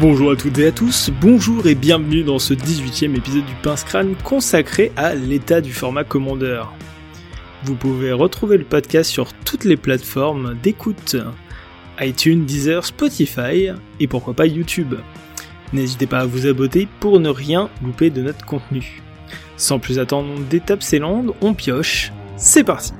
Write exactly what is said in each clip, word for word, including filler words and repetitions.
Bonjour à toutes et à tous, bonjour et bienvenue dans ce dix-huitième épisode du Pince Crâne consacré à l'état du format Commander. Vous pouvez retrouver le podcast sur toutes les plateformes d'écoute, iTunes, Deezer, Spotify et pourquoi pas YouTube. N'hésitez pas à vous abonner pour ne rien louper de notre contenu. Sans plus attendre d'étape Célande, on pioche, c'est parti.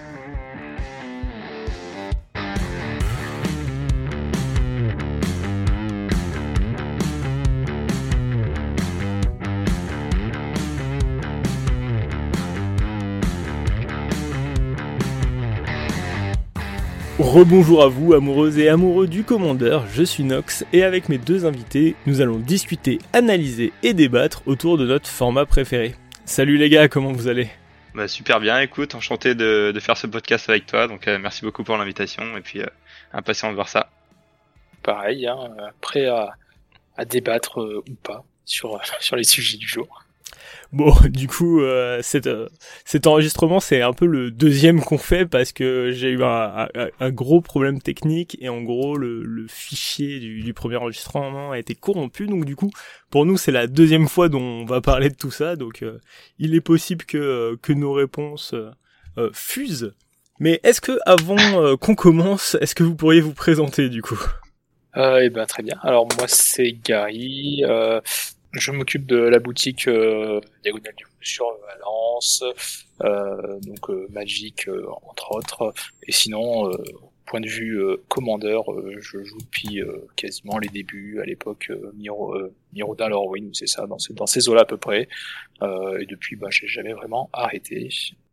Rebonjour à vous, amoureuses et amoureux du Commander, je suis Nox et avec mes deux invités, nous allons discuter, analyser et débattre autour de notre format préféré. Salut les gars, comment vous allez ? Bah super bien, écoute, enchanté de, de faire ce podcast avec toi, donc euh, merci beaucoup pour l'invitation et puis euh, impatient de voir ça. Pareil, hein, prêt à, à débattre euh, ou pas sur, sur les sujets du jour. Bon, du coup, euh, cet, euh, cet enregistrement, c'est un peu le deuxième qu'on fait parce que j'ai eu un, un, un gros problème technique et en gros, le, le fichier du, du premier enregistrement a été corrompu. Donc du coup, pour nous, c'est la deuxième fois dont on va parler de tout ça. Donc euh, il est possible que, euh, que nos réponses euh, euh, fusent. Mais est-ce que avant euh, qu'on commence, est-ce que vous pourriez vous présenter du coup ? euh, Eh ben très bien. Alors moi, c'est Gary. Euh... Je m'occupe de la boutique euh, Diagonale du sur Valence, euh, donc euh, Magic euh, entre autres. Et sinon, euh, point de vue euh, Commander, euh, je joue depuis euh, quasiment les débuts, à l'époque euh, Miro, euh, Mirrodin Lorwyn, c'est ça, dans ces, dans ces eaux-là à peu près. Euh, et depuis, bah, j'ai jamais vraiment arrêté.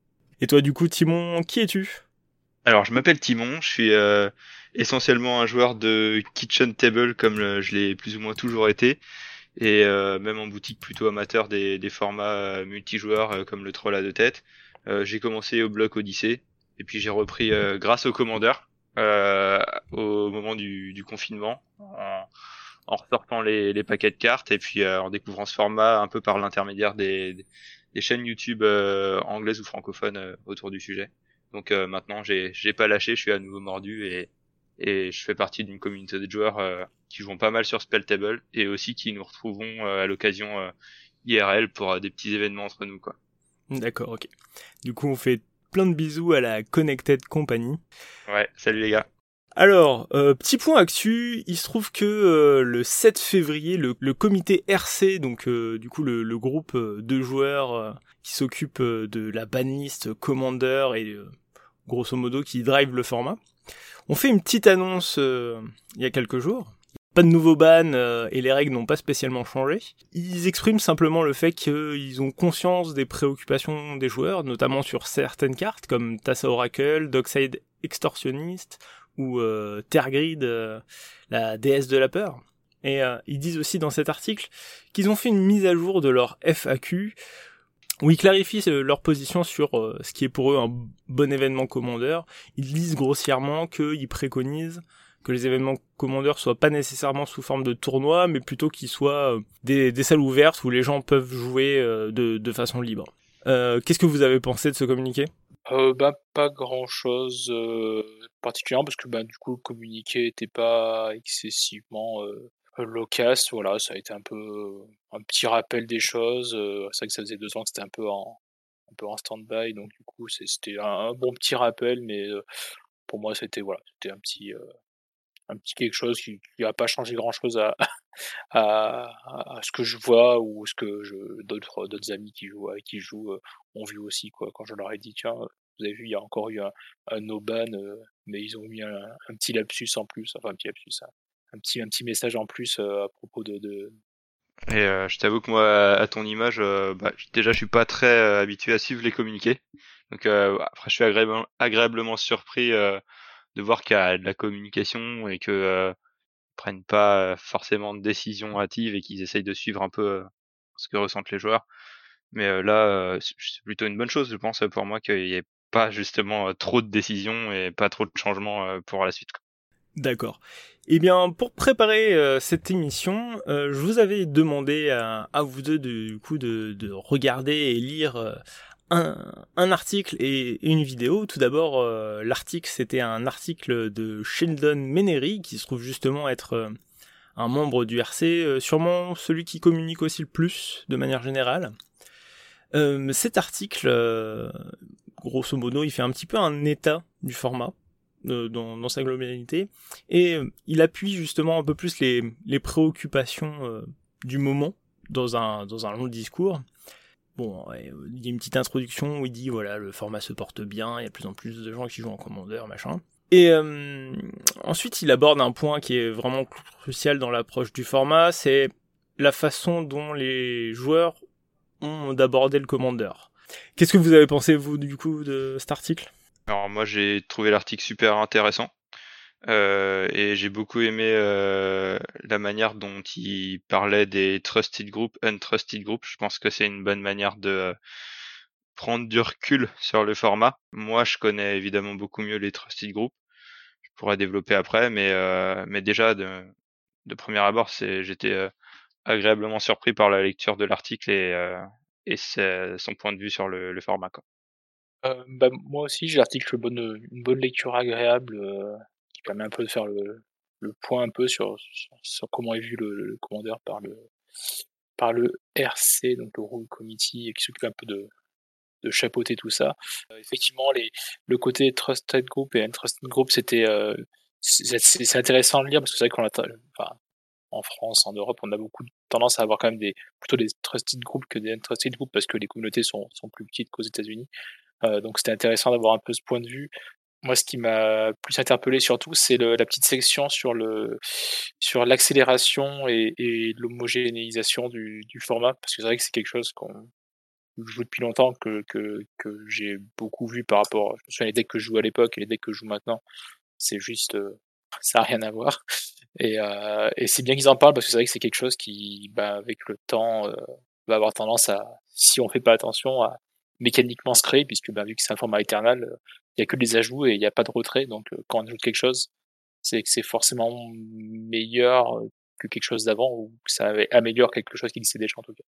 Et toi, du coup, Timon, qui es-tu ? Alors, je m'appelle Timon, je suis euh, essentiellement un joueur de Kitchen Table comme le, je l'ai plus ou moins toujours été. Et euh, même en boutique plutôt amateur des, des formats euh, multijoueurs euh, comme le Troll à deux têtes. Euh, j'ai commencé au bloc Odyssée et puis j'ai repris euh, grâce au Commander euh, au moment du, du confinement en, en ressortant les, les paquets de cartes et puis euh, en découvrant ce format un peu par l'intermédiaire des, des chaînes YouTube euh, anglaises ou francophones euh, autour du sujet. Donc euh, maintenant j'ai, j'ai pas lâché, je suis à nouveau mordu et et je fais partie d'une communauté de joueurs euh, qui jouent pas mal sur Spelltable et aussi qui nous retrouvons euh, à l'occasion euh, I R L pour euh, des petits événements entre nous, quoi. D'accord, ok. Du coup, on fait plein de bisous à la Connected Company. Ouais, salut les gars. Alors, euh, petit point actu, il se trouve que euh, le sept février, le, le comité R C, donc euh, du coup le, le groupe euh, de joueurs euh, qui s'occupe euh, de la banlist Commander et euh, grosso modo qui drive le format, on fait une petite annonce euh, il y a quelques jours. Pas de nouveaux bans euh, et les règles n'ont pas spécialement changé. Ils expriment simplement le fait qu'ils ont conscience des préoccupations des joueurs, notamment sur certaines cartes comme Tassa Oracle, Dockside Extortionniste ou euh, Tergrid, euh, la déesse de la peur. Et euh, ils disent aussi dans cet article qu'ils ont fait une mise à jour de leur F A Q où ils clarifient leur position sur euh, ce qui est pour eux un bon événement Commander. Ils disent grossièrement qu'ils préconisent que les événements Commander soient pas nécessairement sous forme de tournoi, mais plutôt qu'ils soient euh, des, des salles ouvertes où les gens peuvent jouer euh, de, de façon libre. Euh, qu'est-ce que vous avez pensé de ce communiqué ? Euh, bah, pas grand chose euh, particulièrement parce que bah, du coup le communiqué était pas excessivement euh, loquace, voilà, ça a été un peu euh, un petit rappel des choses. Euh, c'est vrai que ça faisait deux ans que c'était un peu en un peu en stand-by, donc du coup c'est, c'était un, un bon petit rappel, mais euh, pour moi c'était voilà, c'était un petit euh, un petit quelque chose qui qui a pas changé grand chose à à, à ce que je vois ou ce que je d'autres d'autres amis qui jouent avec qui jouent euh, ont vu aussi, quoi. Quand je leur ai dit tiens, vous avez vu, il y a encore eu un, un no ban, euh, mais ils ont mis un, un petit lapsus en plus, enfin un petit lapsus, un, un petit un petit message en plus euh, à propos de, de... Et euh, je t'avoue que moi, à ton image, euh, bah, déjà je suis pas très euh, habitué à suivre les communiqués. Donc euh, après je suis agréablement, agréablement surpris euh, de voir qu'il y a de la communication et que euh, prennent pas forcément de décision hâtive et qu'ils essayent de suivre un peu euh, ce que ressentent les joueurs. Mais euh, là, euh, c'est plutôt une bonne chose, je pense, pour moi, qu'il y ait pas justement euh, trop de décisions et pas trop de changements euh, pour la suite. D'accord. Eh bien, pour préparer euh, cette émission, euh, je vous avais demandé à, à vous deux de, du coup de, de regarder et lire euh, un, un article et une vidéo. Tout d'abord, euh, l'article, c'était un article de Sheldon Menery, qui se trouve justement être euh, un membre du R C, euh, sûrement celui qui communique aussi le plus de manière générale. Euh, cet article, euh, grosso modo, il fait un petit peu un état du format euh, dans, dans sa globalité, et euh, il appuie justement un peu plus les, les préoccupations euh, du moment dans un, dans un long discours. Bon, ouais, il y a une petite introduction où il dit voilà, le format se porte bien, il y a de plus en plus de gens qui jouent en commandeur, machin. Et euh, ensuite, il aborde un point qui est vraiment crucial dans l'approche du format, c'est la façon dont les joueurs ont d'aborder le commandeur. Qu'est-ce que vous avez pensé, vous, du coup, de cet article ? Alors moi, j'ai trouvé l'article super intéressant. Euh, et j'ai beaucoup aimé euh, la manière dont il parlait des trusted groups, untrusted groups. Je pense que c'est une bonne manière de euh, prendre du recul sur le format. Moi, je connais évidemment beaucoup mieux les trusted groups. Je pourrais développer après, mais euh, mais déjà de, de premier abord, c'est j'étais euh, agréablement surpris par la lecture de l'article et euh, et c'est son point de vue sur le, le format, quoi. Euh, bah, moi aussi, j'ai l'article bonne, une bonne lecture agréable euh, qui permet un peu de faire le, le point un peu sur, sur, sur comment est vu le, le commandeur par le, par le R C, donc le Rule Committee, et qui s'occupe un peu de, de chapeauter tout ça. Euh, effectivement, les, le côté Trusted Group et Untrusted Group, c'était euh, c'est, c'est, c'est intéressant à le lire parce que c'est vrai qu'on a, enfin, en France, en Europe, on a beaucoup de tendance à avoir quand même des plutôt des Trusted Groups que des Untrusted Groups parce que les communautés sont, sont plus petites qu'aux États-Unis. Euh, donc c'était intéressant d'avoir un peu ce point de vue. Moi, ce qui m'a plus interpellé surtout, c'est le, la petite section sur le sur l'accélération et, et l'homogénéisation du, du format, parce que c'est vrai que c'est quelque chose qu'on joue depuis longtemps, que, que, que j'ai beaucoup vu par rapport, je me souviens les decks que je joue à l'époque et les decks que je joue maintenant, c'est juste, euh, ça n'a rien à voir. Et, euh, et c'est bien qu'ils en parlent parce que c'est vrai que c'est quelque chose qui, bah, avec le temps, euh, va avoir tendance à, si on fait pas attention, à mécaniquement se créer, puisque bah, vu que c'est un format éternel, il y a que des ajouts et il n'y a pas de retrait. Donc euh, quand on ajoute quelque chose, c'est que c'est forcément meilleur que quelque chose d'avant ou que ça améliore quelque chose qui existait déjà en tout cas.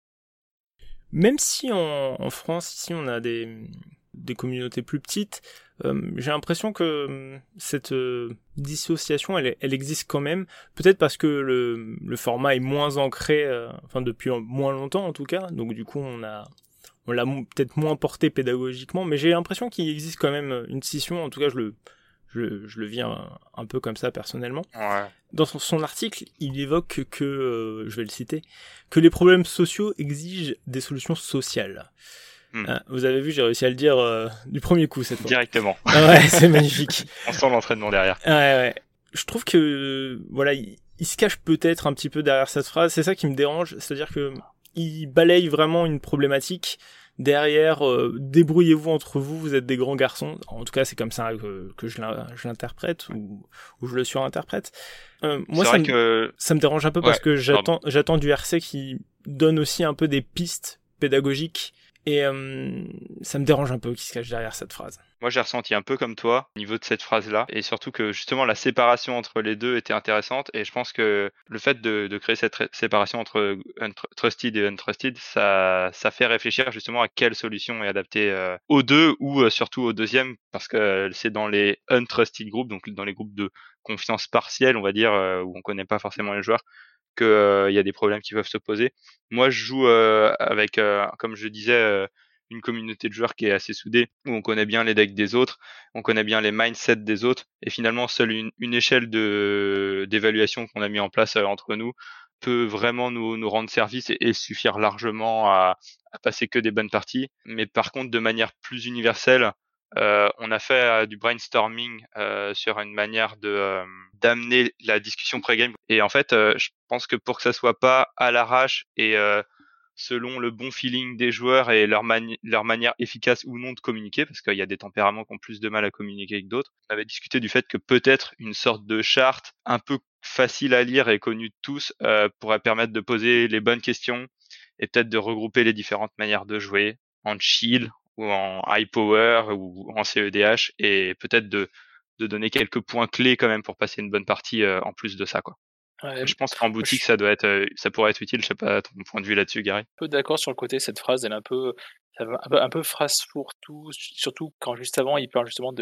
Même si en, en France, ici, on a des, des communautés plus petites, euh, j'ai l'impression que euh, cette euh, dissociation, elle, elle existe quand même. Peut-être parce que le, le format est moins ancré, euh, enfin depuis moins longtemps en tout cas. Donc du coup, on a, on l'a m- peut-être moins porté pédagogiquement, mais j'ai l'impression qu'il existe quand même une scission. En tout cas, je le, je, je le vis un, un peu comme ça personnellement. Ouais. Dans son, son article, il évoque que, euh, je vais le citer, que les problèmes sociaux exigent des solutions sociales. Hmm. Ah, vous avez vu, j'ai réussi à le dire euh, du premier coup cette fois. Directement. Ah ouais, c'est magnifique. On sent l'entraînement derrière. Ouais, ouais. Je trouve que, voilà, il, il se cache peut-être un petit peu derrière cette phrase. C'est ça qui me dérange, c'est-à-dire que il balaye vraiment une problématique. Derrière, euh, débrouillez-vous entre vous, vous êtes des grands garçons. En tout cas, c'est comme ça que, que je, je l'interprète ou, ou je le surinterprète. Euh, moi, ça me, que... ça me dérange un peu ouais, parce que j'attends, j'attends du R C qui donne aussi un peu des pistes pédagogiques et euh, ça me dérange un peu qu'il se cache derrière cette phrase. Moi, j'ai ressenti un peu comme toi au niveau de cette phrase-là, et surtout que justement la séparation entre les deux était intéressante, et je pense que le fait de, de créer cette ré- séparation entre trusted et untrusted, ça, ça fait réfléchir justement à quelle solution est adaptée euh, aux deux, ou euh, surtout au deuxième, parce que c'est dans les untrusted groups, donc dans les groupes de confiance partielle, on va dire, euh, où on connaît pas forcément les joueurs, qu'il euh, y a des problèmes qui peuvent se poser. Moi, je joue euh, avec, euh, comme je disais, euh, une communauté de joueurs qui est assez soudée, où on connaît bien les decks des autres, on connaît bien les mindsets des autres, et finalement seule une, une échelle de d'évaluation qu'on a mis en place euh, entre nous peut vraiment nous, nous rendre service et, et suffire largement à, à passer que des bonnes parties. Mais par contre, de manière plus universelle, euh, on a fait euh, du brainstorming euh, sur une manière de euh, d'amener la discussion pré-game. Et en fait, euh, je pense que pour que ça soit pas à l'arrache et euh, selon le bon feeling des joueurs et leur, mani- leur manière efficace ou non de communiquer, parce qu'il y a des tempéraments qui ont plus de mal à communiquer que d'autres. On avait discuté du fait que peut-être une sorte de charte un peu facile à lire et connue de tous euh, pourrait permettre de poser les bonnes questions et peut-être de regrouper les différentes manières de jouer en chill ou en high power ou en C E D H, et peut-être de, de donner quelques points clés quand même pour passer une bonne partie euh, en plus de ça, quoi. Ouais, Je pense qu'en boutique, je ça doit être, euh, ça pourrait être utile. Je sais pas ton point de vue là-dessus, Gary. suis un peu d'accord sur le côté, cette phrase, elle est un peu, ça va un peu, un peu phrase fourre-tout, surtout quand juste avant, il parle justement de,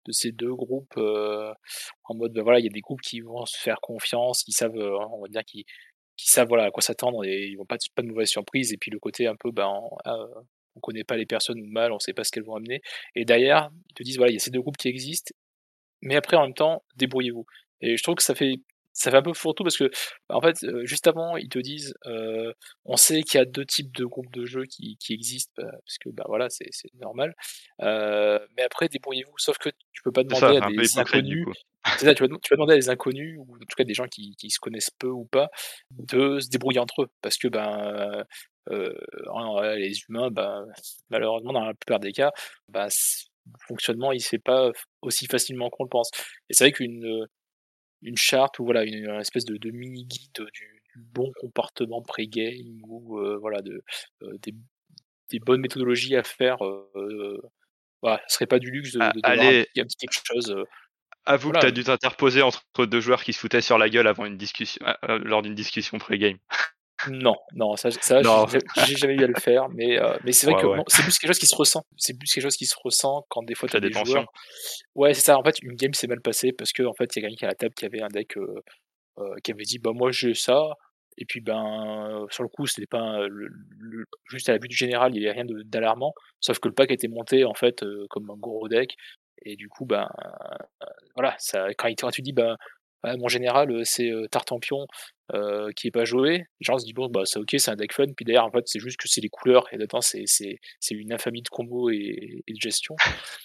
de ces deux groupes euh, en mode ben voilà, il y a des groupes qui vont se faire confiance, qui savent, euh, on va dire, qui, qui savent voilà à quoi s'attendre et ils vont pas pas de mauvaises surprises. Et puis le côté un peu ben on, euh, on connaît pas les personnes ou mal, on sait pas ce qu'elles vont amener. Et derrière, ils te disent voilà, il y a ces deux groupes qui existent, mais après en même temps, débrouillez-vous. Et je trouve que ça fait ça fait un peu fourre-tout parce que, bah, en fait, heu, juste avant, ils te disent, heu: «On sait qu'il y a deux types de groupes de jeux qui qui existent, bah, parce que, bah, voilà, c'est c'est normal, heu, mais après débrouillez-vous». Sauf que tu peux pas C'est ça, demander à c'est un peu des hypocrite du inconnus, coup. c'est ça, tu vas tu vas demander à des inconnus ou en tout cas des gens qui qui se connaissent peu ou pas, de se débrouiller entre eux. Parce que, ben, heu en les humains, ben, malheureusement dans la plupart des cas, bah, s le fonctionnement il se fait pas aussi facilement qu'on le pense. Et c'est vrai qu'une, une charte ou voilà, une, une espèce de de mini guide du du bon comportement pré-game ou heu, voilà de, heu, des des bonnes méthodologies à faire, heu, voilà, ce serait pas du luxe de Ah, de d'avoir un allez, petit un petit quelque chose, heu, avoue que voilà. t'as dû t'interposer entre deux joueurs qui se foutaient sur la gueule avant une discussion, euh, euh, lors d'une discussion pré-game. Non, non, ça ça j'ai Non, j'ai j'ai jamais eu à le faire, mais heu, mais c'est vrai ouais, que ouais, bon, c'est plus quelque chose qui se ressent. C'est plus quelque chose qui se ressent quand des fois tu as crée des des joueurs tensions. ouais, c'est ça, en fait, une game s'est mal passée parce qu'en fait, il y a quelqu'un qui à la table qui avait un deck, heu heu, qui avait dit: «Bah, moi, j'ai ça», et puis, ben, sur le coup, c'était pas le le juste à la vue du général, il y avait rien de d'alarmant, sauf que le pack était monté, en fait, heu, comme un gros deck et du coup, ben, voilà, ça quand il quand tu dis: «Bah, ouais, mon général, heu, c'est, heu, Tartampion, heu, qui est pas joué», les gens se disent: «Bon, bah, c'est OK, c'est un deck fun», puis derrière, en fait, c'est juste que c'est les couleurs et dedans, c'est c'est c'est une infamie de combos et et de gestion.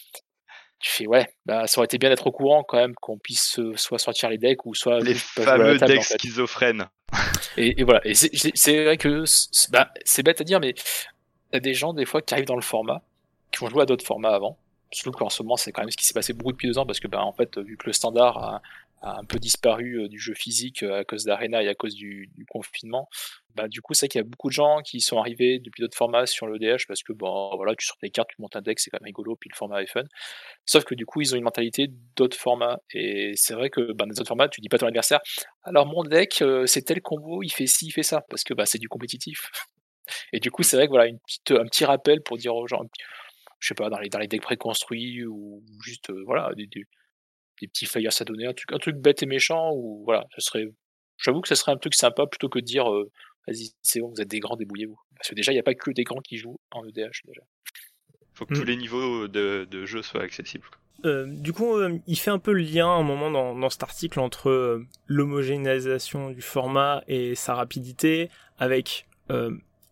Tu fais: «Ouais, bah, ça aurait été bien d'être au courant quand même qu'on puisse, heu, soit sortir les decks ou soit Les juste pas jouer à la fameux table, decks en fait». schizophrènes. Et et voilà, et c'est c'est c'est vrai que c c bah, c'est bête à dire, mais tu as des gens, des fois, qui arrivent dans le format, qui ont joué à d'autres formats avant. Surtout qu'en ce moment, c'est quand même ce qui s'est passé beaucoup depuis deux ans parce que, bah, en fait, vu que le standard a a un peu disparu, heu, du jeu physique, heu, à cause d'Arena et à cause du du confinement, bah, du coup, c'est vrai qu'il y a beaucoup de gens qui sont arrivés depuis d'autres formats sur le D H parce que, bon, voilà, tu sors tes cartes, tu montes un deck, c'est quand même rigolo, puis le format est fun. Sauf que du coup, ils ont une mentalité d'autres formats et c'est vrai que, bah, dans les autres formats, tu dis pas à ton adversaire: «Alors mon deck, heu, c'est tel combo, il fait ci, il fait ça», parce que, bah, c'est du compétitif. Et du coup, Mm. c'est vrai que voilà, une petite, un petit rappel pour dire aux gens, je sais pas, dans les dans les decks préconstruits ou juste, heu, voilà, des des des petits flyers à donner, un truc un truc bête et méchant ou voilà, ce serait j'avoue que ce serait un truc sympa plutôt que de dire, heu: «Vas-y, c'est bon, vous êtes des grands, débrouillez-vous». Parce que déjà, il y a pas que des grands qui jouent en E D H déjà. Faut que tous Mm. les niveaux de, de jeu soient accessibles. Euh, du coup, euh, il fait un peu le lien à un moment dans, dans cet article entre euh, l'homogénéisation du format et sa rapidité avec euh,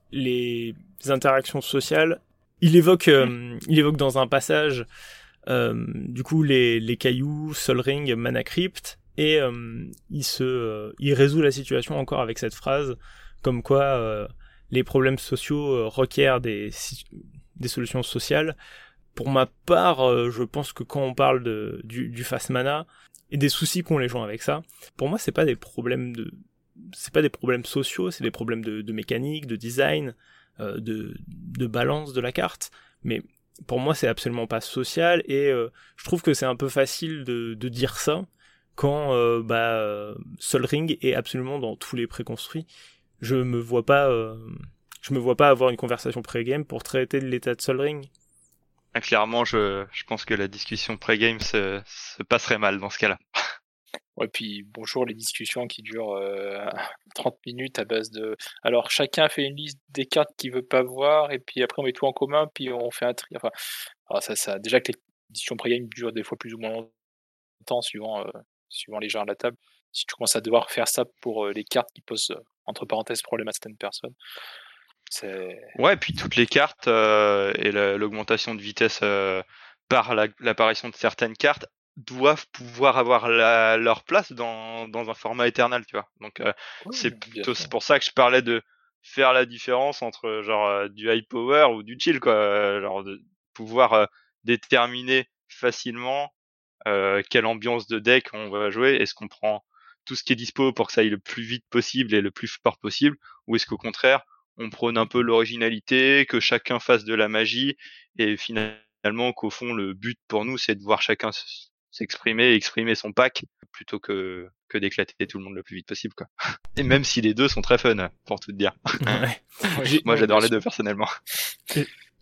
les interactions sociales. Il évoque, euh, il évoque dans un passage euh, du coup les, les cailloux, Sol Ring, Mana Crypt, et euh, il se, euh, il résout la situation encore avec cette phrase comme quoi euh, les problèmes sociaux euh, requièrent des, des solutions sociales. Pour ma part, euh, je pense que quand on parle de, du, du fast mana et des soucis qu'ont les gens avec ça, pour moi, c'est pas des problèmes de, c'est pas des problèmes sociaux, c'est des problèmes de, de mécanique, de design, euh, de, de balance de la carte. Mais pour moi, c'est absolument pas social et euh, je trouve que c'est un peu facile de, de dire ça quand euh, bah, Sol Ring est absolument dans tous les préconstruits. Je me vois pas, euh, je me vois pas avoir une conversation pré-game pour traiter de l'état de Sol Ring. Ah, clairement, je, je pense que la discussion pré-game se, se passerait mal dans ce cas-là. Ouais, puis bonjour les discussions qui durent euh, trente minutes à base de. Alors chacun fait une liste des cartes qu'il veut pas voir, et puis après on met tout en commun, puis on fait un tri. Enfin, alors ça, ça, déjà que les discussions pré-game durent des fois plus ou moins longtemps suivant, euh, suivant les gens à la table. Si tu commences à devoir faire ça pour euh, les cartes qui posent euh, entre parenthèses problème à certaines personnes, c'est. Ouais, et puis toutes les cartes euh, et la- l'augmentation de vitesse euh, par la- l'apparition de certaines cartes doivent pouvoir avoir la- leur place dans, dans un format éternel, tu vois. Donc euh, Oui, c'est bien plutôt sûr. c'est pour ça que je parlais de faire la différence entre genre euh, du high power ou du chill, quoi. Euh, genre de pouvoir euh, déterminer facilement euh, quelle ambiance de deck on va jouer. Est-ce qu'on prend tout ce qui est dispo pour que ça aille le plus vite possible et le plus fort possible, ou est-ce qu'au contraire on prône un peu l'originalité, que chacun fasse de la magie, et finalement qu'au fond le but pour nous c'est de voir chacun s'exprimer, exprimer son pack, plutôt que que d'éclater tout le monde le plus vite possible, quoi. Et même si les deux sont très fun, pour tout te dire. Ouais. Oui, J'ai, Moi oui, bien j'adore les sûr. deux personnellement.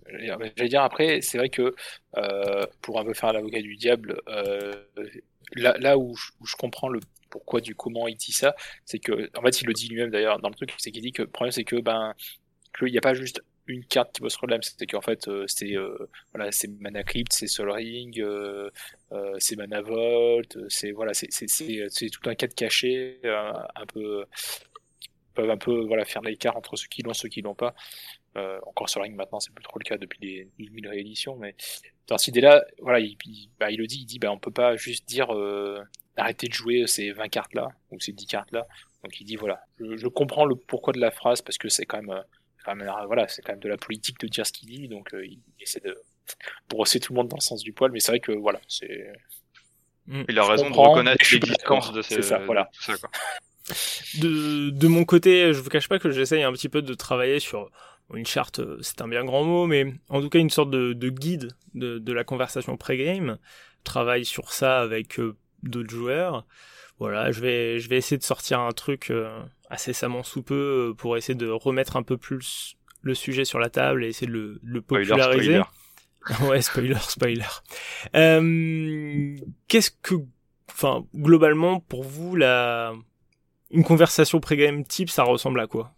j'allais dire après, c'est vrai que euh, pour un peu faire l'avocat du diable, euh, là, là où, je, où je comprends le pourquoi du comment il dit ça, c'est que en fait il le dit lui-même d'ailleurs dans le truc, c'est qu'il dit que le problème c'est que ben qu'il n'y a pas juste une carte qui pose problème, c'est qu'en fait euh, c'est euh, voilà c'est Mana Crypt, c'est Sol Ring, euh, euh, c'est Mana Vault, c'est voilà c'est c'est c'est c'est tout un cadre caché euh, un peu peuvent un peu voilà faire l'écart entre ceux qui l'ont ceux qui l'ont pas. Euh, encore sur Ring maintenant, c'est plus trop le cas depuis les douze mille rééditions, mais dans cette idée-là, voilà, il, il, bah, il le dit, il dit, bah, on peut pas juste dire euh, arrêtez de jouer ces vingt cartes-là ou ces dix cartes-là. Donc il dit voilà, je, je comprends le pourquoi de la phrase parce que c'est quand même, euh, quand même voilà, c'est quand même de la politique de dire ce qu'il dit, donc euh, il essaie de brosser tout le monde dans le sens du poil, mais c'est vrai que voilà, c'est. Il a je raison de comprends, reconnaître je suis pas l'existence d'accord. de, ces, C'est ça, de voilà. tout ça, quoi. De, de mon côté, je vous cache pas que j'essaye un petit peu de travailler sur une charte, euh, c'est un bien grand mot, mais en tout cas une sorte de, de guide de, de la conversation pré-game. Je travaille sur ça avec euh, d'autres joueurs. Voilà, je vais, je vais essayer de sortir un truc euh, incessamment sous peu euh, pour essayer de remettre un peu plus le sujet sur la table et essayer de le, de le populariser. Spoiler, spoiler. Ouais, spoiler, spoiler. Euh, qu'est-ce que, enfin, globalement, pour vous, la une conversation pré-game type, ça ressemble à quoi?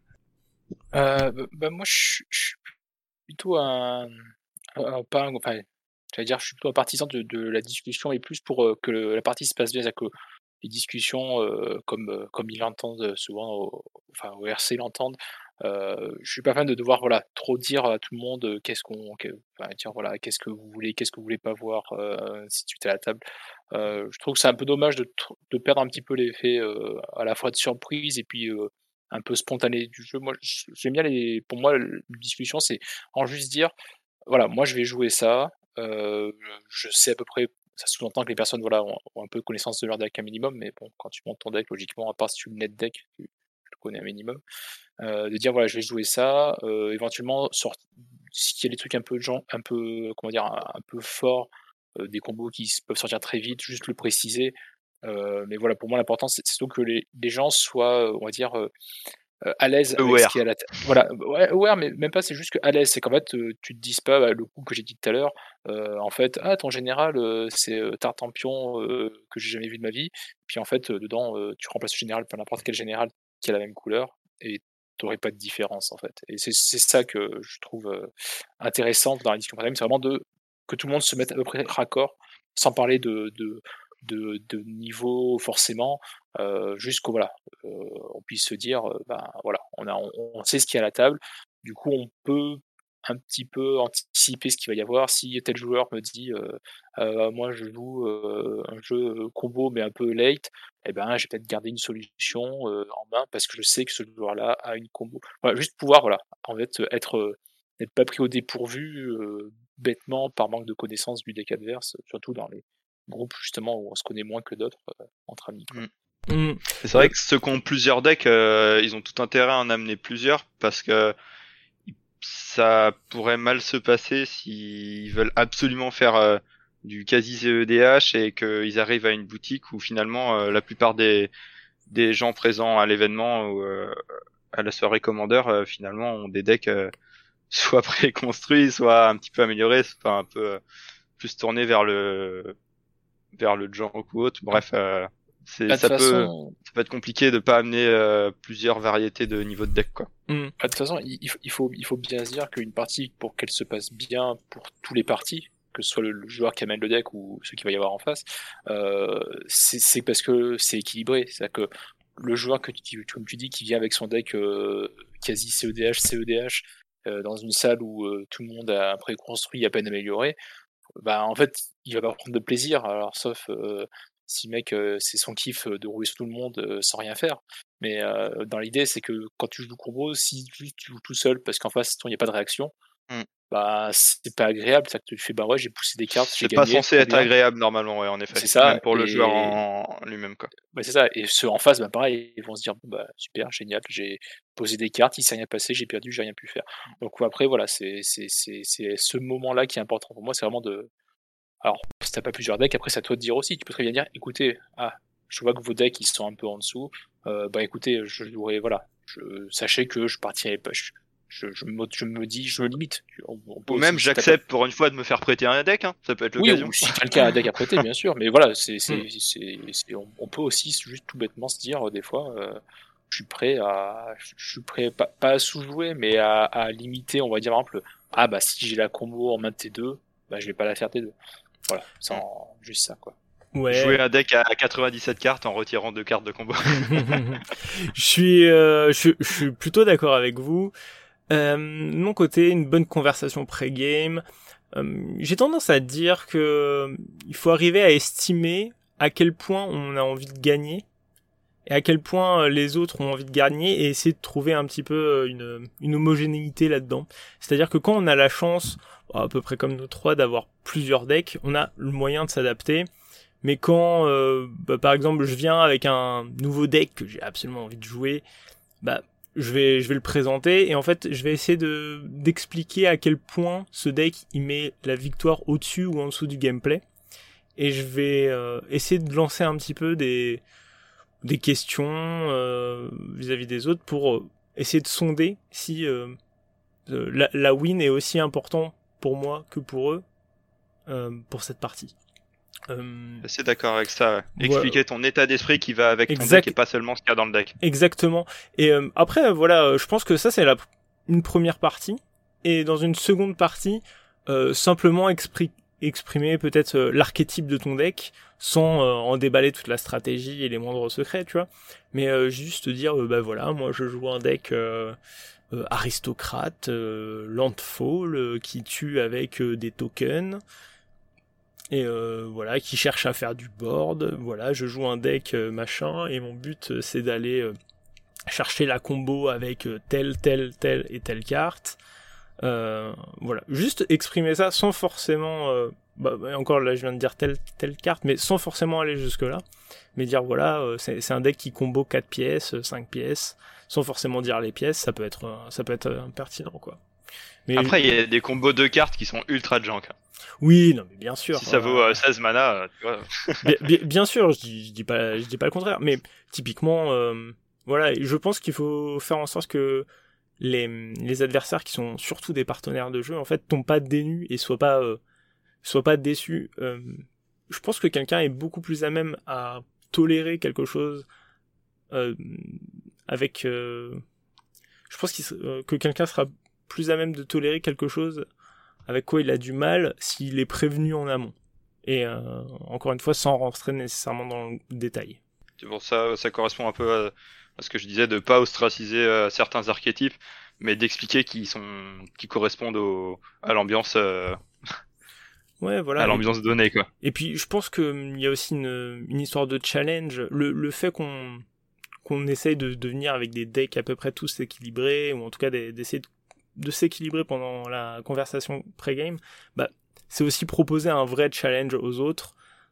Euh, bah, bah, moi, je je suis plutôt un, un- pas un- enfin, j'allais dire, je suis plutôt un partisan de, de la discussion et plus pour euh, que le- la partie se passe bien, c'est-à-dire que les discussions, euh, comme euh, comme ils l'entendent souvent, au, enfin au R C l'entendent, euh, je suis pas fan de devoir voilà trop dire à tout le monde euh, qu'est-ce qu'on, que- enfin, dire voilà qu'est-ce que vous voulez, qu'est-ce que vous voulez pas voir euh, si tu es à la table. Euh, je trouve que c'est un peu dommage de, tr- de perdre un petit peu l'effet euh, à la fois de surprise et puis euh, un peu spontané du jeu. Moi, j- j'aime bien les, pour moi, une discussion, c'est en juste dire voilà, moi je vais jouer ça. Euh, je sais à peu près. Ça sous-entend que les personnes voilà, ont, ont un peu connaissance de leur deck un minimum, mais bon, quand tu montes ton deck, logiquement, à part si tu le net deck, tu, tu le connais un minimum. Euh, de dire voilà, je vais jouer ça. Euh, éventuellement, sort, s'il y a des trucs un peu gens, un peu comment dire, un, un peu forts, euh, des combos qui s- peuvent sortir très vite, juste le préciser. Euh, mais voilà, pour moi, l'important c'est c'est surtout que les, les gens soient, euh, on va dire, euh, euh, à l'aise avec ce qui est à Aware. la tête. Voilà, ouais, ouais, mais même pas, c'est juste que à l'aise, c'est qu'en fait, euh, tu te dises pas bah, le coup que j'ai dit tout à l'heure, euh, en fait, ah, ton général, euh, c'est euh, Tartampion euh, que j'ai jamais vu de ma vie, puis en fait, euh, dedans, euh, tu remplaces le général par n'importe quel général qui a la même couleur, et t'aurais pas de différence, en fait. Et c'est c'est ça que je trouve euh, intéressant dans la discussion prime, c'est vraiment de que tout le monde se mette à peu près raccord, sans parler de, de, de, de niveau forcément, euh, jusqu'au voilà, euh, on puisse se dire, euh, ben voilà, on, a, on, on sait ce qu'il y a à la table, du coup on peut un petit peu anticiper ce qu'il va y avoir. Si tel joueur me dit, euh, euh, moi je joue euh, un jeu combo mais un peu late, eh ben j'ai peut-être gardé une solution euh, en main parce que je sais que ce joueur-là a une combo. Voilà, juste pouvoir, voilà, en fait, être euh, n'être pas pris au dépourvu euh, bêtement par manque de connaissance du deck adverse, surtout dans les groupes justement où on se connaît moins que d'autres euh, entre amis, quoi. Mm. Mmh. C'est vrai que ceux qui ont plusieurs decks, euh, ils ont tout intérêt à en amener plusieurs parce que ça pourrait mal se passer s'ils veulent absolument faire euh, du quasi C E D H et qu'ils arrivent à une boutique où finalement euh, la plupart des, des gens présents à l'événement ou euh, à la soirée commandeur euh, finalement ont des decks euh, soit préconstruits, soit un petit peu améliorés, soit un peu euh, plus tournés vers le vers le junk ou autre. Bref, euh, c'est Bah, de ça toute peut façon, ça peut être compliqué de pas amener euh, plusieurs variétés de niveau de deck quoi. Mmh. bah, de toute façon, il, il faut, il faut il faut bien se dire qu'une partie, pour qu'elle se passe bien pour tous les parties, que ce soit le, le joueur qui amène le deck ou ceux qu'il va y avoir en face, euh, c'est c'est parce que c'est équilibré. C'est-à-dire que le joueur que tu, comme tu dis, qui vient avec son deck euh, quasi C E D H, C E D H, euh, dans une salle où euh, tout le monde a un préconstruit à peine amélioré, bah en fait, il va pas prendre de plaisir. Alors sauf euh, si le mec euh, c'est son kiff euh, de rouler sur tout le monde euh, sans rien faire. Mais euh, dans l'idée, c'est que quand tu joues le combo, si juste tu joues tout seul parce qu'en face il n'y a pas de réaction, Mm. bah c'est pas agréable. C'est que tu fais bah ouais j'ai poussé des cartes, j'ai C'est pas gagné, censé trop être bien. agréable normalement, ouais, en effet. C'est ça. Même pour le joueur Et en lui-même, quoi. bah, c'est ça. Et ceux en face, bah pareil, ils vont se dire bon, bah super, génial, j'ai posé des cartes, il s'est rien passé, j'ai perdu, j'ai rien pu faire. Donc après voilà, c'est c'est c'est c'est ce moment-là qui est important pour moi, c'est vraiment de alors, si t'as pas plusieurs decks, après c'est à toi de dire aussi. Tu peux très bien dire, écoutez, ah, je vois que vos decks ils sont un peu en dessous. Euh, bah écoutez, je jouerai, voilà. Je, sachez que je partirai pas. Je, Je, je, me, je me dis, je me limite. On, on peut Ou même j'accepte pour une fois de me faire prêter un deck, hein. Ça peut être l'occasion. Oui, ou si quelqu'un a un deck à prêter, bien sûr. Mais voilà, c'est, c'est, mm. c'est, c'est, on, on peut aussi juste tout bêtement se dire des fois, euh, je suis prêt à, je suis prêt pas, pas à sous-jouer, mais à, à limiter, on va dire par exemple, ah bah si j'ai la combo en main de T deux, bah je vais pas la faire T deux. Voilà, c'est juste ça quoi. Ouais. Jouer un deck à quatre-vingt-dix-sept cartes en retirant deux cartes de combo. je suis, euh, je, je suis plutôt d'accord avec vous. Euh, de mon côté, une bonne conversation pré-game. Euh, j'ai tendance à dire que euh, il faut arriver à estimer à quel point on a envie de gagner et à quel point euh, les autres ont envie de gagner et essayer de trouver un petit peu une, une homogénéité là-dedans. C'est-à-dire que quand on a la chance, à peu près comme nous trois, d'avoir plusieurs decks, on a le moyen de s'adapter. Mais quand, euh, bah, par exemple, je viens avec un nouveau deck que j'ai absolument envie de jouer, bah, je vais, je vais le présenter et en fait, je vais essayer de, d'expliquer à quel point ce deck, il met la victoire au-dessus ou en dessous du gameplay. Et je vais euh, essayer de lancer un petit peu des, des questions euh, vis-à-vis des autres pour euh, essayer de sonder si euh, la, la win est aussi important pour moi que pour eux euh, pour cette partie. Euh... C'est d'accord avec ça. Ouais. Expliquer ton état d'esprit qui va avec exact... ton deck et pas seulement ce qu'il y a dans le deck. Exactement. Et euh, après, voilà, je pense que ça c'est la une première partie. Et dans une seconde partie, euh, simplement expri... exprimer peut-être euh, l'archétype de ton deck sans euh, en déballer toute la stratégie et les moindres secrets, tu vois. Mais euh, juste dire, euh, bah voilà, moi je joue un deck euh, euh, aristocrate, euh, landfall, euh, qui tue avec euh, des tokens. Et euh, voilà, qui cherche à faire du board. Voilà, je joue un deck euh, machin et mon but euh, c'est d'aller euh, chercher la combo avec euh, telle, telle, telle et telle carte. Euh, voilà, juste exprimer ça sans forcément. Euh, bah, encore là, je viens de dire telle, telle carte, mais sans forcément aller jusque là. Mais dire voilà, euh, c'est, c'est un deck qui combo quatre pièces, cinq pièces, sans forcément dire les pièces. Ça peut être, euh, ça peut être euh, pertinent quoi. Mais après, il y a des combos de cartes qui sont ultra junk. Oui, non, mais bien sûr. Si ça vaut euh, seize mana, tu vois. bien, bien, bien sûr, je dis, je dis pas, je dis pas le contraire. Mais typiquement, euh, voilà, je pense qu'il faut faire en sorte que les, les adversaires qui sont surtout des partenaires de jeu, en fait, tombent pas dénus et soient pas, euh, soient pas déçus. Euh, je pense que quelqu'un est beaucoup plus à même à tolérer quelque chose euh, avec. Euh, je pense qu'il, euh, que quelqu'un sera plus à même de tolérer quelque chose avec quoi il a du mal s'il est prévenu en amont. Et euh, encore une fois, sans rentrer nécessairement dans le détail. C'est pour ça, ça correspond un peu à, à ce que je disais, de pas ostraciser euh, certains archétypes, mais d'expliquer qu'ils sont, qu'ils correspondent au, à l'ambiance, euh, ouais, voilà. à l'ambiance et, donnée, quoi. Et puis, je pense qu'il y a aussi une, une histoire de challenge. Le, le fait qu'on, qu'on essaye de, de venir avec des decks à peu près tous équilibrés, ou en tout cas d'essayer de de s'équilibrer pendant la conversation pré-game, bah, c'est aussi proposer un vrai challenge aux autres.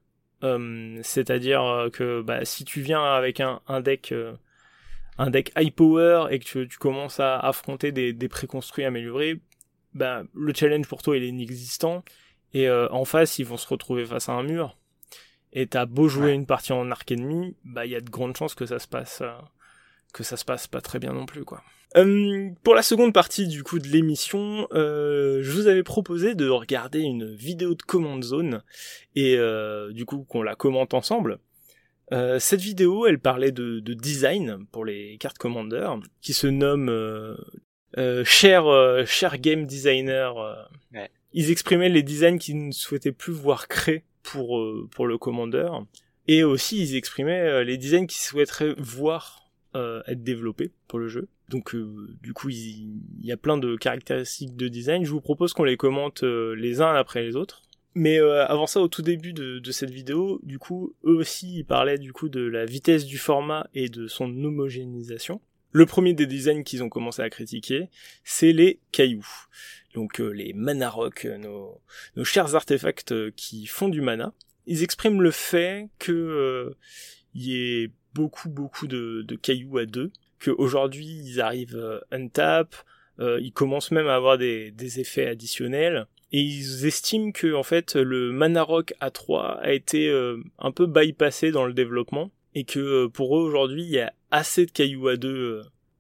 Euh, c'est-à-dire que bah, si tu viens avec un, un deck euh, un deck high power et que tu, tu commences à affronter des, des préconstruits améliorés, bah, le challenge pour toi il est inexistant et euh, en face ils vont se retrouver face à un mur et t'as beau jouer ouais. une partie en arc ennemi, bah il y a de grandes chances que ça se passe euh, que ça se passe pas très bien non plus quoi. Euh, pour la seconde partie du coup de l'émission, euh, je vous avais proposé de regarder une vidéo de Command Zone et euh, du coup qu'on la commente ensemble. Euh, cette vidéo, elle parlait de, de design pour les cartes Commander, qui se nomme euh, euh, Cher euh, Cher Game Designer. Euh. Ouais. Ils exprimaient les designs qu'ils ne souhaitaient plus voir créés pour euh, pour le Commander, et aussi ils exprimaient euh, les designs qu'ils souhaiteraient voir euh, être développés pour le jeu. Donc euh, du coup il, il y a plein de caractéristiques de design. Je vous propose qu'on les commente euh, les uns après les autres. Mais euh, avant ça, au tout début de, de cette vidéo, du coup, eux aussi ils parlaient du coup de la vitesse du format et de son homogénéisation. Le premier des designs qu'ils ont commencé à critiquer, c'est les cailloux. Donc euh, les mana rock, nos, nos chers artefacts euh, qui font du mana. Ils expriment le fait que euh, y ait beaucoup beaucoup de, de cailloux à deux, qu'aujourd'hui ils arrivent euh, untap, euh, ils commencent même à avoir des, des effets additionnels, et ils estiment que en fait le mana rock à trois a été euh, un peu bypassé dans le développement, et que euh, pour eux aujourd'hui il y a assez de cailloux à deux euh,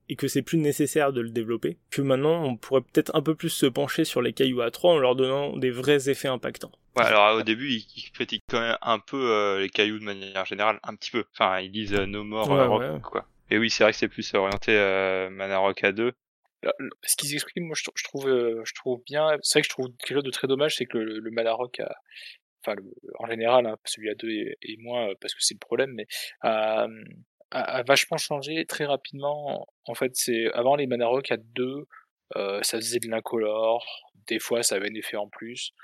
et que c'est plus nécessaire de le développer, que maintenant on pourrait peut-être un peu plus se pencher sur les cailloux à trois en leur donnant des vrais effets impactants. Ouais, alors au début, ils, ils critiquent quand même un peu euh, les cailloux de manière générale, un petit peu. Enfin, ils disent euh, no more Ouais, euh, rock, ouais. quoi. Et oui, c'est vrai que c'est plus orienté euh, Mana Rock à deux. Là, le- Ce qu'ils expriment, moi je, trou- je trouve, euh, je trouve bien. C'est vrai que je trouve quelque chose de très dommage, c'est que le, le Mana Rock a, enfin le- en général, hein, celui à deux est, est moins euh, parce que c'est le problème, mais a, a, a vachement changé très rapidement. En fait, c'est avant les Mana Rock à deux, euh, ça faisait de l'incolore. Des fois, ça avait un effet en plus.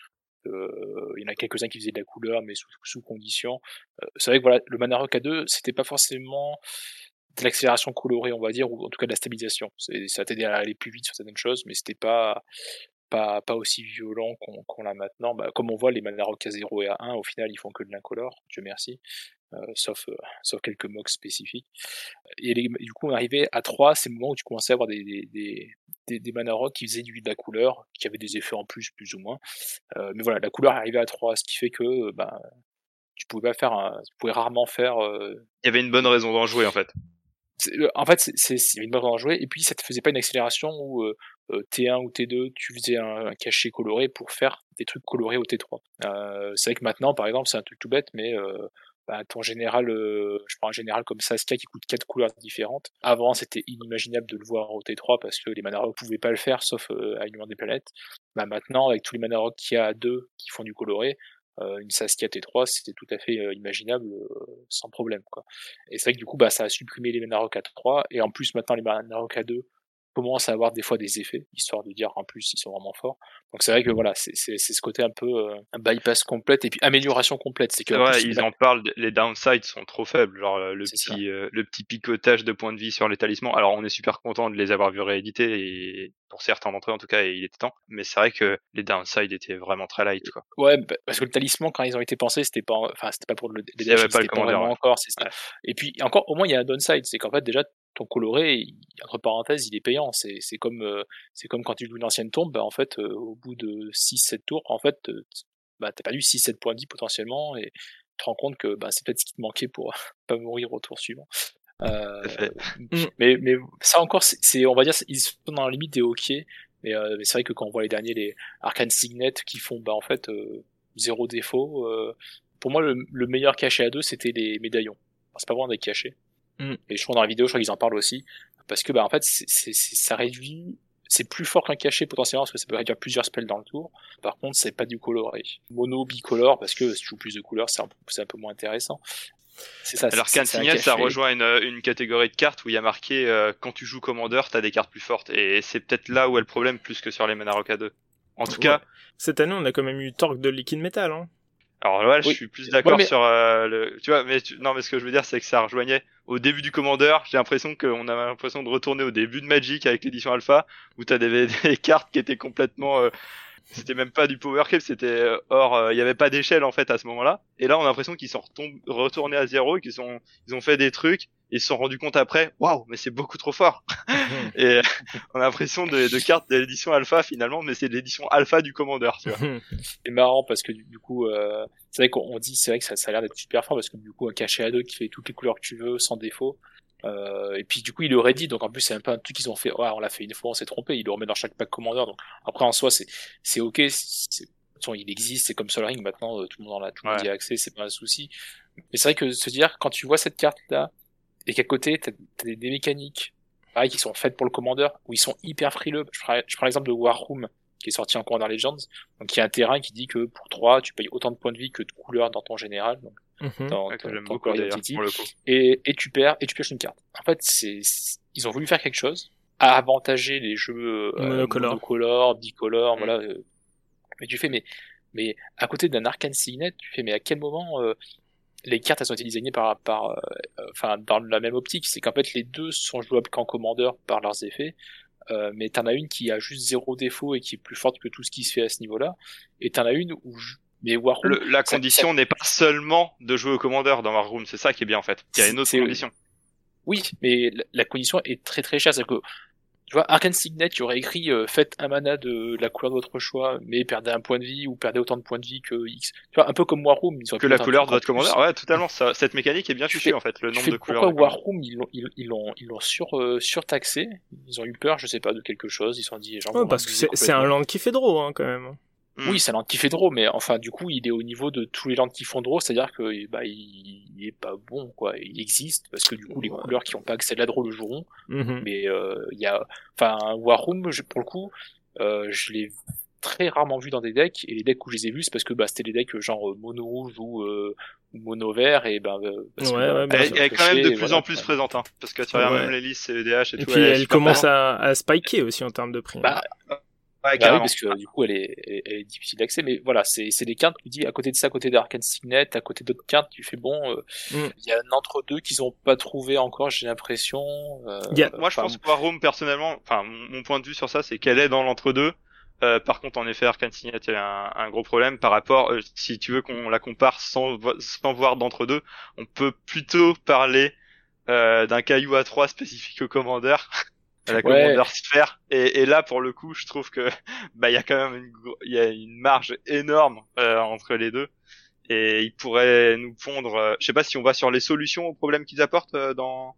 Euh, Il y en a quelques-uns qui faisaient de la couleur, mais sous, sous condition. Euh, c'est vrai que voilà, le Mana Rock à deux, c'était pas forcément de l'accélération colorée, on va dire, ou en tout cas de la stabilisation. C'est, ça t'aidait à aller plus vite sur certaines choses, mais c'était pas pas pas aussi violent qu'on qu'on l'a maintenant. Bah, comme on voit, les Mana Rock à zéro et à un, au final, ils font que de l'incolore, Dieu merci, euh, sauf euh, sauf quelques mocks spécifiques. Et les, du coup, on arrivait à trois, c'est le moment où tu commençais à avoir des des des, des, des Mana Rock qui faisaient du de la couleur, qui avaient des effets en plus, plus ou moins. Euh, mais voilà, la couleur arrivait à trois, ce qui fait que euh, bah tu pouvais pas faire, un, tu pouvais rarement faire. Euh, Il y avait une bonne raison d'en jouer en fait. c'est- euh, en fait, c'est c'est c'est une bonne façon de jouer, et puis ça te faisait pas une accélération où euh, euh, T un ou T deux, tu faisais un, un cachet coloré pour faire des trucs colorés au T trois. Euh, c'est vrai que maintenant, par exemple, c'est un truc tout bête, mais euh, bah, ton général, euh, je prends un général comme Saskia qui coûte quatre couleurs différentes. Avant, c'était inimaginable de le voir au T trois parce que les Mana Rock pouvaient pas le faire, sauf euh, alignement des planètes. Bah, maintenant, avec tous les Mana Rock qu'il y a à deux qui font du coloré, euh, une Saskia T trois, c'était tout à fait euh, imaginable euh, sans problème, quoi. Et c'est vrai que du coup, bah, ça a supprimé les Mana Rock à trois, et en plus, maintenant, les Mana Rock à deux commencent à avoir des fois des effets, histoire de dire en plus ils sont vraiment forts. Donc c'est vrai que voilà, c'est c'est c'est ce côté un peu euh, un bypass complète et puis amélioration complète, c'est que C'est en vrai, plus, ils en parlent, les downsides sont trop faibles, genre euh, le c'est ça. petit euh, le petit picotage de points de vie sur les talismans. Alors on est super content de les avoir vus réédités, et pour certains d'entre eux en tout cas, et il était temps. Mais c'est vrai que les downsides étaient vraiment très light, quoi. Ouais, bah, parce que le talisman, quand ils ont été pensés, c'était pas, enfin, c'était pas pour le, les Il y avait D H, pas le c'était pas commandeur, vraiment ouais. encore, c'est ça. Ouais. Et puis, encore, au moins, il y a un downside, c'est qu'en fait, déjà, ton coloré, il- entre parenthèses, il est payant. C'est, c'est comme, euh, c'est comme quand tu joues une ancienne tombe, bah, en fait, euh, au bout de six sept tours, en fait, euh, t- bah, t'as perdu six sept points de vie potentiellement, et tu te rends compte que, bah, c'est peut-être ce qui te manquait pour pas mourir au tour suivant. Euh, Tout à fait. mais, mais ça encore, c'est, c'est- on va dire, ils sont dans la limite des hockey. Mais, euh, mais c'est vrai que quand on voit les derniers, les Arcane Signet qui font, bah, en fait, euh, zéro défaut. Euh, pour moi, le, le meilleur cachet à deux, c'était les médaillons. Enfin, c'est pas vraiment des cachets. Mm. Et je crois dans la vidéo, je crois qu'ils en parlent aussi. Parce que, bah, en fait, c'est, c'est, c'est- ça réduit, c'est plus fort qu'un cachet potentiellement, parce que ça peut réduire plusieurs spells dans le tour. Par contre, c'est pas du coloré. Mono, bicolore, parce que si tu joues plus de couleurs, c'est un, peu- c'est un peu moins intéressant. C'est ça, c'est, Alors c'est, qu'un c'est un Signet, ça cachet. rejoint une, une catégorie de cartes où il y a marqué euh, quand tu joues commandeur, t'as des cartes plus fortes. Et c'est peut-être là où est le problème plus que sur les Mana Rock à deux. En tout Ouais. cas, Cette année, on a quand même eu Torque de Liquid Metal, hein. alors ouais, je Oui. suis plus d'accord Ouais, mais- sur euh, le, tu vois, mais tu- non, mais ce que je veux dire, c'est que ça rejoignait au début du commandeur. J'ai l'impression qu'on a l'impression de retourner au début de Magic avec l'édition Alpha, où t'as des, des cartes qui étaient complètement, euh, c'était même pas du power creep, c'était euh, or, euh, il y avait pas d'échelle en fait à ce moment-là. Et là, on a l'impression qu'ils sont retom- retournés à zéro, et qu'ils sont, ils ont fait des trucs, et ils se sont rendus compte après, waouh, mais c'est beaucoup trop fort. Et on a l'impression de, de cartes de l'édition Alpha finalement, mais c'est de l'édition Alpha du commandeur, tu vois. c'est marrant parce que du, du coup, euh, c'est vrai qu'on on dit, c'est vrai que ça, ça a l'air d'être super fort parce que du coup, un cachet à deux qui fait toutes les couleurs que tu veux sans défaut. Euh, et puis du coup, il le dit, donc en plus c'est un peu un truc qu'ils ont fait. Ouais, on l'a fait une fois, on s'est trompé. Il le remet dans chaque pack commandeur. Donc après en soi, c'est c'est ok. C'est, de toute façon, il existe. C'est comme Sol Ring maintenant. euh, Tout le monde en a, tout le monde Ouais. y a accès. C'est pas un souci. Mais c'est vrai que se dire quand tu vois cette carte là et qu'à côté t'as, t'as des, des mécaniques, pareil, qui sont faites pour le commandeur où ils sont hyper frileux. Je prends, je prends l'exemple de War Room qui est sorti en Commander Legends. Donc il y a un terrain qui dit que pour trois, tu payes autant de points de vie que de couleurs dans ton général. Donc Mhm. dans Ouais, que ton, j'aime ton beaucoup Color d'ailleurs, Identity. pour le coup. Et, et tu perds et tu pioches une carte. En fait, c'est, c'est- ils ont voulu faire quelque chose à avantager les jeux euh, Monocolore. monocolores, bicolores, Mm. voilà. euh. Mais tu fais mais mais à côté d'un Arcane Signet, tu fais mais à quel moment euh, les cartes elles ont été designées par par euh, enfin dans la même optique, c'est qu'en fait les deux sont jouables qu'en commandeur par leurs effets. Euh, mais t'en as une qui a juste zéro défaut et qui est plus forte que tout ce qui se fait à ce niveau-là, et t'en as une où je... mais War Room, Le, la ça- condition ça- n'est pas seulement de jouer au commandeur dans War Room, c'est ça qui est bien en fait. Il y a une autre c'est- condition. Oui, mais la, la condition est très très chère. C'est-à-dire que Tu vois, Arcane Signet, tu aurais écrit euh, faites un mana de la couleur de votre choix, mais perdez un point de vie ou perdez autant de points de vie que X. Tu vois, un peu comme War Room, ils auraient Que pu la mettre un couleur truc de en votre plus. commandeur, ouais, totalement. Ça, cette mécanique est bien Tu fichue fais, en fait, le tu nombre fais de couleurs pourquoi de War commandeur. Room, ils l'ont, ils, ils l'ont, ils l'ont sur, euh, surtaxé. Ils ont eu peur, je sais pas, de quelque chose. Ils se sont dit, les gens Ouais, vont parce que l'abuser c'est c'est un complètement. land qui fait draw, hein, quand même. Hmm. Oui, c'est un land qui fait draw, mais enfin, du coup, il est au niveau de tous les lands qui font draw, c'est-à-dire que bah, il, il est pas bon, quoi. Il existe parce que du coup, les Ouais. couleurs qui ont pas accès à la draw le joueront. Mhm. Mais euh, il y a, enfin, War Room, je- pour le coup, euh, je l'ai très rarement vu dans des decks, et les decks où je les ai vus, c'est parce que bah, c'était des decks genre euh, mono rouge ou, euh, ou mono vert, et ben euh, parce Ouais, que bah, ouais, bien Elle, sûr. elle est quand même de piocher, plus voilà, en plus quoi. présente, hein, parce que tu regardes même Ouais. les listes C D H et Et tout, puis elle est elle super commence présente. à, à spiker aussi en termes de prix. Bah, Ouais, bah oui, carrément. parce que du coup, elle est, elle est, elle est difficile d'accès, mais voilà, c'est, c'est des cartes, tu dis, à côté de ça, à côté d'Arcane Signet, à côté d'autres cartes, tu fais bon, euh, Mm. il y a un entre-deux qu'ils ont pas trouvé encore, j'ai l'impression. Euh, Il y a- Moi, je enfin, pense que War Room, personnellement, enfin, mon, mon point de vue sur ça, c'est qu'elle est dans l'entre-deux. Euh, par contre, en effet, Arcane Signet, il y a un, un gros problème par rapport, euh, si tu veux qu'on la compare sans, vo- sans voir d'entre-deux, on peut plutôt parler euh, d'un caillou à trois spécifique au commandeur, à la ouais, Commander Sphère. Et, et là, pour le coup, je trouve que bah il y a quand même une, gro- il y a une marge énorme euh, entre les deux. Et ils pourraient nous pondre. Euh, je sais pas si on va sur les solutions aux problèmes qu'ils apportent euh, dans.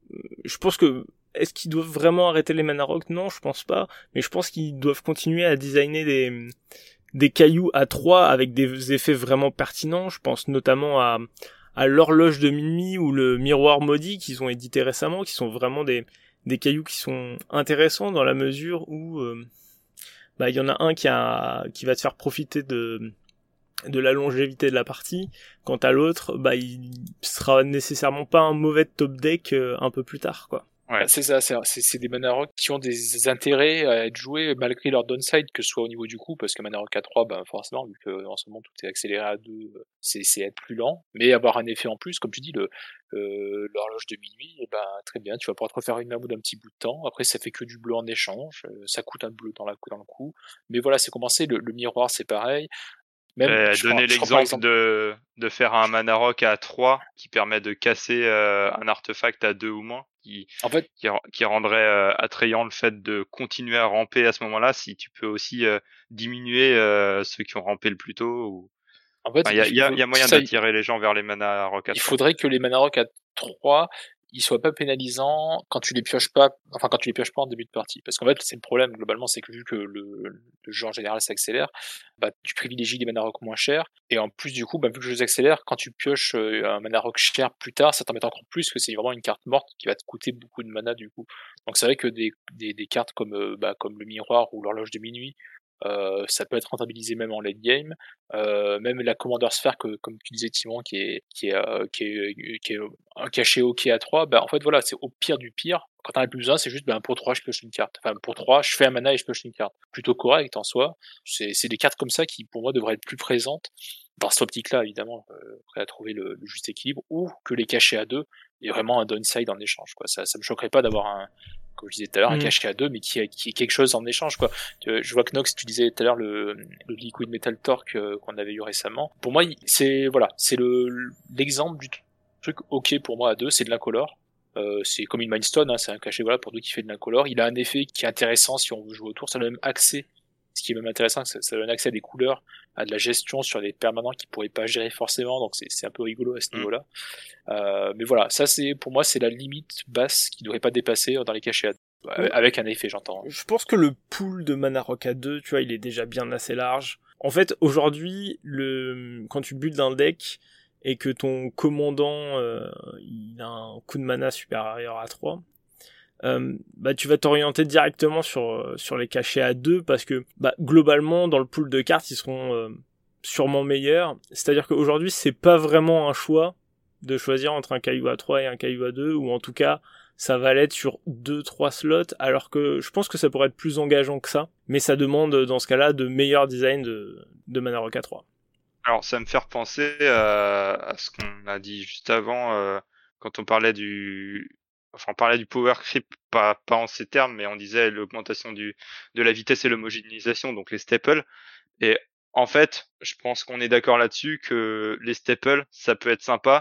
je pense que est-ce qu'ils doivent vraiment arrêter les mana rock? Non, je pense pas. Mais je pense qu'ils doivent continuer à designer des des cailloux à trois avec des effets vraiment pertinents. Je pense notamment à à l'horloge de minuit ou le miroir maudit qu'ils ont édité récemment, qui sont vraiment des des cailloux qui sont intéressants dans la mesure où euh, bah il y en a un qui a qui va te faire profiter de de la longévité de la partie, quant à l'autre, bah il sera nécessairement pas un mauvais top deck euh, un peu plus tard, quoi. Ouais. bah, c'est ça, c'est, c'est, c'est des mana rock qui ont des intérêts à être joués malgré leur downside, que ce soit au niveau du coup, parce que mana rock à trois, ben forcément, vu que en ce moment tout est accéléré à deux, c'est, c'est être plus lent, mais avoir un effet en plus, comme tu dis, le, euh, l'horloge de minuit, et ben très bien, tu vas pouvoir te refaire une mammouth d'un petit bout de temps. Après, ça fait que du bleu en échange, euh, ça coûte un bleu dans la dans le coup, mais voilà, c'est commencé. Le, le miroir, c'est pareil. Même, Euh, je crois, donner je crois par l'exemple exemple, de de faire un mana rock à trois qui permet de casser euh, un artefact à deux ou moins, qui en fait, qui, qui rendrait euh, attrayant le fait de continuer à ramper à ce moment-là, si tu peux aussi euh, diminuer euh, ceux qui ont rampé le plus tôt. Ou... en fait, Enfin, il y il, a, il y, il a, faut, y a moyen c'est ça, d'attirer les gens vers les mana rock à il trois. faudrait que les mana rock à trois ils soient pas pénalisants quand tu les pioches pas, enfin quand tu les pioches pas en début de partie. Parce qu'en fait, c'est le problème globalement, c'est que vu que le, le jeu en général s'accélère, bah tu privilégies les mana rock moins chers, et en plus du coup, bah vu que le jeu s'accélère, quand tu pioches euh, un mana rock cher plus tard, ça t'embête encore plus que c'est vraiment une carte morte qui va te coûter beaucoup de mana du coup. Donc c'est vrai que des, des, des cartes comme euh, bah, comme le miroir ou l'horloge de minuit, euh, ça peut être rentabilisé même en late game. Euh, même la Commander Sphere, que, comme tu disais Timon, qui est, qui est, euh, qui est, qui est un cachet OK à trois, bah en fait voilà, c'est au pire du pire. Quand t'en as plus besoin, c'est juste bah, pour trois, je pioche une carte. Enfin, pour trois, je fais un mana et je pioche une carte. Plutôt correct en soi. C'est, c'est des cartes comme ça qui, pour moi, devraient être plus présentes. Dans cette optique-là, évidemment, euh, prêt à trouver le, le juste équilibre, ou que les cachets à deux, et vraiment un downside en échange, quoi. Ça, ça me choquerait pas d'avoir un, comme je disais tout à l'heure, un Mm. cachet à deux, mais qui a, qui est quelque chose en échange, quoi. Je vois que Nox, tu disais tout à l'heure le, le Liquid Metal Torque euh, qu'on avait eu récemment. Pour moi, c'est voilà, c'est le l'exemple du truc OK pour moi à deux, c'est de l'incolore. Euh, c'est comme une Mindstone, hein, c'est un cachet voilà pour deux qui fait de l'incolore. Il a un effet qui est intéressant si on veut jouer autour. Ça donne même accès. Ce qui est même intéressant, c'est ça donne accès à des couleurs, à de la gestion sur des permanents qui pourraient pas gérer forcément. Donc c'est c'est un peu rigolo à ce Mm. niveau-là. Euh, mais voilà, ça c'est pour moi c'est la limite basse qui devrait pas dépasser dans les cachets à deux. Ouais. Avec un effet, j'entends. Je pense que le pool de mana rock à deux, tu vois, il est déjà bien assez large. En fait, aujourd'hui, le quand tu builds un deck et que ton commandant euh, il a un coût de mana supérieur à trois, euh, bah tu vas t'orienter directement sur sur les cachets à deux parce que bah globalement dans le pool de cartes, ils seront euh, sûrement meilleurs. C'est-à-dire qu'aujourd'hui, c'est pas vraiment un choix de choisir entre un caillou à trois et un caillou à deux, ou en tout cas ça va l'être sur deux trois slots, alors que je pense que ça pourrait être plus engageant que ça, mais ça demande dans ce cas-là de meilleurs designs de, de Mana Rock à trois. Alors, ça me fait repenser à, à ce qu'on a dit juste avant, euh, quand on parlait du, enfin, on parlait du power creep, pas, pas en ces termes, mais on disait l'augmentation du, de la vitesse et l'homogénéisation, donc les staples. Et en fait, je pense qu'on est d'accord là-dessus que les staples, ça peut être sympa,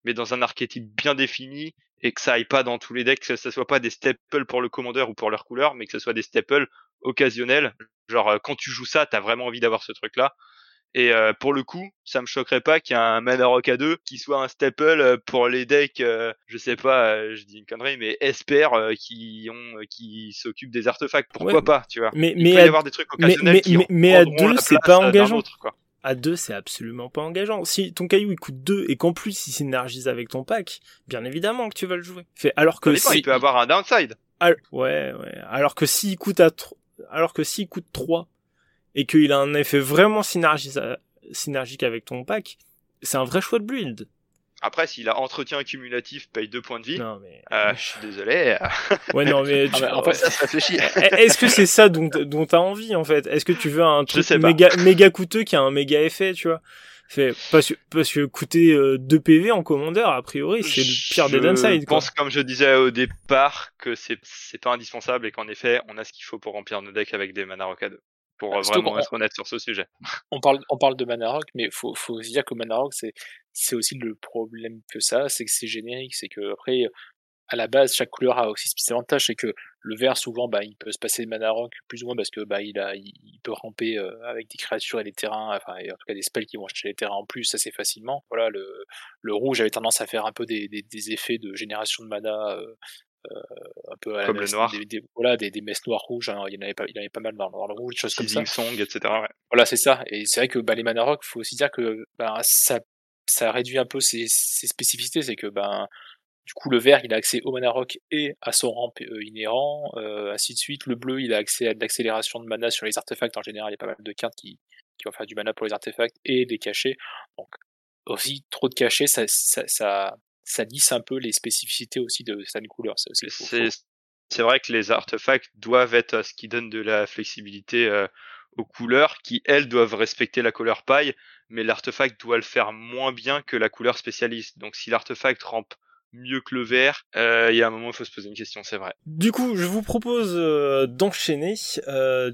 mais dans un archétype bien défini, et que ça aille pas dans tous les decks, que ça soit pas des staples pour le commandeur ou pour leur couleur, mais que ce soit des staples occasionnels. Genre, euh, quand tu joues ça, t'as vraiment envie d'avoir ce truc-là. Et euh, pour le coup, ça me choquerait pas qu'il y ait un Mana Rock à deux qui soit un staple pour les decks, euh, je sais pas, euh, je dis une connerie, mais Esper euh, qui ont, euh, qui s'occupent des artefacts. Pourquoi Ouais, pas, tu vois. mais, Il mais peut à, y avoir des trucs occasionnels mais, qui mais, mais à prendront deux, la c'est place pas d'un engageant. autre, quoi. À deux, c'est absolument pas engageant. Si ton caillou il coûte deux et qu'en plus il synergise avec ton pack, bien évidemment que tu vas le jouer. Fait, alors que Ça dépend, si... il peut avoir un downside. Al... Ouais, ouais. Alors que s'il coûte à tro... alors que s'il coûte trois et qu'il a un effet vraiment synergisa... synergique avec ton pack, c'est un vrai choix de build. Après, s'il a entretien cumulatif, paye deux points de vie. Non mais. Euh, je suis désolé. Ouais, non mais. Tu... Ah, bah, en fait, ça se réfléchit. Est-ce que c'est ça dont, dont t'as envie en fait? Est-ce que tu veux un truc sais méga, méga coûteux qui a un méga effet, tu vois? Fait, parce, que, parce que coûter euh, deux P V en commandeur, a priori, c'est le pire je des downsides. Je pense, comme je disais au départ, que c'est c'est pas indispensable et qu'en effet, on a ce qu'il faut pour remplir nos decks avec des Mana Rock à deux. Pour bah, vraiment être honnête sur ce sujet. On parle, on parle de Mana Rock, mais faut, faut aussi dire que Mana Rock, c'est, c'est aussi le problème que ça, c'est que c'est générique, c'est que après, à la base, chaque couleur a aussi ses avantages, c'est que le vert, souvent, bah, il peut se passer de Mana Rock plus ou moins parce que, bah, il a, il, il peut ramper euh, avec des créatures et des terrains, enfin, et en tout cas des spells qui vont acheter les terrains en plus assez facilement. Voilà, le, le rouge avait tendance à faire un peu des, des, des effets de génération de mana, euh, Euh, un peu à comme la le messe, noir, des, des, voilà, des, des messes noires rouges, hein, il y en avait pas, il y en avait pas mal dans, dans le rouge, des choses comme ça. Song, et cetera. Ouais. Voilà, c'est ça. Et c'est vrai que bah, les Mana Rock, faut aussi dire que bah, ça, ça réduit un peu ses, ses spécificités, c'est que ben du coup le vert il a accès au Mana Rock et à son ramp euh, inhérent, euh, ainsi de suite. Le bleu il a accès à de l'accélération de mana sur les artefacts en général, il y a pas mal de cartes qui, qui vont faire du mana pour les artefacts et des cachets. Donc aussi trop de cachets, ça, ça, ça ça lisse un peu les spécificités aussi de certaines couleurs. Ça aussi, faut, c'est, faut... c'est vrai que les artefacts doivent être ce qui donne de la flexibilité euh, aux couleurs, qui elles doivent respecter la couleur paille, mais l'artefact doit le faire moins bien que la couleur spécialiste. Donc si l'artefact rampe mieux que le vert, euh, il y a un moment il faut se poser une question, c'est vrai. Du coup, je vous propose euh, d'enchaîner. Euh,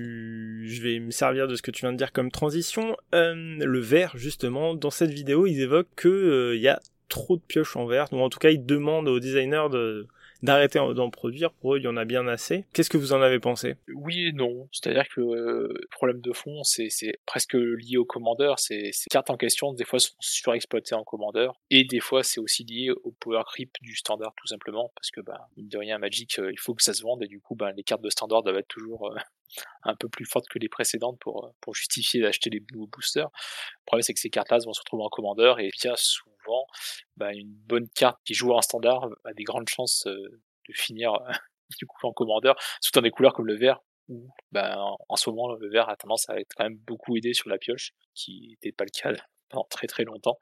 tu, je vais me servir de ce que tu viens de dire comme transition. Euh, le vert, justement, dans cette vidéo, ils évoquent que euh, y a trop de pioches en vert, ou en tout cas, ils demandent aux designers de d'arrêter d'en produire. Pour eux, il y en a bien assez. Qu'est-ce que vous en avez pensé? Oui et non. C'est-à-dire que euh, le problème de fond, c'est, c'est presque lié au commandeur. C'est, ces cartes en question, des fois, sont surexploitées en commandeur. Et des fois, c'est aussi lié au power creep du standard, tout simplement. Parce que, bah, mine de rien, Magic, euh, il faut que ça se vende. Et du coup, bah, les cartes de standard doivent être toujours euh, un peu plus fortes que les précédentes pour, pour justifier d'acheter les nouveaux boosters. Le problème, c'est que ces cartes-là vont se retrouver en commandeur. Et bien souvent, bah, une bonne carte qui joue en standard a des grandes chances euh, de finir du coup en commandeur, surtout dans des couleurs comme le vert où ben en ce moment le vert a tendance à être quand même beaucoup aidé sur la pioche, qui n'était pas le cas pendant très très longtemps.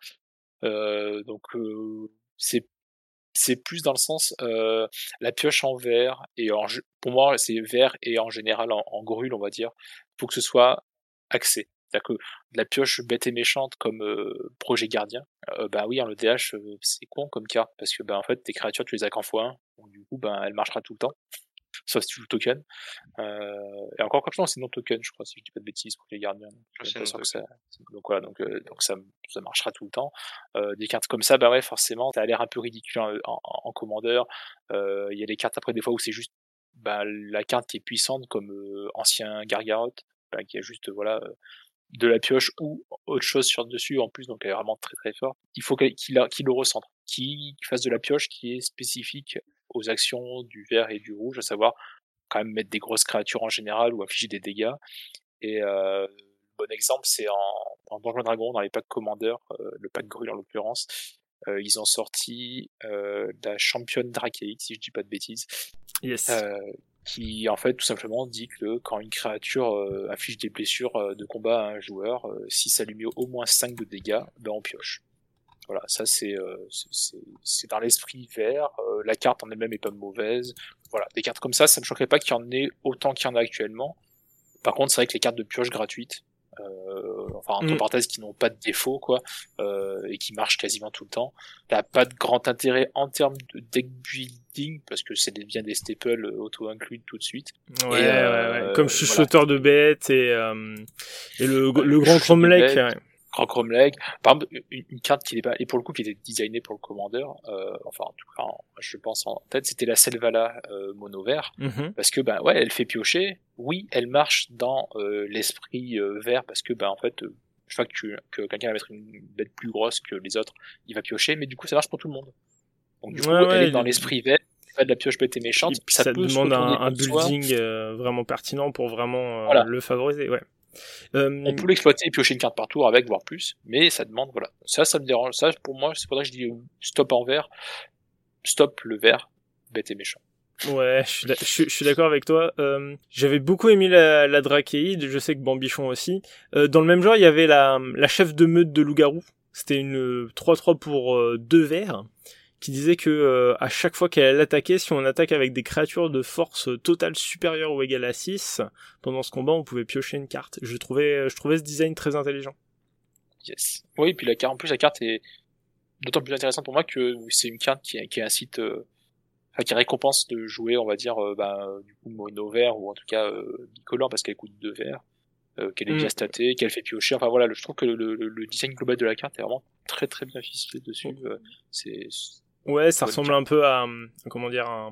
Euh, donc euh, c'est c'est plus dans le sens euh, la pioche en vert et en pour moi c'est vert et en général en, en grûle on va dire, faut que ce soit axé. C'est-à-dire que de la pioche bête et méchante comme euh, projet gardien, euh, bah oui en E D H euh, c'est con comme carte parce que ben en fait tes créatures tu les as qu'en fois un, donc du coup ben elle marchera tout le temps, sauf si tu joues token. Euh, et encore comme ça c'est non token je crois si je dis pas de bêtises pour les gardiens. Donc, c'est pas sûr que ça, donc voilà donc euh, donc ça ça marchera tout le temps. Euh, des cartes comme ça bah ouais forcément ça a l'air un peu ridicule en, en, en commandeur. Il euh, y a des cartes après des fois où c'est juste bah, la carte qui est puissante comme euh, ancien Gargaroth bah, qui a juste voilà euh, de la pioche ou autre chose sur dessus en plus, donc elle est vraiment très très fort. Il faut qu'il, qu'il, qu'il le recentre, qu'il fasse de la pioche qui est spécifique aux actions du vert et du rouge, à savoir quand même mettre des grosses créatures en général ou infliger des dégâts. Et euh, le bon exemple c'est en, en Donjons et Dragons, dans les packs commandeurs, euh, le pack Grul en l'occurrence, euh, ils ont sorti euh, la championne Drakeïque, si je dis pas de bêtises. Yes. Euh, qui en fait tout simplement dit que quand une créature euh, inflige des blessures euh, de combat à un joueur, euh, si ça lui met au moins cinq de dégâts, ben on pioche. Voilà, ça c'est euh, c'est, c'est, c'est dans l'esprit vert. Euh, la carte en elle-même est pas mauvaise. Voilà, des cartes comme ça, ça me choquerait pas qu'il y en ait autant qu'il y en a actuellement. Par contre, c'est vrai que les cartes de pioche gratuites, euh, enfin entre Mm. parenthèses qui n'ont pas de défaut quoi, euh, et qui marchent quasiment tout le temps, t'as pas de grand intérêt en termes de deck building parce que c'est bien des staples auto inclus tout de suite. Ouais, et euh, ouais, ouais. Comme chuchoteur voilà. de bêtes et euh, et le Ouais, le grand Cromlech. Ouais. Croc Leg. Par exemple, une, une carte qui est pas, et pour le coup, qui était designée pour le commandeur, euh, enfin, en tout cas, en, je pense en tête, c'était la Selvala, euh, mono vert. Mm-hmm. Parce que, bah, ouais, elle fait piocher. Oui, elle marche dans, euh, l'esprit, euh, vert, parce que, bah, en fait, euh, chaque fois que, tu, que quelqu'un va mettre une bête plus grosse que les autres, il va piocher, mais du coup, ça marche pour tout le monde. Donc, du coup, ouais, ouais, elle est dans le... l'esprit vert. Pas de la pioche bête et méchante, puis, puis ça, ça peut demande se un, un soi. building euh, vraiment pertinent pour vraiment euh, Voilà. le favoriser, ouais. Euh... On peut l'exploiter et piocher une carte par tour avec, voire plus, mais ça demande, voilà. Ça, ça me dérange. Ça, pour moi, c'est pour ça que je dis stop en vert, stop le vert, bête et méchant. Ouais, je suis, je, je suis d'accord avec toi. Euh, j'avais beaucoup aimé la, la Drachéide, je sais que Bambichon aussi. Euh, dans le même genre, il y avait la, la chef de meute de loup-garou. C'était une trois trois pour euh, deux verts, qui disait que euh, à chaque fois qu'elle attaquait, si on attaque avec des créatures de force totale supérieure ou égale à six, pendant ce combat, on pouvait piocher une carte. Je trouvais, je trouvais ce design très intelligent. Yes. Oui, puis la carte, en plus, la carte est d'autant plus intéressante pour moi que c'est une carte qui, qui incite, euh, enfin, qui récompense de jouer, on va dire, euh, bah, du coup, mono vert, ou en tout cas, euh, bicolore, parce qu'elle coûte deux verts, euh, qu'elle est Mm. bien statée, qu'elle fait piocher. Enfin, voilà, je trouve que le, le, le design global de la carte est vraiment très très bien ficelé dessus. Euh, c'est, Ouais, ça ressemble carte. un peu à, comment dire, un,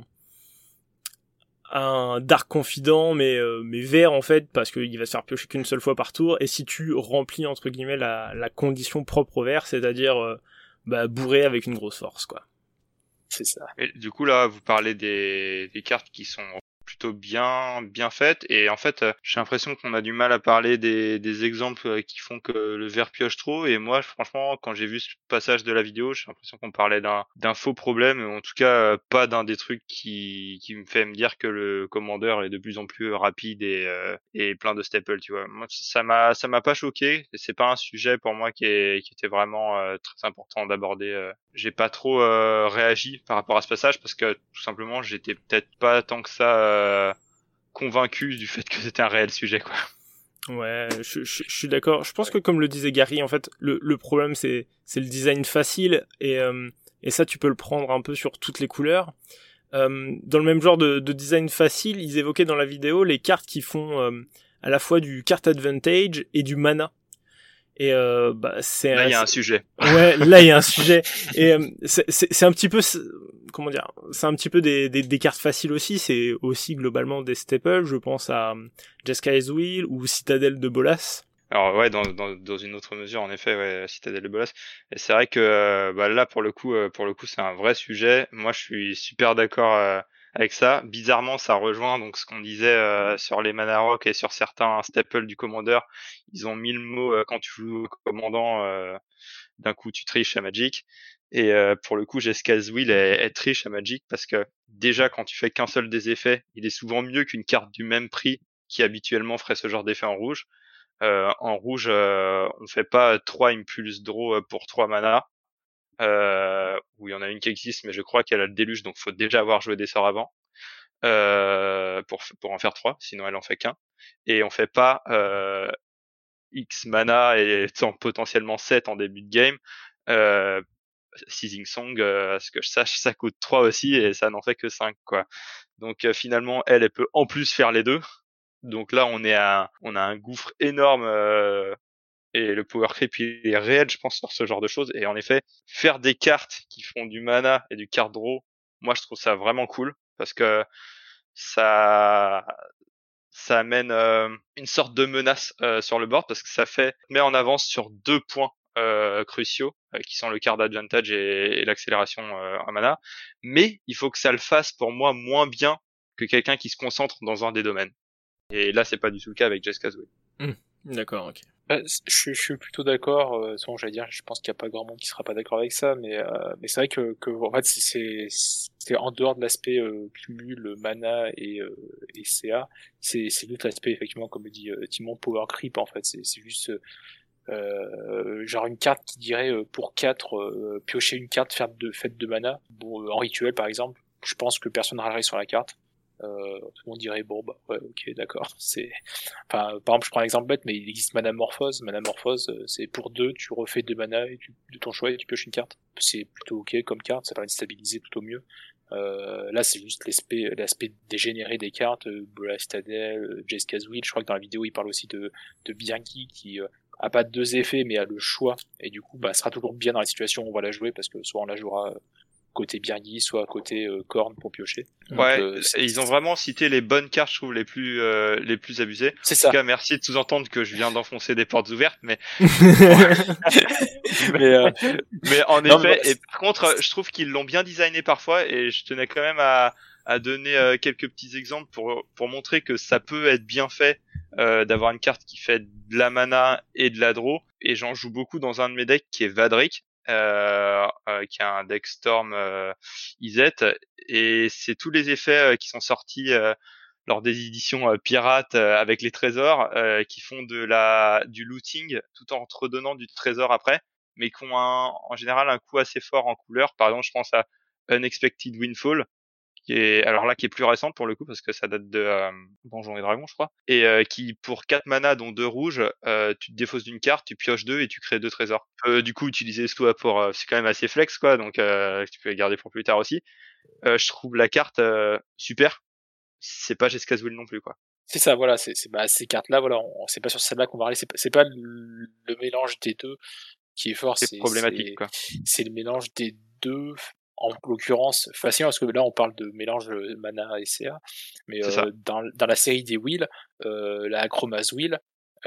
un Dark Confident, mais, euh, mais vert en fait, parce qu'il va se faire piocher qu'une seule fois par tour, et si tu remplis, entre guillemets, la, la condition propre au vert, c'est-à-dire euh, bah, bourré avec une grosse force, quoi. C'est ça. Et du coup, là, vous parlez des, des cartes qui sont plutôt bien bien faites, et en fait j'ai l'impression qu'on a du mal à parler des, des exemples qui font que le vert pioche trop, et moi franchement quand j'ai vu ce passage de la vidéo, j'ai l'impression qu'on parlait d'un d'un faux problème, ou en tout cas pas d'un des trucs qui qui me fait me dire que le commandeur est de plus en plus rapide et euh, et plein de staples, tu vois. Moi ça m'a ça m'a pas choqué, c'est pas un sujet pour moi qui est qui était vraiment euh, très important d'aborder. euh. J'ai pas trop euh, réagi par rapport à ce passage parce que tout simplement j'étais peut-être pas tant que ça euh, convaincu du fait que c'était un réel sujet, quoi. Ouais, je, je, je suis d'accord. Je pense que comme le disait Gary, en fait, le, le problème c'est c'est le design facile, et euh, et ça tu peux le prendre un peu sur toutes les couleurs. Euh, dans le même genre de, de design facile, ils évoquaient dans la vidéo les cartes qui font euh, à la fois du card advantage et du mana. Et euh, bah c'est là il y a un sujet. Ouais, là il y a un sujet. Et euh, c'est c'est c'est un petit peu, comment dire, c'est un petit peu des des, des cartes faciles aussi. C'est aussi globalement des staples. Je pense à Jeskai Will ou Citadelle de Bolas. Alors ouais, dans, dans dans une autre mesure, en effet, ouais, Citadelle de Bolas. Et c'est vrai que euh, bah là pour le coup, euh, pour le coup, c'est un vrai sujet. Moi, je suis super d'accord euh, avec ça. Bizarrement, ça rejoint donc ce qu'on disait euh, sur les mana rock et sur certains staples du commandeur. Ils ont mis le mot euh, quand tu joues au commandant, euh, d'un coup tu triches à Magic. Et euh, pour le coup, Jeskai Will elle, elle triche à Magic parce que déjà quand tu fais qu'un seul des effets, il est souvent mieux qu'une carte du même prix qui habituellement ferait ce genre d'effet en rouge. Euh, en rouge, euh, on fait pas trois impulse draw pour trois mana. Euh, où il y en a une qui existe, mais je crois qu'elle a le déluge, donc faut déjà avoir joué des sorts avant euh, pour pour en faire trois, sinon elle en fait qu'un. Et on fait pas euh, X mana et potentiellement sept en début de game. Euh, Seizing Song, euh, à ce que je sache, ça coûte trois aussi et ça n'en fait que cinq, quoi. Donc euh, finalement, elle, elle peut en plus faire les deux. Donc là, on est à, on a un gouffre énorme euh, et le power creep il est réel, je pense, sur ce genre de choses. Et en effet, faire des cartes qui font du mana et du card draw, moi je trouve ça vraiment cool parce que ça, ça amène euh, une sorte de menace euh, sur le board parce que ça fait met en avance sur deux points euh, cruciaux euh, qui sont le card advantage et, et l'accélération euh, en mana. Mais il faut que ça le fasse pour moi moins bien que quelqu'un qui se concentre dans un des domaines. Et là, c'est pas du tout le cas avec Jeskai Will. Mmh, d'accord, ok. Bah, je, je suis plutôt d'accord. Euh, souvent, j'allais dire, je pense qu'il n'y a pas grand monde qui sera pas d'accord avec ça, mais euh, mais c'est vrai que, que en fait, c'est c'est en dehors de l'aspect euh, cumul, mana et euh, et C A, c'est c'est tout l'aspect effectivement, comme le dit euh, Timon, power creep. En fait, c'est c'est juste euh, genre une carte qui dirait euh, pour quatre euh, piocher une carte, faire de fête de mana. Bon, euh, en rituel par exemple, je pense que personne râlerait sur la carte. Euh, tout le monde dirait bon bah ouais ok d'accord, c'est enfin par exemple je prends un exemple bête mais il existe Manamorphose. Manamorphose euh, c'est pour deux, tu refais deux mana et tu, de ton choix et tu pioches une carte, c'est plutôt ok comme carte, ça permet de stabiliser plutôt mieux. Euh, là c'est juste l'aspect l'aspect dégénéré des cartes, euh, Blastadel, euh, Jeskai Will. Je crois que dans la vidéo il parle aussi de de Bianchi qui euh, a pas deux effets mais a le choix et du coup bah sera toujours bien dans la situation où on va la jouer parce que soit on la jouera côté Birgit, soit côté euh, Korn pour piocher. Donc, ouais, euh, et ils ont vraiment cité les bonnes cartes, je trouve, les plus euh, les plus abusées. C'est en ça. tout cas, merci de sous-entendre que je viens d'enfoncer des portes ouvertes, mais mais, euh... mais en non, effet, mais... et par contre, je trouve qu'ils l'ont bien designé parfois, et je tenais quand même à à donner euh, quelques petits exemples pour pour montrer que ça peut être bien fait euh, d'avoir une carte qui fait de la mana et de la draw. Et j'en joue beaucoup dans un de mes decks qui est Vadric. Euh, euh, qui a un deck Storm euh, Izet, et c'est tous les effets euh, qui sont sortis euh, lors des éditions euh, pirates euh, avec les trésors euh, qui font de la du looting tout en te redonnant du trésor après, mais qui ont un, en général un coût assez fort en couleur. Par exemple, je pense à Unexpected Windfall, qui est alors là qui est plus récente pour le coup parce que ça date de euh, Donjons et Dragons je crois, et euh, qui pour quatre mana dont deux rouges, euh, tu te défausses d'une carte, tu pioches deux et tu crées deux trésors. Euh, du coup utiliser soit pour euh, c'est quand même assez flex quoi, donc euh, tu peux les garder pour plus tard aussi. Euh, je trouve la carte euh, super. C'est pas Jessica's Will non plus quoi. C'est ça, voilà, c'est, c'est bah, ces cartes là, voilà, on, c'est pas sur celle-là qu'on va aller, c'est pas, c'est pas le, le mélange des deux qui est fort, c'est, c'est problématique c'est, quoi. C'est le mélange des deux. En l'occurrence, facile parce que là on parle de mélange mana et C A, mais euh, dans, dans la série des Will, euh, la Chroma's Will,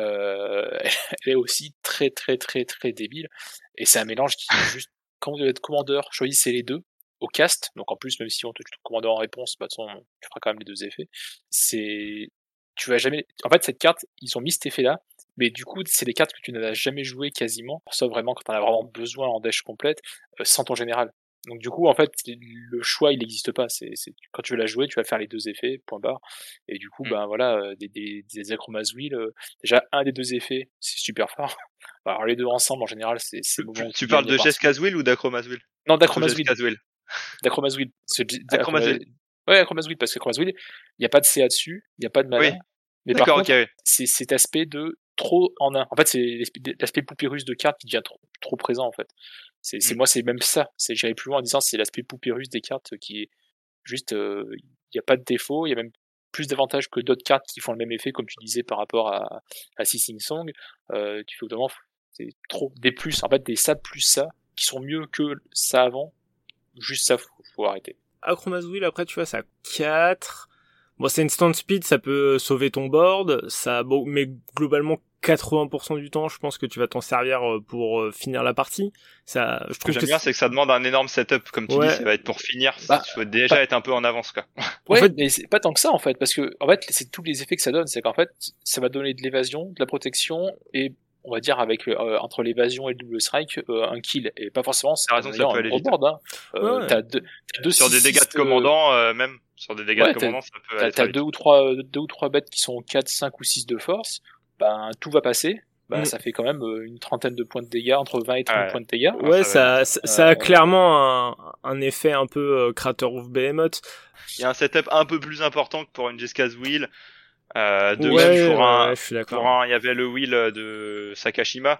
euh, elle est aussi très très très très débile, et c'est un mélange qui est juste, quand vous devez être commandeur, choisissez les deux au cast, donc en plus même si on te tue commandeur en réponse, bah de toute façon tu feras quand même les deux effets. C'est, tu vas jamais, en fait cette carte, ils ont mis cet effet là, mais du coup c'est des cartes que tu n'as jamais joué quasiment, sauf vraiment quand t'en as vraiment besoin en dèche complète, euh, sans ton général. Donc du coup, en fait, le choix, il n'existe pas. C'est, c'est quand tu veux la jouer, tu vas faire les deux effets, point barre. Et du coup, mm. ben voilà, des des des Chroma's Will, euh, déjà un des deux effets, c'est super fort. Alors les deux ensemble, en général, c'est c'est le moment où tu parles de Jessica's Will ou d'Achroma's Will? Non, d'Achroma's Will. D'Achroma's Will. Achroma's Will. Ouais, Achroma's Will, parce que Achroma's Will, il n'y a pas de C A dessus, il n'y a pas de mana. Oui. Mais D'accord, par contre, okay, oui. c'est cet aspect de trop en un. En fait, c'est l'aspect poupérus de cartes qui devient trop, trop présent, en fait. C'est, c'est mm. moi, c'est même ça. C'est, j'irais plus loin en disant, c'est l'aspect poupérus des cartes qui est juste, il euh, n'y a pas de défaut, il y a même plus d'avantages que d'autres cartes qui font le même effet, comme tu disais par rapport à, à Sing Song. Euh, tu fais vraiment, c'est trop, des plus, en fait, des ça plus ça, qui sont mieux que ça avant. Juste ça, faut, faut arrêter. Achroma's Will, après, tu vois, ça a quatre. Bon, c'est instant speed, ça peut sauver ton board, ça, bon, mais globalement, quatre-vingts pour cent du temps, je pense que tu vas t'en servir pour finir la partie. Ça, je trouve Ce que j'aime que bien, c'est que ça demande un énorme setup, comme tu ouais. dis, ça va être pour finir. Bah, il faut déjà bah, être un peu en avance, quoi. Ouais, en fait, mais c'est pas tant que ça, en fait, parce que, en fait, c'est tous les effets que ça donne, c'est qu'en fait, ça va donner de l'évasion, de la protection, et, on va dire, avec, euh, entre l'évasion et le double strike, euh, un kill. Et pas forcément, c'est raison, ça peut aller vite. Board, hein. Euh, ouais. T'as deux, t'as deux sur six, des dégâts de commandant, euh, même, sur des dégâts ouais, de commandant, ça peut aller T'as, t'as deux ou trois, deux ou trois bêtes qui sont quatre, cinq ou six de force, ben, tout va passer. Bah, mmh. ça fait quand même une trentaine de points de dégâts, entre vingt et trente ouais. points de dégâts. Ouais, ça, ça, ça euh, a clairement un, un effet un peu euh, Crater of Behemoth. Il y a un setup un peu plus important que pour une Jessica's Will. Euh, de ouais, même pour ouais, un, ouais, je suis d'accord. Pour un, il y avait le Will de Sakashima.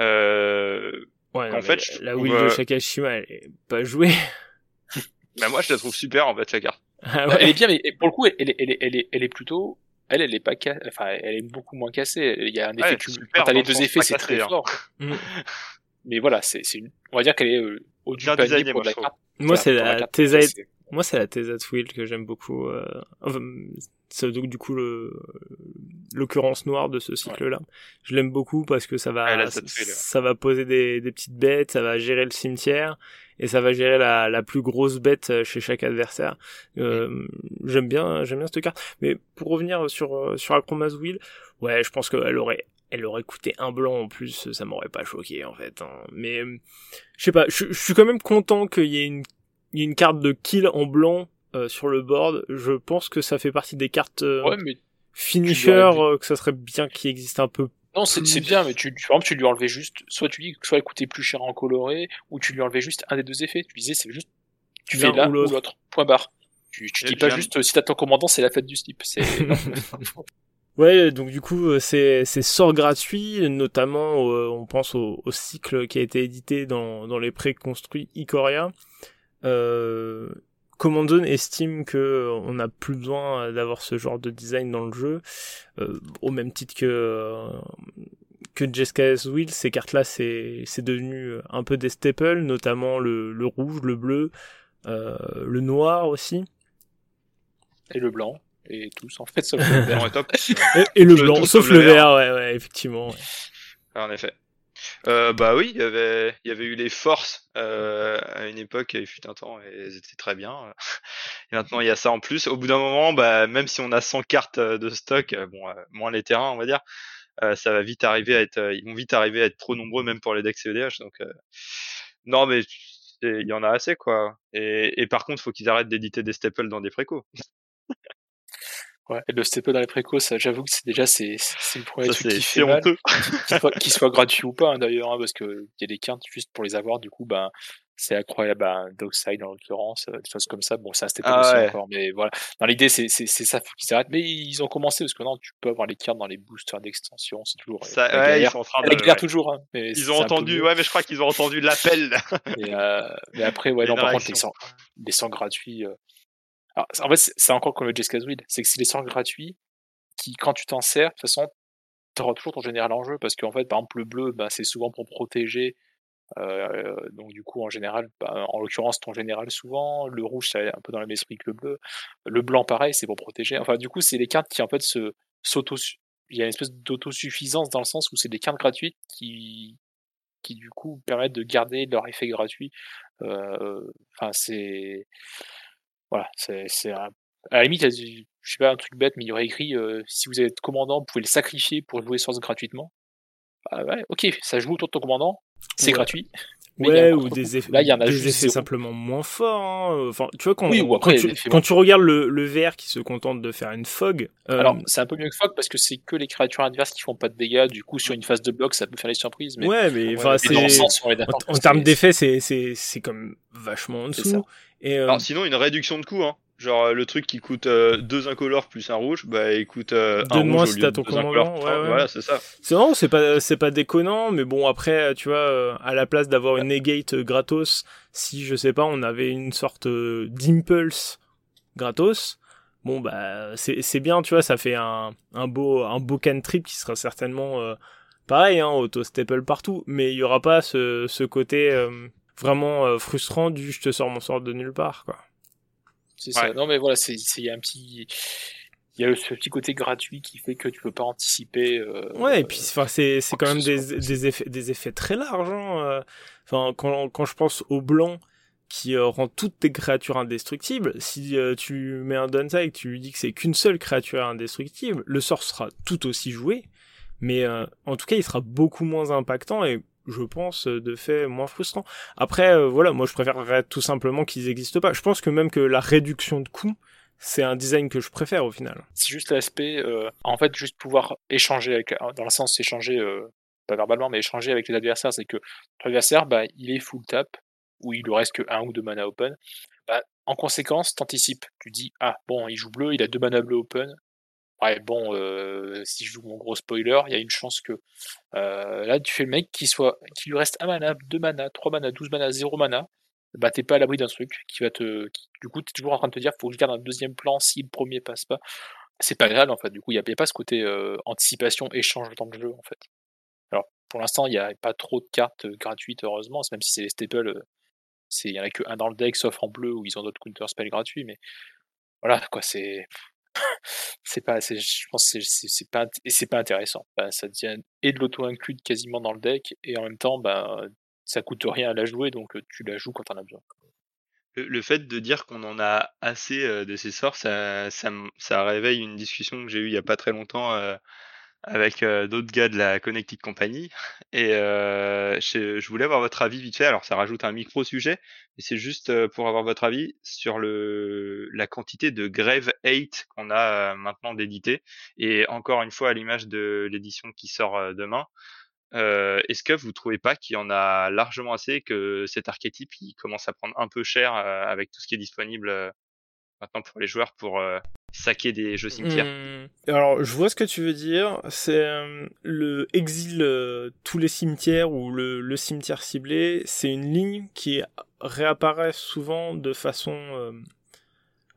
Euh, ouais, en fait, la Will euh... de Sakashima, elle est pas jouée. Bah, moi, je la trouve super, en fait, la carte. Ah ouais. Elle est bien, mais pour le coup, elle est, elle est, elle est, elle est plutôt, elle, elle est pas cassée, enfin, elle est beaucoup moins cassée. Il y a un effet ouais, cumulé. Quand t'as les deux effets, c'est très hein. fort. Mais voilà, c'est, c'est une... on va dire qu'elle est euh, au du panier designé, pour moi, la carte. Moi, c'est la Tezat, moi, c'est la Tezat Will que j'aime beaucoup. Euh... Enfin, c'est du coup le l'occurrence noire de ce cycle-là. Ouais. Je l'aime beaucoup parce que ça va, ouais, ça, ça va poser des, des petites bêtes, ça va gérer le cimetière. Et ça va gérer la, la plus grosse bête chez chaque adversaire. Euh, mmh. J'aime bien, j'aime bien cette carte. Mais pour revenir sur sur Achroma's Will, ouais, je pense qu'elle aurait, elle aurait coûté un blanc en plus, ça m'aurait pas choqué en fait. Hein. Mais je sais pas, je, je suis quand même content qu'il y ait une, il y ait une carte de kill en blanc euh, sur le board. Je pense que ça fait partie des cartes euh, ouais, mais finisher, euh, que ça serait bien qu'il existe un peu. Non, c'est, c'est bien, mais tu, par exemple, tu lui enlevais juste, soit tu dis que soit elle coûtait plus cher en coloré, ou tu lui enlevais juste un des deux effets. Tu disais, c'est juste, tu fais l'un ou l'autre. ou l'autre. Point barre. Tu, tu dis pas juste, si t'as ton commandant, c'est la fête du slip. C'est, ouais, donc du coup, c'est, c'est sort gratuit, notamment, euh, on pense au, au cycle qui a été édité dans, dans les pré-construits Ikoria. Euh, Command Zone estime que on n'a plus besoin d'avoir ce genre de design dans le jeu, euh, au même titre que euh, que Jeska's Will, ces cartes-là, c'est, c'est devenu un peu des staples, notamment le, le rouge, le bleu, euh, le noir aussi. Et le blanc, et tous en fait, sauf le vert. Non, top. Et, et le Le blanc, tout, sauf le vert, ouais, ouais, effectivement. Ouais. Ah, en effet. Euh, bah oui, il y avait, il y avait eu les forces euh, à une époque, il fut un temps, et elles étaient très bien. Et maintenant, il y a ça en plus. Au bout d'un moment, bah même si on a cent cartes de stock, bon, euh, moins les terrains, on va dire, euh, ça va vite arriver à être, euh, ils vont vite arriver à être trop nombreux, même pour les decks C E D H. Donc, euh, non, mais il y en a assez, quoi. Et, et par contre, faut qu'ils arrêtent d'éditer des staples dans des précos. Ouais, et le staple dans les précos, ça, j'avoue que c'est déjà c'est c'est le premier Ça, truc c'est, qui c'est fait mal, honteux. qu'il soit, qu'il soit gratuit ou pas hein, d'ailleurs, hein, parce que il y a des cartes juste pour les avoir, du coup, ben c'est incroyable, ben Dockside en l'occurrence, euh, des choses comme ça. Bon, c'est un staple Ah aussi ouais. encore, mais voilà. Dans l'idée, c'est c'est c'est ça, faut qu'ils arrêtent. Mais ils ont commencé parce que non, tu peux avoir les cartes dans les boosters d'extension, c'est toujours euh, Ça, la ouais, ils galère. sont en train C'est de, la galère ouais. toujours, hein, mais Ils ont c'est un peu entendu, mieux. ouais, mais je crois qu'ils ont entendu l'appel. Et euh, mais après, ouais, Il y a non, une par contre, les réaction. cent les cent gratuits. Euh... Alors, en fait, c'est c'est encore comme le Jeska's Will, c'est que c'est les cent gratuits qui, quand tu t'en sers, de toute façon, tu auras toujours ton général en jeu, parce qu'en fait, par exemple, le bleu, bah, c'est souvent pour protéger, euh, donc du coup, en général, bah, en l'occurrence, ton général souvent, le rouge, c'est un peu dans le même esprit que le bleu, le blanc, pareil, c'est pour protéger, enfin, du coup, c'est les cartes qui, en fait, se, s'auto, il y a une espèce d'autosuffisance dans le sens où c'est des cartes gratuites qui, qui, du coup, permettent de garder leur effet gratuit, euh, enfin, c'est, voilà, c'est, c'est un, à la limite, je sais pas, un truc bête, mais il y aurait écrit euh, si vous êtes commandant, vous pouvez le sacrifier pour jouer Source gratuitement. Ah ouais, ok, ça joue autour de ton commandant, c'est Ouais. gratuit. Mais il y a Ouais, un ou des effets, là, il y en a des juste effets zéro. simplement moins forts. Hein. Enfin, tu vois, quand, Oui, ou quand, après, tu, l'effet quand moins tu regardes le, le vert qui se contente de faire une fog, euh, Alors, c'est un peu mieux que Fog parce que c'est que les créatures adverses qui font pas de dégâts. Du coup, sur une phase de bloc, ça peut faire des surprises. Mais, ouais, mais enfin, Ouais, mais dans le c'est sens, on est en, d'accord. en que termes c'est- d'effets, c'est c'est c'est comme vachement en C'est ça. dessous. Et euh, Alors sinon, une réduction de coût, hein. Genre euh, le truc qui coûte euh, deux incolores plus un rouge, bah il coûte euh, un deux de moins rouge au si lieu t'as de ton deux incolores commandant, plus ouais, un. ouais. Voilà, c'est ça. C'est non, c'est pas c'est pas déconnant, mais bon après, tu vois, euh, à la place d'avoir une negate gratos, si je sais pas, on avait une sorte euh, d'impulse gratos. Bon bah c'est c'est bien, tu vois, ça fait un un beau un beau cantrip qui sera certainement euh, pareil, hein, auto staple partout, mais il y aura pas ce ce côté euh, vraiment euh, frustrant du je te sors mon sort de nulle part, quoi. C'est Ouais. ça. Non, mais voilà, c'est il y a un petit, il y a ce petit côté gratuit qui fait que tu peux pas anticiper. Euh, Ouais, et puis enfin c'est c'est quoi quand que même ce soit. des des effets des effets très larges. Hein. euh. Enfin quand quand je pense au blanc qui euh, rend toutes tes créatures indestructibles, si euh, tu mets un Donza et que tu lui dis que c'est qu'une seule créature indestructible, le sort sera tout aussi joué, mais euh, en tout cas il sera beaucoup moins impactant et je pense euh, de fait moins frustrant. Après euh, voilà, moi je préférerais tout simplement qu'ils existent pas. Je pense que même que la réduction de coût, c'est un design que je préfère au final. C'est juste l'aspect, euh, en fait, juste pouvoir échanger avec, dans le sens échanger, euh, pas verbalement, mais échanger avec les adversaires, c'est que l'adversaire, bah, il est full tap, ou il lui reste que un ou deux mana open. Bah, en conséquence, t'anticipes. Tu dis, ah, bon, il joue bleu, il a deux mana bleu open. Ouais, bon, euh, si je joue mon gros spoiler, il y a une chance que, euh, là, tu fais le mec qui soit, qui lui reste un mana, deux mana, trois mana, douze mana, zéro mana. Bah, t'es pas à l'abri d'un truc qui va te, qui, du coup, t'es toujours en train de te dire, faut que je garde un deuxième plan si le premier passe pas. C'est pas grave en fait, du coup, il n'y a, y a pas ce côté euh, anticipation, échange dans le jeu en fait. Alors, pour l'instant, il n'y a pas trop de cartes euh, gratuites, heureusement, même si c'est les staples, euh, il n'y en a que un dans le deck, sauf en bleu où ils ont d'autres counter spells gratuits, mais voilà, quoi, c'est. c'est pas. c'est- Je pense que c'est- c'est c'est pas, int- et c'est pas intéressant. Bah, ça devient et de l'auto-include quasiment dans le deck, et en même temps, bah, ça coûte rien à la jouer, donc euh, tu la joues quand t'en as besoin. Le, le fait de dire qu'on en a assez euh, de ces sorts, ça, ça, m- ça réveille une discussion que j'ai eue il y a pas très longtemps euh, avec euh, d'autres gars de la Connected Company. Et euh, je, je voulais avoir votre avis vite fait. Alors ça rajoute un micro sujet, mais c'est juste euh, pour avoir votre avis sur le la quantité de Grave eight qu'on a euh, maintenant d'édité. Et encore une fois, à l'image de l'édition qui sort euh, demain. Euh, est-ce que vous trouvez pas qu'il y en a largement assez, que cet archétype il commence à prendre un peu cher euh, avec tout ce qui est disponible euh, maintenant pour les joueurs pour euh, saquer des jeux cimetières? Hum, Alors, je vois ce que tu veux dire. C'est euh, le exil euh, tous les cimetières ou le, le cimetière ciblé. C'est une ligne qui réapparaît souvent de façon euh,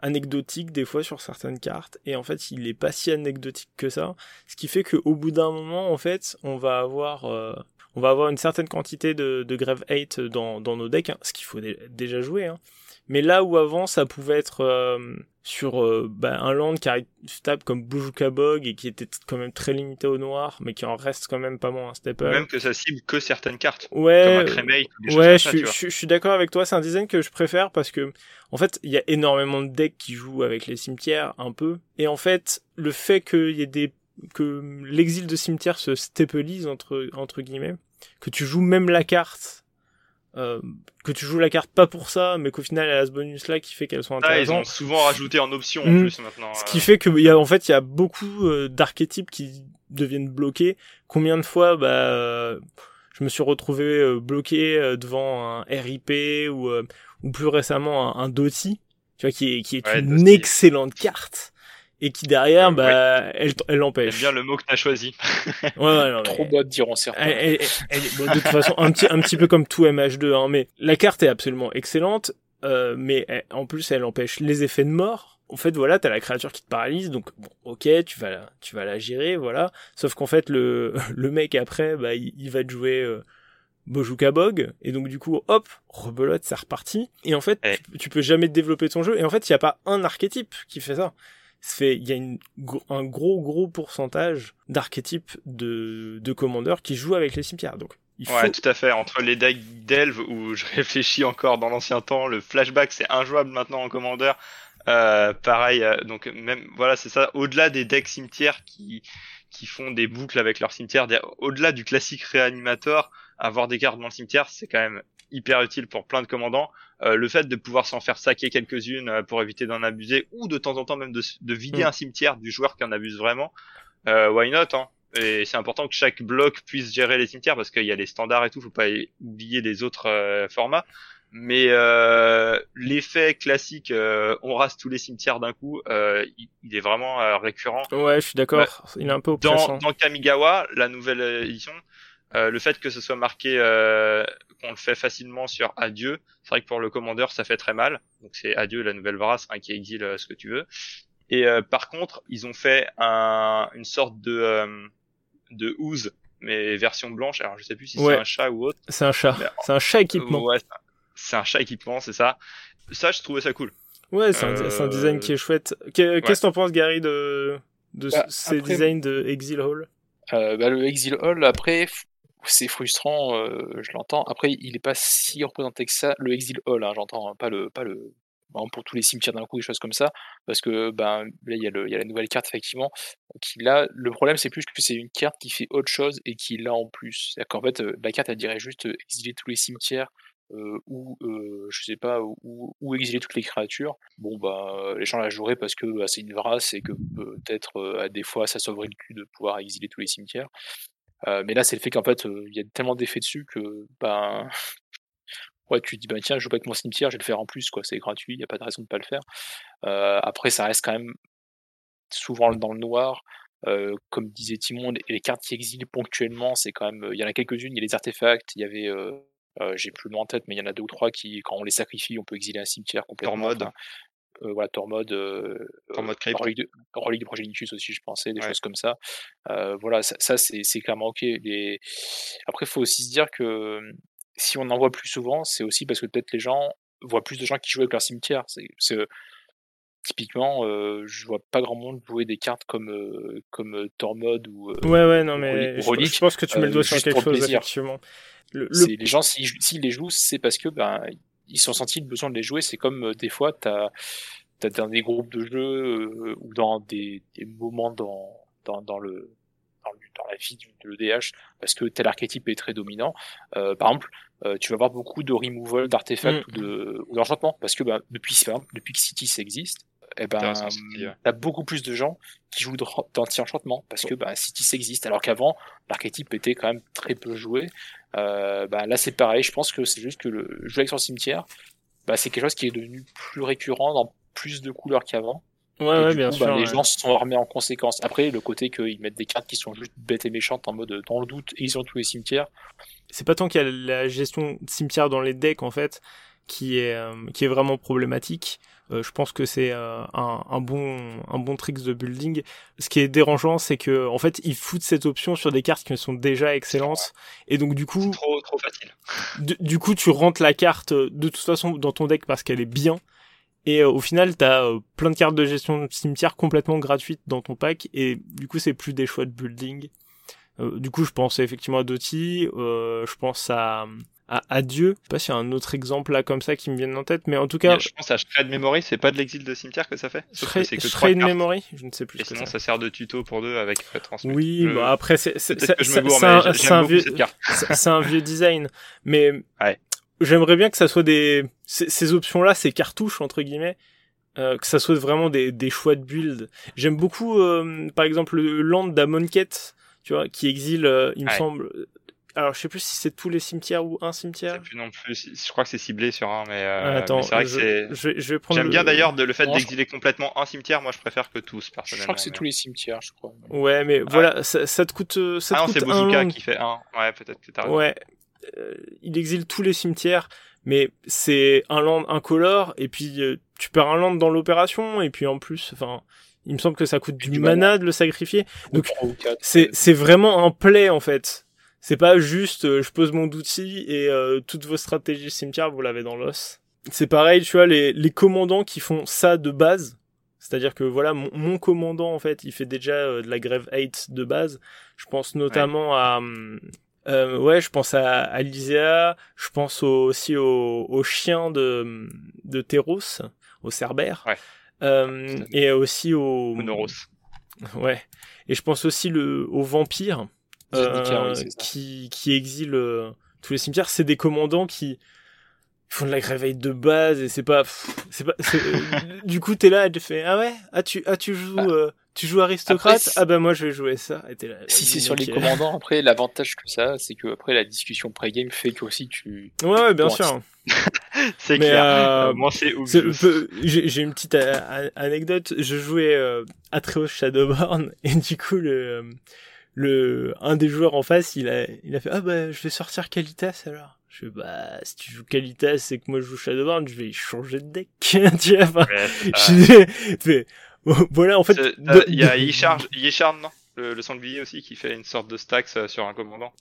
anecdotique des fois sur certaines cartes, et en fait il est pas si anecdotique que ça, ce qui fait qu'au bout d'un moment en fait on va avoir euh, on va avoir une certaine quantité de, de Grave eight dans, dans nos decks, hein, ce qu'il faut dé- déjà jouer, hein. Mais là où avant ça pouvait être euh, sur euh, bah, un land caractère comme Bojuka Bog et qui était quand même très limité au noir, mais qui en reste quand même pas moins un staple. Même que ça cible que certaines cartes, ouais, comme un Cremate ou des ouais, choses je comme suis, ça, je, je suis d'accord avec toi. C'est un design que je préfère parce que, en fait, il y a énormément de decks qui jouent avec les cimetières un peu, et en fait, le fait qu'il y ait des que l'exil de cimetière se stapleise entre entre guillemets, que tu joues même la carte. Euh, que tu joues la carte pas pour ça, mais qu'au final elle a ce bonus là qui fait qu'elles sont intéressantes. Ah, ils ont souvent rajouté en option en mmh. plus maintenant. Ce euh... qui fait que il y a en fait il y a beaucoup euh, d'archétypes qui deviennent bloqués. Combien de fois bah euh, je me suis retrouvé euh, bloqué euh, devant un R I P ou euh, ou plus récemment un, un Doti, tu vois, qui est qui est ouais, une Doti. excellente carte. Et qui derrière, euh, bah, ouais. elle, elle l'empêche. J'aime bien le mot que t'as choisi. ouais, ouais, non, Trop bas, diront certains. Elle, elle, elle, bon, de toute façon, un petit, un petit peu comme tout M H deux, hein, mais la carte est absolument excellente, euh, mais elle, en plus, elle empêche les effets de mort. En fait, voilà, t'as la créature qui te paralyse, donc, bon, ok, tu vas la, tu vas la gérer, voilà. Sauf qu'en fait, le, le mec après, bah, il, il va te jouer, euh, Bojuka Bog, et donc du coup, hop, rebelote, c'est reparti. Et en fait, hey. tu, tu peux jamais développer ton jeu, et en fait, il y a pas un archétype qui fait ça. Fait, il y a une, un gros gros pourcentage d'archétypes de, de commandeurs qui jouent avec les cimetières. Donc, il faut... Ouais, tout à fait. Entre les decks d'Elves où je réfléchis encore dans l'ancien temps, le flashback c'est injouable maintenant en commandeur. Euh, pareil, euh, donc même voilà, c'est ça. Au-delà des decks cimetières qui qui font des boucles avec leur cimetière, des... au-delà du classique réanimator, avoir des cartes dans le cimetière, c'est quand même hyper utile pour plein de commandants. Euh, le fait de pouvoir s'en faire saquer quelques-unes euh, pour éviter d'en abuser, ou de temps en temps même de, de vider mmh. un cimetière du joueur qui en abuse vraiment, euh, why not, hein. Et c'est important que chaque bloc puisse gérer les cimetières parce qu'il y a les standards et tout, faut pas oublier les autres euh, formats. Mais euh, l'effet classique, euh, on rase tous les cimetières d'un coup, euh, il, il est vraiment euh, récurrent. Ouais, je suis d'accord. Bah, il est un peu oppressant. Dans, dans Kamigawa, la nouvelle édition, euh, le fait que ce soit marqué euh, qu'on le fait facilement sur Adieu, c'est vrai que pour le commandeur ça fait très mal. Donc c'est Adieu, la nouvelle Vras, hein, qui exile euh, ce que tu veux. Et euh, par contre, ils ont fait un, une sorte de euh, de Ooze, mais version blanche. Alors je sais plus si ouais. c'est un chat ou autre. C'est un chat. Mais, c'est un chat équipement. Ouais, c'est un chat équipement, c'est ça. Ça, je trouvais ça cool. Ouais, c'est, euh... un, c'est un design qui est chouette. Qu'est-ce ouais. que t'en penses, Gary, de de bah, ces après, designs de Exile Hall? euh, bah, Le Exile Hall, après, c'est frustrant, euh, je l'entends. Après, il est pas si représenté que ça. Le Exile Hall, hein, j'entends, hein, pas le pas le pour tous les cimetières d'un coup, des choses comme ça, parce que ben là il y a le il y a la nouvelle carte effectivement qui là le problème c'est plus que c'est une carte qui fait autre chose et qui l'a en plus, c'est-à-dire qu'en fait la carte elle dirait juste exiler tous les cimetières euh, ou euh, je sais pas ou, ou exiler toutes les créatures. Bon bah les gens la joueraient parce que bah, c'est une vrasse et que peut-être euh, à des fois ça sauverait le cul de pouvoir exiler tous les cimetières. Euh, mais là c'est le fait qu'en fait il euh, y a tellement d'effets dessus que ben ouais, tu te dis, bah tiens, je joue pas avec mon cimetière, je vais le faire en plus, quoi, c'est gratuit, il n'y a pas de raison de pas le faire. Euh, après, ça reste quand même souvent dans le noir. Euh, comme disait Timon, les, les cartes qui exilent ponctuellement, c'est quand même. Il y en a quelques-unes, il y a les artefacts, il y avait. Euh, euh, j'ai plus le nom en tête, mais il y en a deux ou trois qui, quand on les sacrifie, on peut exiler un cimetière complètement. Tormod. Enfin, euh, voilà, Tormod. Euh, Tormod Crypt. Relique de, Relique de Progenitus aussi, je pensais, des ouais. choses comme ça. Euh, voilà, ça, ça c'est, c'est clairement ok. Les... Après, il faut aussi se dire que. Si on en voit plus souvent, c'est aussi parce que peut-être les gens voient plus de gens qui jouent avec leur cimetière. C'est, c'est typiquement, euh, je vois pas grand monde jouer des cartes comme euh, comme euh, Tormod ou. Euh, ouais ouais non mais ou Relique, je, je pense que tu mets le doigt euh, sur quelque chose effectivement. Le, le... C'est, les gens s'ils, s'ils les jouent, c'est parce que ben ils sont sentis le besoin de les jouer. C'est comme euh, des fois t'as t'as dans des groupes de jeux euh, ou dans des, des moments dans dans dans le Dans, le, dans la vie de l'E D H parce que tel archétype est très dominant. Euh, par exemple, euh, tu vas avoir beaucoup de removal, d'artefacts mm. ou, de, ou d'enchantements parce que bah, depuis, par exemple, depuis que Cities existe, eh ben, t'as beaucoup plus de gens qui jouent d'anti-enchantement parce que bah, Cities existe alors qu'avant l'archétype était quand même très peu joué. Euh, bah, là c'est pareil, je pense que c'est juste que le jouer avec son cimetière, bah, c'est quelque chose qui est devenu plus récurrent dans plus de couleurs qu'avant. Ouais, ouais, du bien coup, sûr. Bah, les ouais. gens se sont armés en conséquence. Après, le côté qu'ils mettent des cartes qui sont juste bêtes et méchantes en mode dans le doute et ils ont tous les cimetières. C'est pas tant qu'il y a la gestion de cimetière dans les decks en fait qui est euh, qui est vraiment problématique. Euh, je pense que c'est euh, un, un bon un bon trick de building. Ce qui est dérangeant, c'est que en fait, ils foutent cette option sur des cartes qui sont déjà excellentes, et donc du coup, c'est trop trop facile. Du, du coup, tu rentres la carte de toute façon dans ton deck parce qu'elle est bien, et euh, au final, t'as euh, plein de cartes de gestion de cimetière complètement gratuites dans ton pack, et du coup, c'est plus des choix de building. Euh, du coup, je pense effectivement à Doty, euh, je pense à à Adieu. Je sais pas s'il y a un autre exemple là comme ça qui me vient en tête, mais en tout cas, je pense à Shred Memory, c'est pas de l'exil de cimetière que ça fait. Shred, Shred Memory, je ne sais plus. Et sinon, ça sert de tuto pour deux avec retransmettre. Oui, je... bah après c'est c'est c'est, c'est, c'est un, c'est un vieux c'est, c'est un vieux design, mais ouais. J'aimerais bien que ça soit des ces, ces options là, ces cartouches entre guillemets. Euh, que ça soit vraiment des, des choix de build. J'aime beaucoup, euh, par exemple, le land d'Amonkhet, tu vois, qui exile, euh, il me ouais. semble. Alors, je sais plus si c'est tous les cimetières ou un cimetière. Je sais plus non plus. Je crois que c'est ciblé sur un, mais, euh, Attends, mais c'est vrai je, que c'est. Je vais, je vais prendre J'aime le... bien d'ailleurs de le fait non, d'exiler je... complètement un cimetière. Moi, je préfère que tous personnellement. Je crois que c'est mais... tous les cimetières, je crois. Ouais, mais ouais. voilà, ça, ça te coûte, ça te ah coûte non, c'est un Bozuka land. qui fait un. Ouais, peut-être que t'as raison. Ouais, euh, il exile tous les cimetières, mais c'est un land incolore, et puis euh, tu perds un land dans l'opération, et puis en plus, enfin, il me semble que ça coûte du, du mana, mana de le sacrifier. Donc c'est c'est vraiment un play en fait. C'est pas juste euh, je pose mon outil et euh, toutes vos stratégies cimetière vous l'avez dans l'os. C'est pareil, tu vois, les les commandants qui font ça de base, c'est-à-dire que voilà, mon, mon commandant en fait, il fait déjà euh, de la Grave eight de base. Je pense notamment ouais. à euh, ouais, je pense à, à Lysea, je pense au, aussi au, au chien de de Theros, au Cerbère. Ouais. Euh, et aussi au Monoros. Ouais. Et je pense aussi le au vampire. Euh, oui, qui, qui exile euh, tous les cimetières. C'est des commandants qui font de la réveille de base et c'est pas, pff, c'est pas, c'est, euh, du coup t'es là et tu fais ah ouais, ah tu, ah tu joues, euh, tu joues aristocrate, après, ah bah moi je vais jouer ça. Et t'es là, si c'est sur les commandants, après l'avantage que ça, c'est que après la discussion pré-game fait que aussi tu. Ouais ouais bien sûr. c'est mais clair. Euh, moi c'est où peu, j'ai, j'ai une petite a- a- anecdote. Je jouais euh, Atreus Shadowborn et du coup le le un des joueurs en face, il a il a fait ah bah je vais sortir Kalitas alors. Je fais bah si tu joues Kalitas c'est que moi je joue Shadowborn, je vais changer de deck. tu vois, enfin, ouais, je fais, voilà en fait il euh, y a Yeshard Yeshard non le, le sanglier aussi qui fait une sorte de stacks sur un commandant.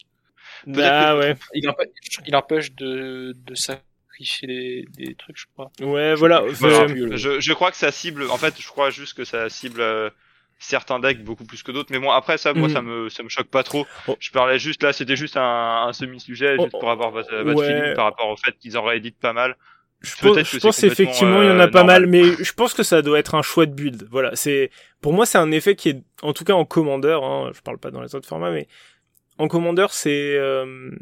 Bah ouais. Il empêche, il empêche de de sacrifier des des trucs je crois. Ouais, voilà, voilà je je crois que ça cible en fait, je crois juste que ça cible euh, certains decks beaucoup plus que d'autres, mais bon après ça moi mmh. ça me ça me choque pas trop. Oh. Je parlais juste là, c'était juste un, un semi-sujet juste oh. pour avoir votre, votre ouais. feeling par rapport au fait qu'ils en rééditent pas mal. Je pense, je pense effectivement il euh, y en a pas normal. mal, mais je pense que ça doit être un choix de build. Voilà, c'est pour moi c'est un effet qui est en tout cas en Commander, hein, je parle pas dans les autres formats, mais en Commander c'est euh,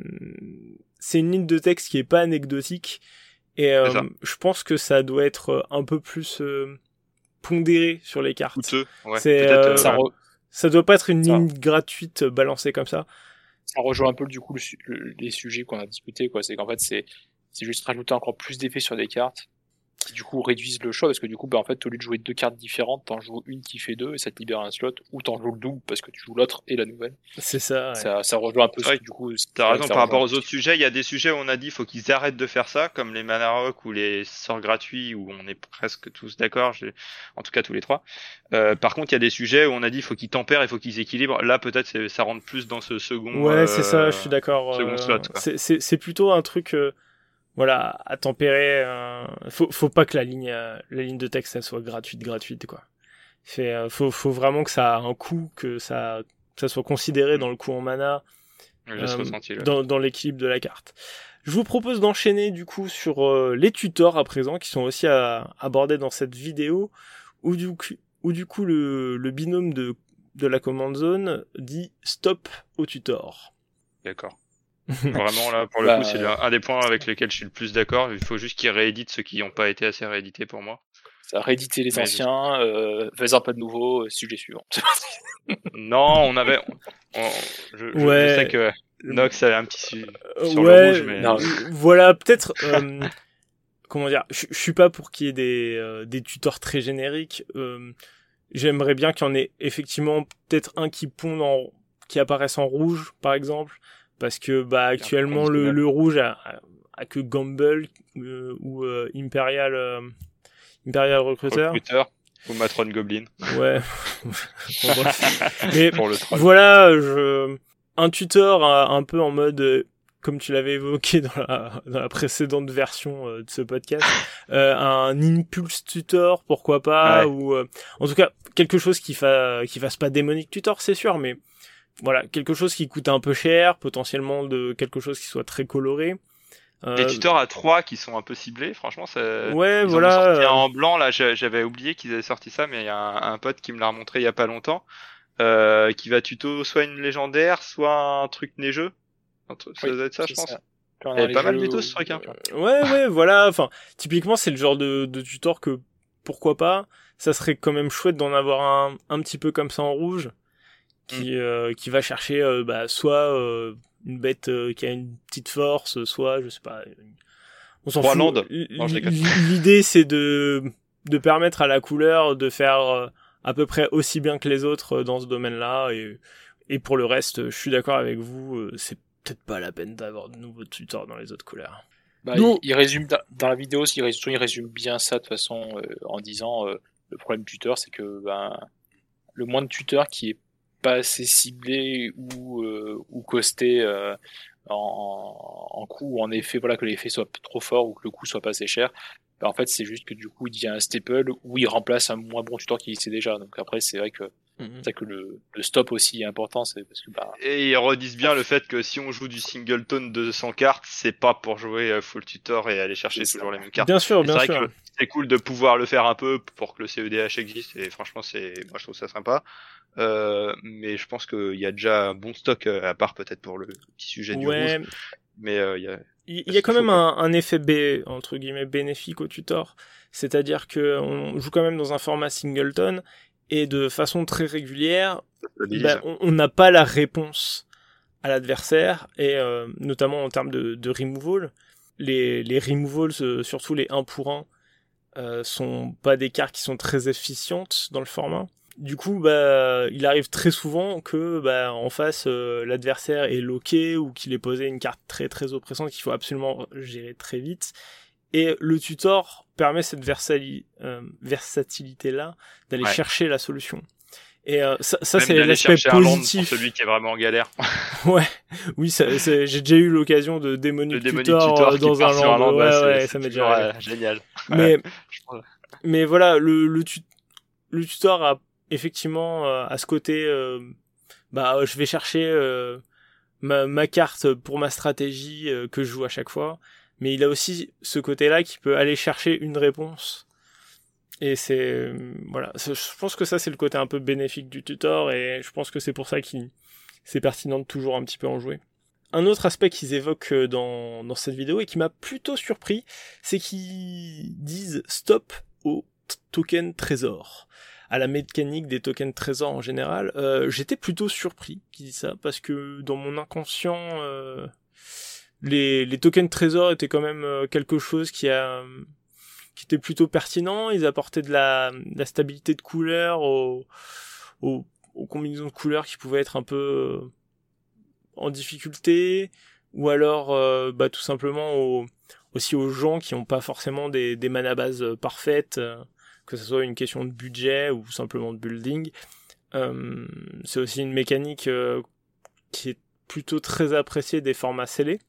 c'est une ligne de texte qui est pas anecdotique et euh, je pense que ça doit être un peu plus euh, pondéré sur les cartes. Coûteux, ouais. C'est, euh, ça, re... ça doit pas être une ça. ligne gratuite balancée comme ça. Ça rejoint un peu du coup le, le, les sujets qu'on a discutés, quoi. C'est qu'en fait c'est c'est juste rajouter encore plus d'effets sur des cartes qui du coup réduisent le choix parce que du coup bah en fait au lieu de jouer deux cartes différentes, t'en joues une qui fait deux et ça te libère un slot, ou t'en joues le double parce que tu joues l'autre et la nouvelle. C'est ça. Ouais. Ça ça rejoint un peu ce, du coup. T'as raison par rapport aux autres sujets, il y a des sujets où on a dit faut qu'ils arrêtent de faire ça, comme les mana rock ou les sorts gratuits où on est presque tous d'accord, en tout cas tous les trois. Euh, par contre, il y a des sujets où on a dit faut qu'ils tempèrent, il faut qu'ils équilibrent. Là peut-être ça rentre plus dans ce second. Ouais, euh, c'est ça, je suis d'accord. Second euh, slot. C'est c'est c'est plutôt un truc. Euh... Voilà, à tempérer. Euh, faut, faut pas que la ligne, euh, la ligne de texte, ça soit gratuite, gratuite, quoi. Fait, euh, faut, faut vraiment que ça a un coût, que ça, que ça soit considéré dans le coût en mana, euh, ressenti, ouais. dans, dans l'équilibre de la carte. Je vous propose d'enchaîner du coup sur euh, les tutors à présent, qui sont aussi à, abordés dans cette vidéo, où du coup, où du coup le, le binôme de, de la command zone dit stop au tutor. D'accord. Vraiment là pour le bah, coup c'est un des points avec lesquels je suis le plus d'accord. Il faut juste qu'ils rééditent ceux qui n'ont pas été assez réédités pour moi. Ça rééditer les Mais anciens, euh, fais-en pas de nouveau, euh, sujet suivant. Non, on avait on, je, ouais. je sais que Nox avait un petit su... sur ouais, le rouge mais non, voilà peut-être euh, comment dire, je suis pas pour qu'il y ait des euh, des tutors très génériques. Euh, j'aimerais bien qu'il y en ait effectivement peut-être un qui pond en qui apparaisse en rouge par exemple. Parce que bah actuellement le, le rouge a, a, a que Gamble euh, ou euh, Imperial euh, Imperial Recruiter. Recruteur ou Matron Goblin. Ouais. Bon, bref. Mais Pour le troll. voilà, je... un tutor un, un peu en mode, euh, comme tu l'avais évoqué dans la, dans la précédente version euh, de ce podcast, euh, un impulse tutor, pourquoi pas, Ouais. ou euh, en tout cas quelque chose qui fa... qui fasse pas démonique tutor, c'est sûr, mais voilà, quelque chose qui coûte un peu cher, potentiellement de quelque chose qui soit très coloré. Euh, Des tuteurs à trois qui sont un peu ciblés, franchement, ça... Ouais, ils voilà. en ont sorti un euh, en blanc, là, j'a- j'avais oublié qu'ils avaient sorti ça, mais il y a un, un pote qui me l'a remontré il y a pas longtemps, euh, qui va tuto soit une légendaire, soit un truc neigeux. Un truc- Ça Oui, doit être ça, c'est je pense. ça. Puis on Il y a avait les pas mal jeux d'étos, où- ce truc, hein. Ouais, ouais, voilà. Enfin, typiquement, c'est le genre de, de tutor que, pourquoi pas, ça serait quand même chouette d'en avoir un, un petit peu comme ça en rouge, qui, Mm. euh, qui va chercher, euh, bah, soit euh, une bête euh, qui a une petite force, soit, je sais pas, une- on s'en Trois fout. landes. L- Non, je déconne. L'idée, c'est de, de permettre à la couleur de faire euh, à peu près aussi bien que les autres euh, dans ce domaine-là, et, et pour le reste, je suis d'accord avec vous, euh, c'est peut-être pas la peine d'avoir de nouveaux tutors dans les autres couleurs. Bah, Non. il, il résume dans, dans la vidéo, il résume, il résume bien ça de toute façon euh, en disant euh, le problème du tuteur, c'est que ben, le moins de tuteurs qui est pas assez ciblé ou euh, ou costé euh, en, en coût ou en effet, voilà, que l'effet soit trop fort ou que le coût soit pas assez cher. Ben, en fait, c'est juste que du coup, il devient un staple où il remplace un moins bon tuteur qui existait déjà. Donc après, c'est vrai que Mhm. c'est vrai que le, le stop aussi est important, c'est parce que bah Et ils redisent bien le fait que si on joue du singleton de cent cartes, c'est pas pour jouer euh, full tutor et aller chercher C'est ça. toujours les mêmes cartes. Bien sûr, Et bien c'est vrai sûr. que c'est cool de pouvoir le faire un peu pour que le C E D H existe et franchement c'est, moi je trouve ça sympa. Euh, mais je pense qu'il y a déjà un bon stock euh, à part peut-être pour le petit sujet du Ouais, rouge. Mais euh, il y a, il il y, a quand faut, même quoi. un, un effet B, entre guillemets, bénéfique au tutor. C'est-à-dire que on joue quand même dans un format singleton et de façon très régulière, stabilise. bah, on on n'a pas la réponse à l'adversaire et euh, notamment en termes de, de removal. Les, les removals, euh, surtout les un pour un, euh, sont pas des cartes qui sont très efficientes dans le format. Du coup, bah, il arrive très souvent que, bah, en face, euh, l'adversaire est loqué ou qu'il ait posé une carte très très oppressante qu'il faut absolument gérer très vite. Et le tutor permet cette versali- euh, versatilité-là d'aller Ouais. chercher la solution. Et euh, ça, ça Même c'est d'aller l'aspect chercher un land pour positif. celui qui est vraiment en galère. Ouais, oui, ça, c'est- j'ai déjà eu l'occasion de démonique Le démonique tutor, tutor euh, qui dans part un sur land. un land, ouais, ouais, ouais, c'est, ça c'est m'est toujours déjà arrivé. euh, génial. Mais, Ouais. Je pense- mais voilà, le, le, tu- le tutor a effectivement euh, à ce côté, euh, bah, je vais chercher euh, ma, ma carte pour ma stratégie euh, que je joue à chaque fois. Mais il a aussi ce côté-là qui peut aller chercher une réponse. Et c'est, euh, voilà, C'est- je pense que ça c'est le côté un peu bénéfique du tutor et je pense que c'est pour ça qu'il c'est pertinent de toujours un petit peu en jouer. Un autre aspect qu'ils évoquent euh, dans, dans cette vidéo et qui m'a plutôt surpris, c'est qu'ils disent stop au t- token trésor, à la mécanique des tokens trésors en général. Euh, j'étais plutôt surpris qu'ils disent ça, parce que dans mon inconscient, euh, les, les tokens trésors étaient quand même euh, quelque chose qui a qui était plutôt pertinent. Ils apportaient de la, de la stabilité de couleur aux, aux, aux combinaisons de couleurs qui pouvaient être un peu euh, en difficulté, ou alors euh, bah, tout simplement aux, aussi aux gens qui n'ont pas forcément des, des mana bases euh, parfaites, euh, que ce soit une question de budget ou simplement de building. Euh, c'est aussi une mécanique euh, qui est plutôt très appréciée des formats scellés.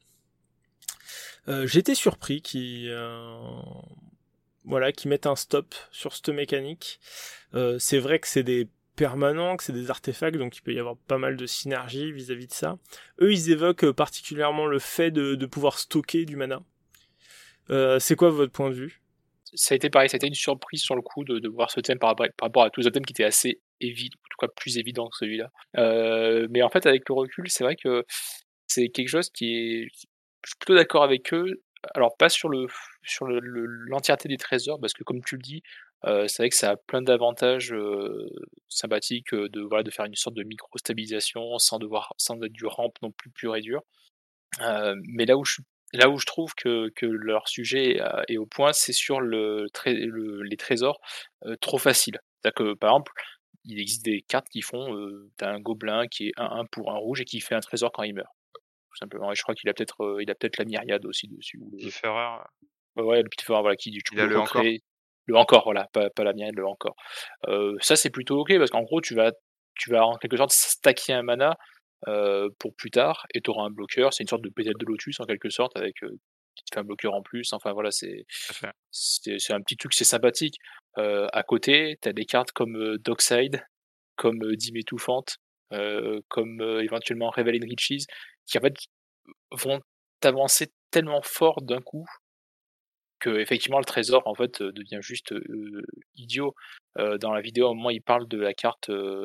Euh, j'étais surpris qu'ils euh, voilà, qui mettent un stop sur cette mécanique. Euh, c'est vrai que c'est des permanents, que c'est des artefacts, donc il peut y avoir pas mal de synergie vis-à-vis de ça. Eux, ils évoquent particulièrement le fait de, de pouvoir stocker du mana. Euh, c'est quoi votre point de vue ? Ça a été pareil, ça a été une surprise sur le coup de, de voir ce thème par, rapport- par rapport à tous les autres thèmes qui étaient assez évidents, en tout cas plus évidents que celui-là. Euh, mais en fait, avec le recul, c'est vrai que c'est quelque chose qui est... Je suis plutôt d'accord avec eux. Alors, pas sur le sur le, le- l'entièreté des trésors, parce que comme tu le dis, euh, c'est vrai que ça a plein d'avantages euh, sympathiques euh, de, voilà, de faire une sorte de micro-stabilisation sans devoir sans être du ramp non plus pur et dur. Euh, mais là où je suis Là où je trouve que, que leur sujet euh, est au point, c'est sur le, tré- le- les trésors euh, trop faciles. C'est-à-dire que, par exemple, il existe des cartes qui font, euh, t'as un gobelin qui est un un pour un rouge et qui fait un trésor quand il meurt, tout simplement. Et je crois qu'il a peut-être euh, il a peut-être la myriade aussi dessus. Ou le... Différeur. Ouais, ouais, le petit fort, voilà, qui du Il a coup le encore. recrée. le encore, voilà, pas, pas la mienne, le encore. Euh, ça, c'est plutôt ok, parce qu'en gros, tu vas, tu vas en quelque sorte stacker un mana euh, pour plus tard, et tu auras un bloqueur. C'est une sorte de pétale de lotus, en quelque sorte, avec euh, qui te fait un bloqueur en plus. Enfin, voilà, c'est, Tout à fait. c'est, c'est un petit truc, c'est sympathique. Euh, à côté, tu as des cartes comme euh, Dockside, comme euh, Dîme étouffante, euh, comme euh, éventuellement Reveling Riches, qui en fait vont t'avancer tellement fort d'un coup que effectivement le trésor en fait euh, devient juste euh, idiot. Euh, dans la vidéo, à un moment, il parle de la carte, euh,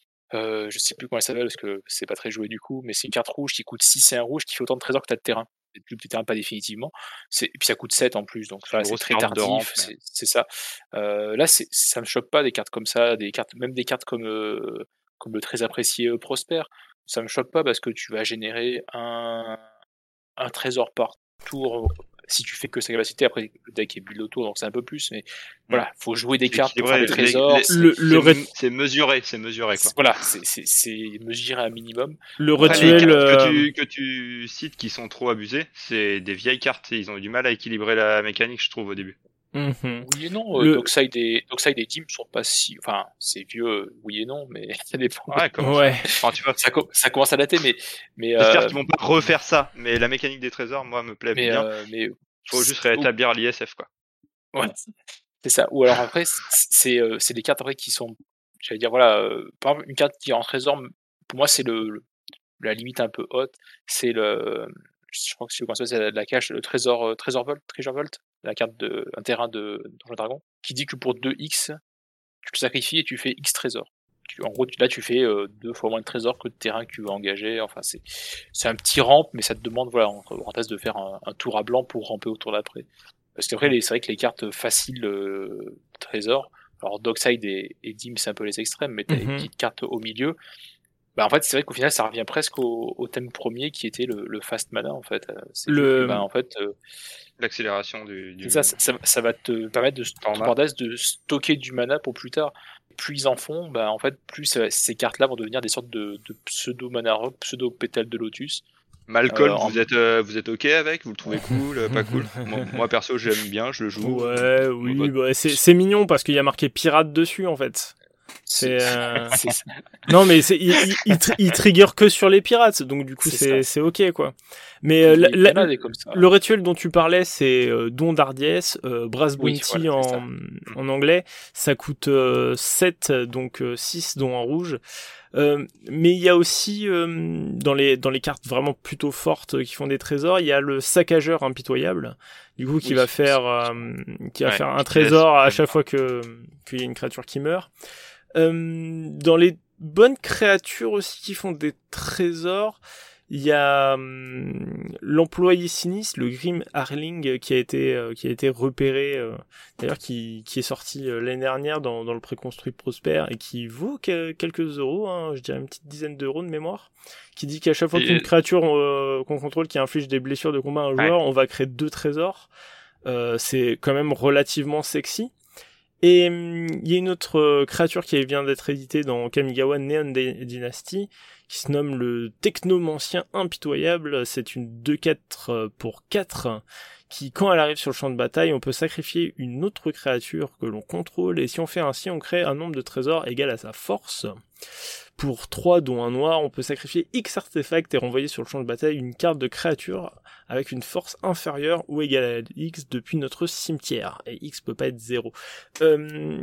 euh, je sais plus comment elle s'appelle parce que c'est pas très joué du coup, mais c'est une carte rouge qui coûte six et un rouge qui fait autant de trésors que t'as de terrain. Et plus de terrain, pas définitivement. C'est, et puis ça coûte sept en plus, donc C'est voilà, une c'est grosse très carte de rampe, tardif, mais... c'est, c'est ça. Euh, là, c'est, ça me choque pas des cartes comme ça, des cartes, même des cartes comme, euh, comme le très apprécié euh, Prosper. Ça me choque pas parce que tu vas générer un, un trésor par tour si tu fais que sa capacité. Après, le deck est build autour, donc c'est un peu plus, mais voilà, faut jouer des C'est cartes pour faire équilibré. des Les- trésors. les- c'est, Le, c'est, le, ré- c'est mesuré, c'est mesuré, quoi. c'est- voilà, c'est, c'est, c'est mesuré à un minimum. le Euh, Après, les rituel... cartes que euh, tu, que tu cites qui sont trop abusées, c'est des vieilles cartes. Ils ont eu du mal à équilibrer la mécanique, je trouve, au début. mhm. Oui et non, euh, Le... Dockside et, Dockside et Dim sont pas si, enfin, c'est vieux, euh, oui et non, mais ça dépend. Ouais, comment Ouais. ça... Enfin, tu vois, Ça, co- ça commence à dater, mais, mais, j'espère euh, qu'ils vont pas refaire ça, mais la mécanique des trésors, moi, me plaît mais, bien. euh, mais, Faut juste c'est- rétablir l'I S F, quoi. ouais, c'est ça. Ou alors après, c'est, c'est, euh, c'est des cartes après qui sont, j'allais dire, voilà, euh, par exemple, une carte qui est en trésor, pour moi, c'est le, le- la limite un peu haute, c'est le, je crois que c'est, c'est la, la cache, le trésor, euh, trésor Vault, Treasure Vault, la carte de, un terrain de Donjon Dragon, qui dit que pour deux X, tu le sacrifies et tu fais X trésors. Tu, en gros, tu, là, tu fais euh, deux fois moins de trésors que de terrain que tu veux engager. Enfin, c'est, c'est un petit ramp, mais ça te demande, voilà, en parenthèse, de faire un, un tour à blanc pour ramper autour d'après. Parce qu'après, les- c'est vrai que les cartes faciles euh, trésors, alors Dockside et, et Dim, c'est un peu les extrêmes, mais t'as Mhm. les petites cartes au milieu. Bah, en fait, c'est vrai qu'au final, ça revient presque au, au thème premier qui était le, le fast mana, en fait. Euh, C'est juste que, Le... bah, en fait, euh, L'accélération du, du... c'est ça, ça, ça- ça va te permettre de, Format. parenthèse, de stocker du mana pour plus tard. Plus ils en font, bah, en fait, plus ça- ces cartes-là vont devenir des sortes de, de pseudo mana rock, pseudo pétales de lotus. Malcolm, Euh, en- vous êtes euh, vous êtes ok avec? Vous le trouvez cool, euh, pas cool? moi, moi, perso, j'aime bien, je le joue. Ouais, Moi, oui, bah, bah, c'est, c'est mignon parce qu'il y a marqué pirate dessus en fait. C'est C'est, euh, c'est ça. Non, mais c'est, il, il, il, tr- il trigger que sur les pirates, donc du coup C'est c'est, ça. c'est ok quoi. Mais euh, Il la- y- il y en la- a des comme ça. le rituel dont tu parlais, c'est euh, Don d'Hardiès, euh, Brass Oui, Bounty voilà, c'est ça. en, en anglais. Ça coûte euh, sept, donc euh, six dons en rouge. Euh, mais il y a aussi euh, dans les dans les cartes vraiment plutôt fortes euh, qui font des trésors, il y a le saccageur impitoyable, du coup qui Oui, va faire c'est- euh, qui va Ouais, faire un qui trésor à laisse- chaque fois que qu'il y a une créature qui meurt. Euh, dans les bonnes créatures aussi qui font des trésors, il y a hum, l'employé sinistre, le Grim Harling, qui a été euh, qui a été repéré, euh, d'ailleurs qui qui est sorti euh, l'année dernière dans dans le préconstruit Prosper et qui vaut que- quelques euros, hein, je dirais une petite dizaine d'euros de mémoire, qui dit qu'à chaque fois Et- qu'une créature euh, qu'on contrôle qui inflige des blessures de combat à un joueur, on va créer deux trésors. Euh, c'est quand même relativement sexy. Et il hum, y a une autre euh, créature qui vient d'être éditée dans Kamigawa Neon Dy- Dynasty, qui se nomme le Technomancien Impitoyable. C'est une deux quatre pour quatre, qui, quand elle arrive sur le champ de bataille, on peut sacrifier une autre créature que l'on contrôle, et si on fait ainsi, on crée un nombre de trésors égal à sa force. Pour trois, dont un noir, on peut sacrifier X artefacts et renvoyer sur le champ de bataille une carte de créature avec une force inférieure ou égale à X depuis notre cimetière. Et X peut pas être zéro. Euh,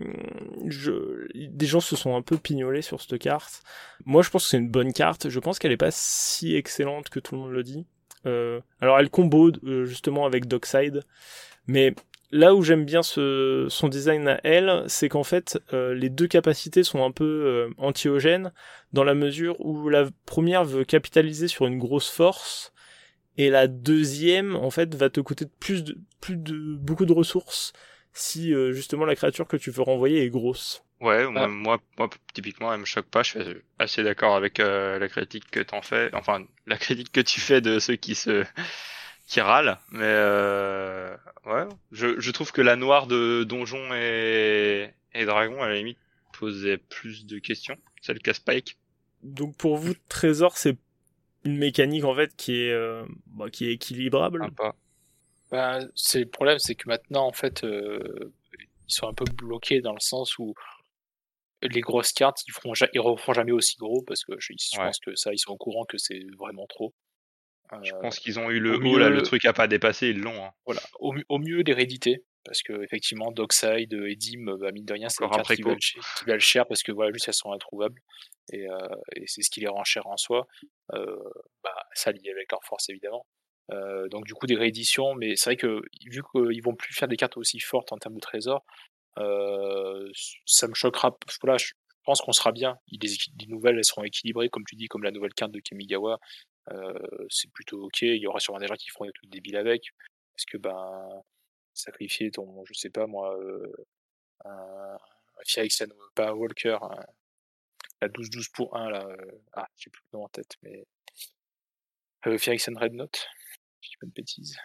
je... Des gens se sont un peu pignolés sur cette carte. Moi, je pense que c'est une bonne carte. Je pense qu'elle est pas si excellente que tout le monde le dit. Euh, alors, elle combo euh, justement avec Dockside. Mais là où j'aime bien ce, son design à elle, c'est qu'en fait, euh, les deux capacités sont un peu euh, antiogènes, dans la mesure où la première veut capitaliser sur une grosse force, et la deuxième, en fait, va te coûter plus de, plus de, beaucoup de ressources, si euh, justement la créature que tu veux renvoyer est grosse. Ouais, moi, Ah. moi, moi, typiquement, elle me choque pas. Je suis assez d'accord avec euh, la critique que t'en fais. Enfin, la critique que tu fais de ceux qui se qui râlent. Mais euh, ouais, je, je trouve que la noire de Donjon et, et Dragon, à la limite, posait plus de questions. Celle qu'a Spike. Donc pour vous, Trésor, c'est une mécanique en fait qui est, euh, bah, qui est équilibrable. Sympa. Ben, c'est le problème, c'est que maintenant, en fait, euh, ils sont un peu bloqués dans le sens où les grosses cartes, ils feront ja- ils referont jamais aussi gros parce que je, je Ouais. pense que ça, ils sont au courant que c'est vraiment trop. Je Euh, pense qu'ils ont eu au le haut là, le mieux, truc à pas dépasser, ils l'ont. Hein. voilà, au, mieux- au mieux l'hérédité, parce que effectivement, Dockside et Dim, bah, mine de rien, c'est des Encore un cartes qui préco. valent, ch- qui valent cher parce que voilà, juste elles sont introuvables et, euh, et c'est ce qui les rend chères en soi. Euh, bah, ça lié avec leur force évidemment. Euh, donc du coup des rééditions, mais c'est vrai que vu qu'ils vont plus faire des cartes aussi fortes en termes de trésors, euh, ça me choquera. Voilà, je pense qu'on sera bien. Les, les nouvelles, elles seront équilibrées, comme tu dis, comme la nouvelle carte de Kamigawa. Euh, c'est plutôt ok. Il y aura sûrement des gens qui feront des trucs débiles avec, parce que ben sacrifier ton, je sais pas moi, euh, un, un Phyrexian, pas un Walker, un, la douze douze pour un là. Euh, ah, j'ai plus le nom en tête, mais euh, Phyrexian Red Note, si je dis pas de bêtises.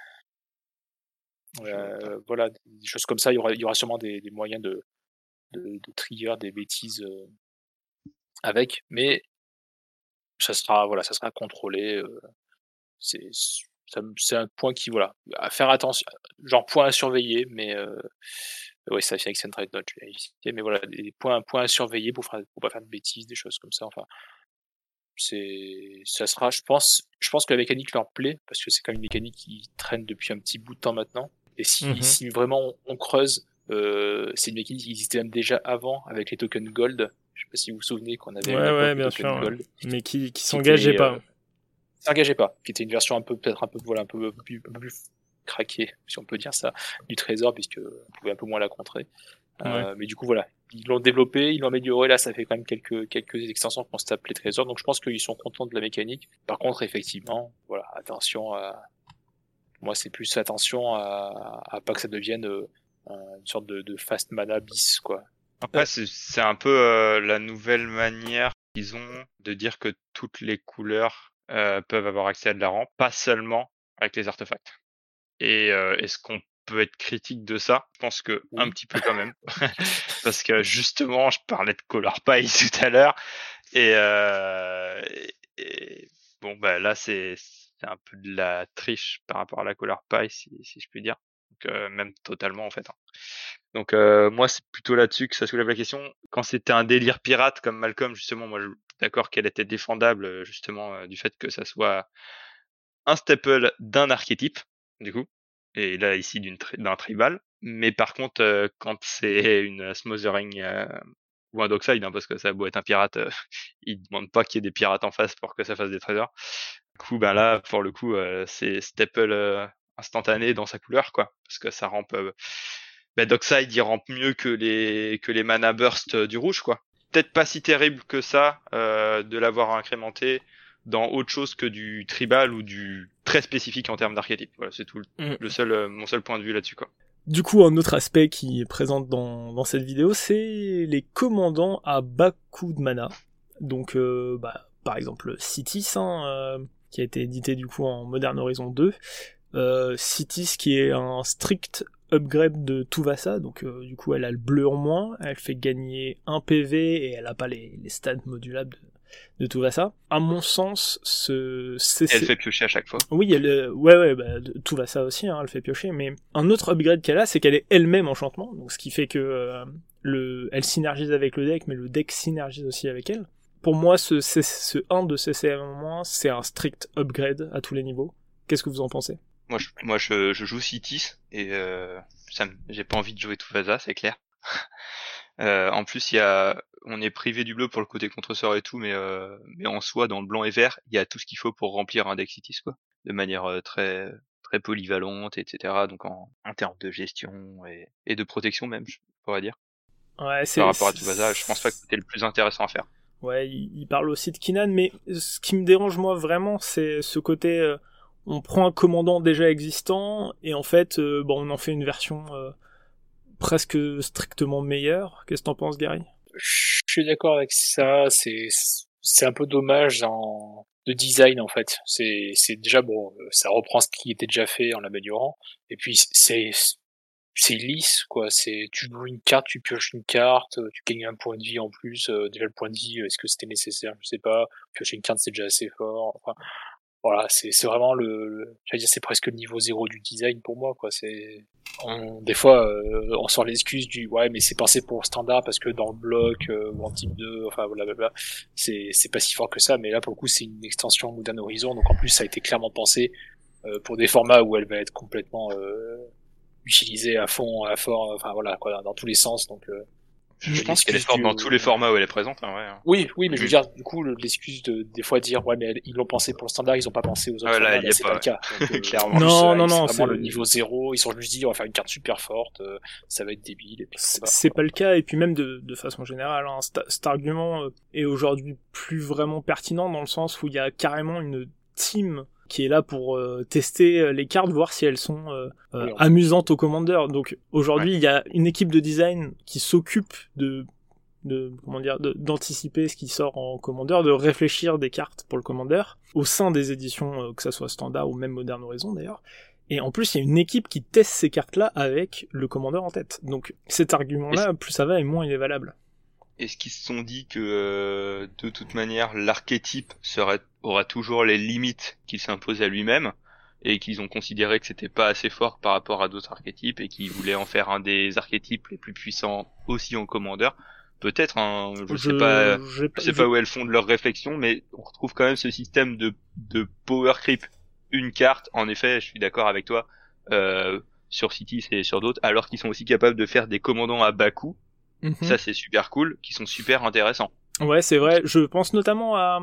Euh, voilà, des choses comme ça. Il y aura, il y aura sûrement des, des moyens de, de, de trigger des bêtises. Euh, avec, mais ça sera voilà, ça sera contrôlé. Euh, c'est c'est un point qui voilà, à faire attention, genre point à surveiller, mais euh, ouais, ça fait Accent Red Note, je vais vérifier, mais voilà, des points, points à surveiller pour faire, pour pas faire de bêtises, des choses comme ça. Enfin, c'est ça sera, je pense, je pense que la mécanique leur plaît parce que c'est quand même une mécanique qui traîne depuis un petit bout de temps maintenant. Et si, Mhm. si vraiment on, on creuse, euh, c'est une mécanique qui existait même déjà avant avec les tokens Gold. Je sais pas si vous vous souvenez qu'on avait à une Ouais, ouais, époque les bien sûr, tokens ouais. Gold Mais qui, qui qui s'engageait était pas. euh, s'engageait pas, qui était une version un peu peut-être un peu voilà un peu, un peu plus, un peu plus craquée, si on peut dire ça, du trésor puisque on pouvait un peu moins la contrer. Ouais. Euh, mais du coup voilà, ils l'ont développé, ils l'ont amélioré. Là, ça fait quand même quelques quelques extensions qu'on se tape les trésors, donc je pense qu'ils sont contents de la mécanique. Par contre, effectivement, voilà, attention à moi, c'est plus attention à, à pas que ça devienne euh, une sorte de, de fast mana bis quoi. Après, c'est c'est un peu euh, la nouvelle manière qu'ils ont de dire que toutes les couleurs euh, peuvent avoir accès à de la rampe, pas seulement avec les artefacts. Et euh, est-ce qu'on peut être critique de ça? Je pense que un Oui. petit peu quand même, parce que justement, je parlais de Color Pie tout à l'heure, et, euh, et, et bon, bah là, c'est c'est un peu de la triche par rapport à la Color Pie, si, si je puis dire. Donc euh, même totalement en fait. Hein. Donc euh, moi, c'est plutôt là-dessus que ça soulève la question. Quand c'était un délire pirate comme Malcolm, justement, moi, je suis d'accord qu'elle était défendable, justement, euh, du fait que ça soit un staple d'un archétype, du coup, et là ici d'une tri- d'un tribal. Mais par contre, euh, quand c'est une Smothering euh, ou un Dockside, hein, parce que ça a beau être un pirate, euh, il demande pas qu'il y ait des pirates en face pour que ça fasse des trésors. Du coup, ben là, pour le coup, euh, c'est staple euh, instantané dans sa couleur, quoi, parce que ça rampe. Euh, ben Dockside, il rampe mieux que les que les mana burst du rouge, quoi. Peut-être pas si terrible que ça euh, de l'avoir incrémenté dans autre chose que du tribal ou du très spécifique en termes d'archétype. Voilà, c'est tout le, Mm. le seul, euh, mon seul point de vue là-dessus, quoi. Du coup, un autre aspect qui est présent dans, dans cette vidéo, c'est les commandants à bas coût de mana. Donc, euh, bah, par exemple, Citis, hein, euh, qui a été édité du coup en Modern Horizon deux. Euh, Citis qui est un strict upgrade de Tuvasa, donc euh, du coup elle a le bleu en moins, elle fait gagner un P V et elle a pas les, les stats modulables de, de Tuvasa. À mon sens, ce C C... Et elle fait piocher à chaque fois. Oui, elle, euh, ouais, ouais, bah, Tuvasa aussi, hein, elle fait piocher, mais un autre upgrade qu'elle a, c'est qu'elle est elle-même enchantement, donc ce qui fait que euh, le, elle synergise avec le deck, mais le deck synergise aussi avec elle. Pour moi, ce, ce, ce un de C C M en moins, c'est un strict upgrade à tous les niveaux. Qu'est-ce que vous en pensez? Moi, je, moi, je, je joue Citis et euh, ça me- j'ai pas envie de jouer Tuvasa, c'est clair. Euh, en plus, il y a, on est privé du bleu pour le côté contre-sort et tout, mais euh, mais en soi, dans le blanc et vert, il y a tout ce qu'il faut pour remplir un deck Citis, quoi, de manière euh, très très polyvalente, et cetera. Donc en, en termes de gestion et, et de protection même, je pourrais dire. Ouais, Par c'est, rapport à Tuvasa, je pense pas que c'est- c'était le plus intéressant à faire. Ouais, il, il parle aussi de Kinan, mais ce qui me dérange moi vraiment, c'est ce côté, euh, on prend un commandant déjà existant et en fait, euh, bon, on en fait une version euh, presque strictement meilleure. Qu'est-ce que t'en penses, Gary? Je suis d'accord avec ça. C'est c'est un peu dommage en de design en fait. C'est c'est déjà bon, euh, ça reprend ce qui était déjà fait en l'améliorant. Et puis c'est c'est lisse quoi. C'est tu joues une carte, tu pioches une carte, euh, tu gagnes un point de vie en plus. Euh, déjà le point de vie, est-ce que c'était nécessaire? Je sais pas. Piocher une carte c'est déjà assez fort. Enfin, voilà, c'est c'est vraiment le, le j'allais dire c'est presque le niveau zéro du design pour moi quoi. C'est on, des fois euh, on sort l'excuse du ouais mais c'est pensé pour standard parce que dans le bloc euh, ou en type deux enfin blablabla c'est c'est pas si fort que ça, mais là pour le coup c'est une extension Modern Horizon, donc en plus ça a été clairement pensé euh, pour des formats où elle va être complètement euh, utilisée à fond à fort, enfin voilà quoi, dans, dans tous les sens, donc euh, Je, je pense qu'elle est forte dans tous les formats où elle est présente, hein, ouais. Oui, oui, mais je veux dire, du coup, l'excuse de des fois dire ouais, mais ils l'ont pensé pour le standard, ils ont pas pensé aux autres. Ah, là, formats, il y là, a c'est pas, pas le cas. Donc, euh, clairement. plus, Non, euh, non, c'est non, vraiment c'est- le niveau zéro. Ils sont juste dit on va faire une carte super forte, euh, ça va être débile. Et puis, C'est bah, c'est voilà. pas le cas, et puis même de, de façon générale, hein, cet, cet argument euh, est aujourd'hui plus vraiment pertinent dans le sens où il y a carrément une team qui est là pour euh, tester euh, les cartes, voir si elles sont euh, euh, Oui, on- amusantes aux commandeurs. Donc aujourd'hui, il y a une équipe de design qui s'occupe de de comment dire de- d'anticiper ce qui sort en commandeur, de réfléchir des cartes pour le commandeur au sein des éditions, euh, que ça soit standard ou même Modern Horizon d'ailleurs. Et en plus, il y a une équipe qui teste ces cartes-là avec le commandeur en tête. Donc cet argument-là, plus ça va et moins il est valable. Est-ce qu'ils se sont dit que euh, de toute manière l'archétype serait aura toujours les limites qu'il s'impose à lui-même et qu'ils ont considéré que c'était pas assez fort par rapport à d'autres archétypes et qu'ils voulaient en faire un des archétypes les plus puissants aussi en commandeur? Peut-être, hein, je, sais pas, j'ai je sais pas où elles font de leur réflexion, mais on retrouve quand même ce système de de power creep, une carte. En effet, je suis d'accord avec toi. Euh, sur Cities et sur d'autres, alors qu'ils sont aussi capables de faire des commandants à bas coût. Mhm. Ça, c'est super cool, qui sont super intéressants. Ouais, c'est vrai. Je pense notamment à,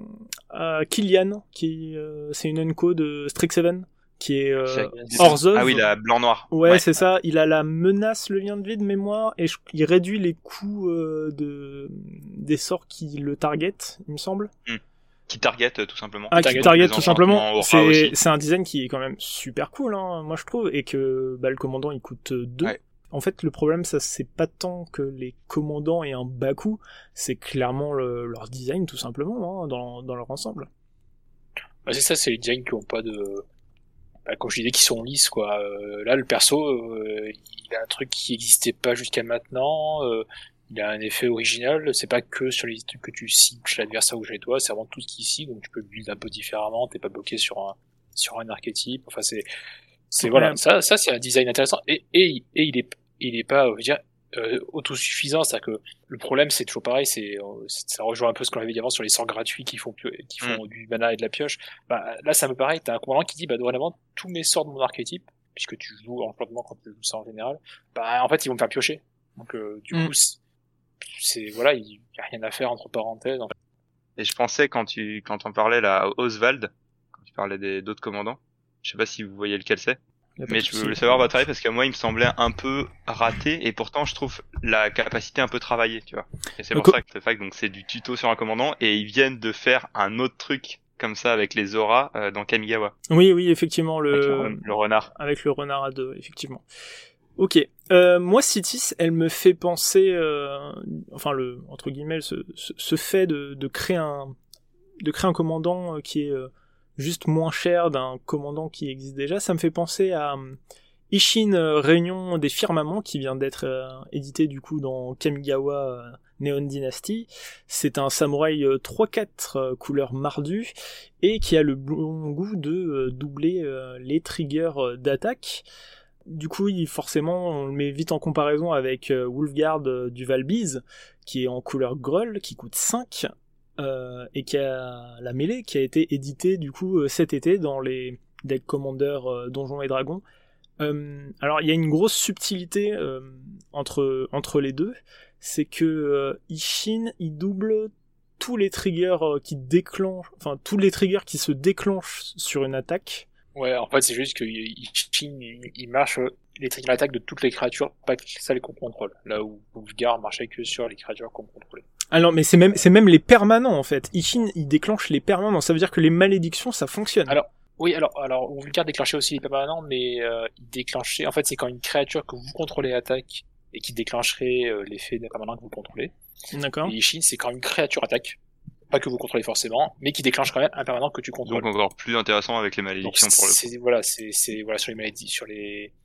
à Killian, qui euh, c'est une Enco de Strixhaven, qui est euh, Orzhov. Ah oui, la blanc-noir. Ouais, Ouais. c'est ça. Il a la menace, le lien de vie de mémoire, et je- il réduit les coûts euh, de des sorts qui le target, il me semble. Qui target, euh, tout simplement. Ah, qui Target target les tout enchantements simplement. aura C'est aussi. c'est un design qui est quand même super cool, hein, moi je trouve, et que bah, le commandant il coûte deux. Ouais. En fait, le problème, ça c'est pas tant que les commandants aient un bas coût, c'est clairement le- leur design tout simplement, hein, dans dans leur ensemble. Bah, c'est ça, c'est les designs qui ont pas de, bah, comme je disais, qui sont lisses quoi. Euh, là, le perso, euh, il a un truc qui existait pas jusqu'à maintenant. Euh, il a un effet original. C'est pas que sur les trucs que tu cibles chez l'adversaire ou chez toi, c'est vraiment tout ce qui ici. Donc tu peux build un peu différemment. T'es pas bloqué sur un sur un archétype. Enfin, c'est c'est Ouais. voilà. Ça, ça c'est un design intéressant. Et et et il est il est pas, je veux dire, euh, autosuffisant. C'est-à-dire que le problème, c'est toujours pareil. C'est ça rejoint un peu ce qu'on avait dit avant sur les sorts gratuits qui font qui font Mm. du mana et de la pioche. Bah, là, ça me pareil, t'as un commandant qui dit, bah, dorénavant, tous mes sorts de mon archétype, puisque tu joues enchantement quand tu joues ça en général, bah, en fait, ils vont me faire piocher. Donc, euh, du Mm. coup, c'est, c'est, voilà, il y a rien à faire entre parenthèses, en fait. Et je pensais, quand tu, quand on parlait là, à Oswald, quand tu parlais des, d'autres commandants, je sais pas si vous voyez lequel c'est. Y a pas Mais de je souci. voulais savoir votre avis parce que moi il me semblait un peu raté et pourtant je trouve la capacité un peu travaillée, tu vois. Et c'est Le pour co- ça que le fact donc c'est du tuto sur un commandant et ils viennent de faire un autre truc comme ça avec les auras euh, dans Kamigawa, Oui, oui, effectivement, avec le, le ren- le renard. avec le renard à deux, effectivement. Ok. Euh, moi, Cities, elle me fait penser, euh, enfin le entre guillemets, ce, ce, ce fait de, de créer un de créer un commandant euh, qui est euh, juste moins cher d'un commandant qui existe déjà, ça me fait penser à euh, Ishin euh, Réunion des Firmaments qui vient d'être euh, édité du coup dans Kamigawa euh, Neon Dynasty. C'est un samouraï euh, trois quatre euh, couleur mardu et qui a le bon goût de euh, doubler euh, les triggers euh, d'attaque. Du coup, il, forcément, on le met vite en comparaison avec euh, Wolfguard euh, du Valbiz, qui est en couleur Grull, qui coûte cinq, euh, et qui a la mêlée, qui a été édité du coup euh, cet été dans les Deck Commander euh, Donjons et Dragons. Euh, alors, il y a une grosse subtilité euh, entre, entre les deux, c'est que euh, Ishin, il double tous les triggers euh, qui déclenchent, enfin tous les triggers qui se déclenchent sur une attaque. Ouais, en fait, c'est juste que Ishin, il, il marche, euh, les triggers d'attaque de toutes les créatures, pas que celles qu'on contrôle. Là où Wolfguard marchait que sur les créatures qu'on contrôlait. Alors, mais c'est même, c'est même les permanents, en fait. Ishin, il déclenche les permanents. Ça veut dire que les malédictions, ça fonctionne. Alors, oui, alors, alors, Wolfguard déclenchait aussi les permanents, mais, euh, il déclenchait, en fait, c'est quand une créature que vous contrôlez attaque, et qui déclencherait euh, l'effet des permanents que vous contrôlez. D'accord. Et Ishin, c'est quand une créature attaque. Pas que vous contrôlez forcément, mais qui déclenche quand même un permanent que tu contrôles. Donc encore plus intéressant avec les malédictions Donc, pour le coup. c'est, voilà, c'est, c'est, voilà, sur les malédictions, sur les,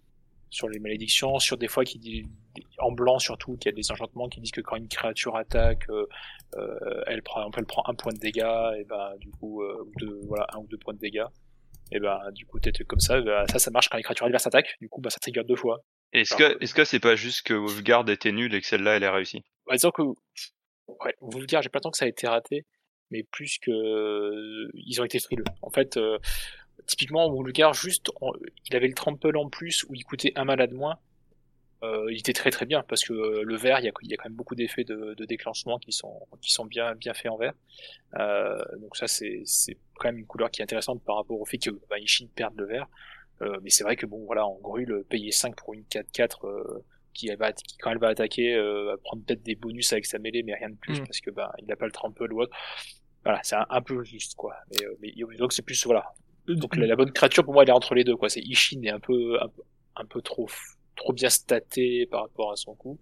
sur les malédictions, sur des fois qui dit en blanc surtout, qu'il y a des enchantements qui disent que quand une créature attaque, euh, euh, elle prend, elle prend un point de dégâts, et ben du coup, euh, ou deux, voilà, un ou deux points de dégâts. Et ben du coup, t'es comme ça, ben, ça, ça marche quand les créatures adverses attaquent. Du coup, ben ça trigger deux fois. Est-ce que, est-ce que c'est pas juste que Wolfguard était nul et que celle-là elle est réussie? Bah, disons que, ouais, Wolfguard, j'ai pas tant que ça a été raté, mais plus que euh, ils ont été frileux. En fait, euh, typiquement Wolfguard, juste, on, il avait le trample en plus où il coûtait un malade moins. Euh, il était très très bien parce que euh, le vert, il y a, il y a quand même beaucoup d'effets de, de déclenchement qui sont qui sont bien bien faits en vert. Euh, donc ça c'est c'est quand même une couleur qui est intéressante par rapport au fait que bah, Ishin perde le vert. Euh, mais c'est vrai que bon voilà, en Grul, payer cinq pour une quatre quatre euh, qui, va, qui quand elle va attaquer euh, va prendre peut-être des bonus avec sa mêlée mais rien de plus, mmh. parce que bah il a pas le trample ou autre. Voilà, c'est un, un peu juste quoi. Mais, euh, mais donc c'est plus voilà. Donc la, la bonne créature pour moi elle est entre les deux quoi. C'est Ishin est un peu un, un peu trop trop bien staté par rapport à son coup,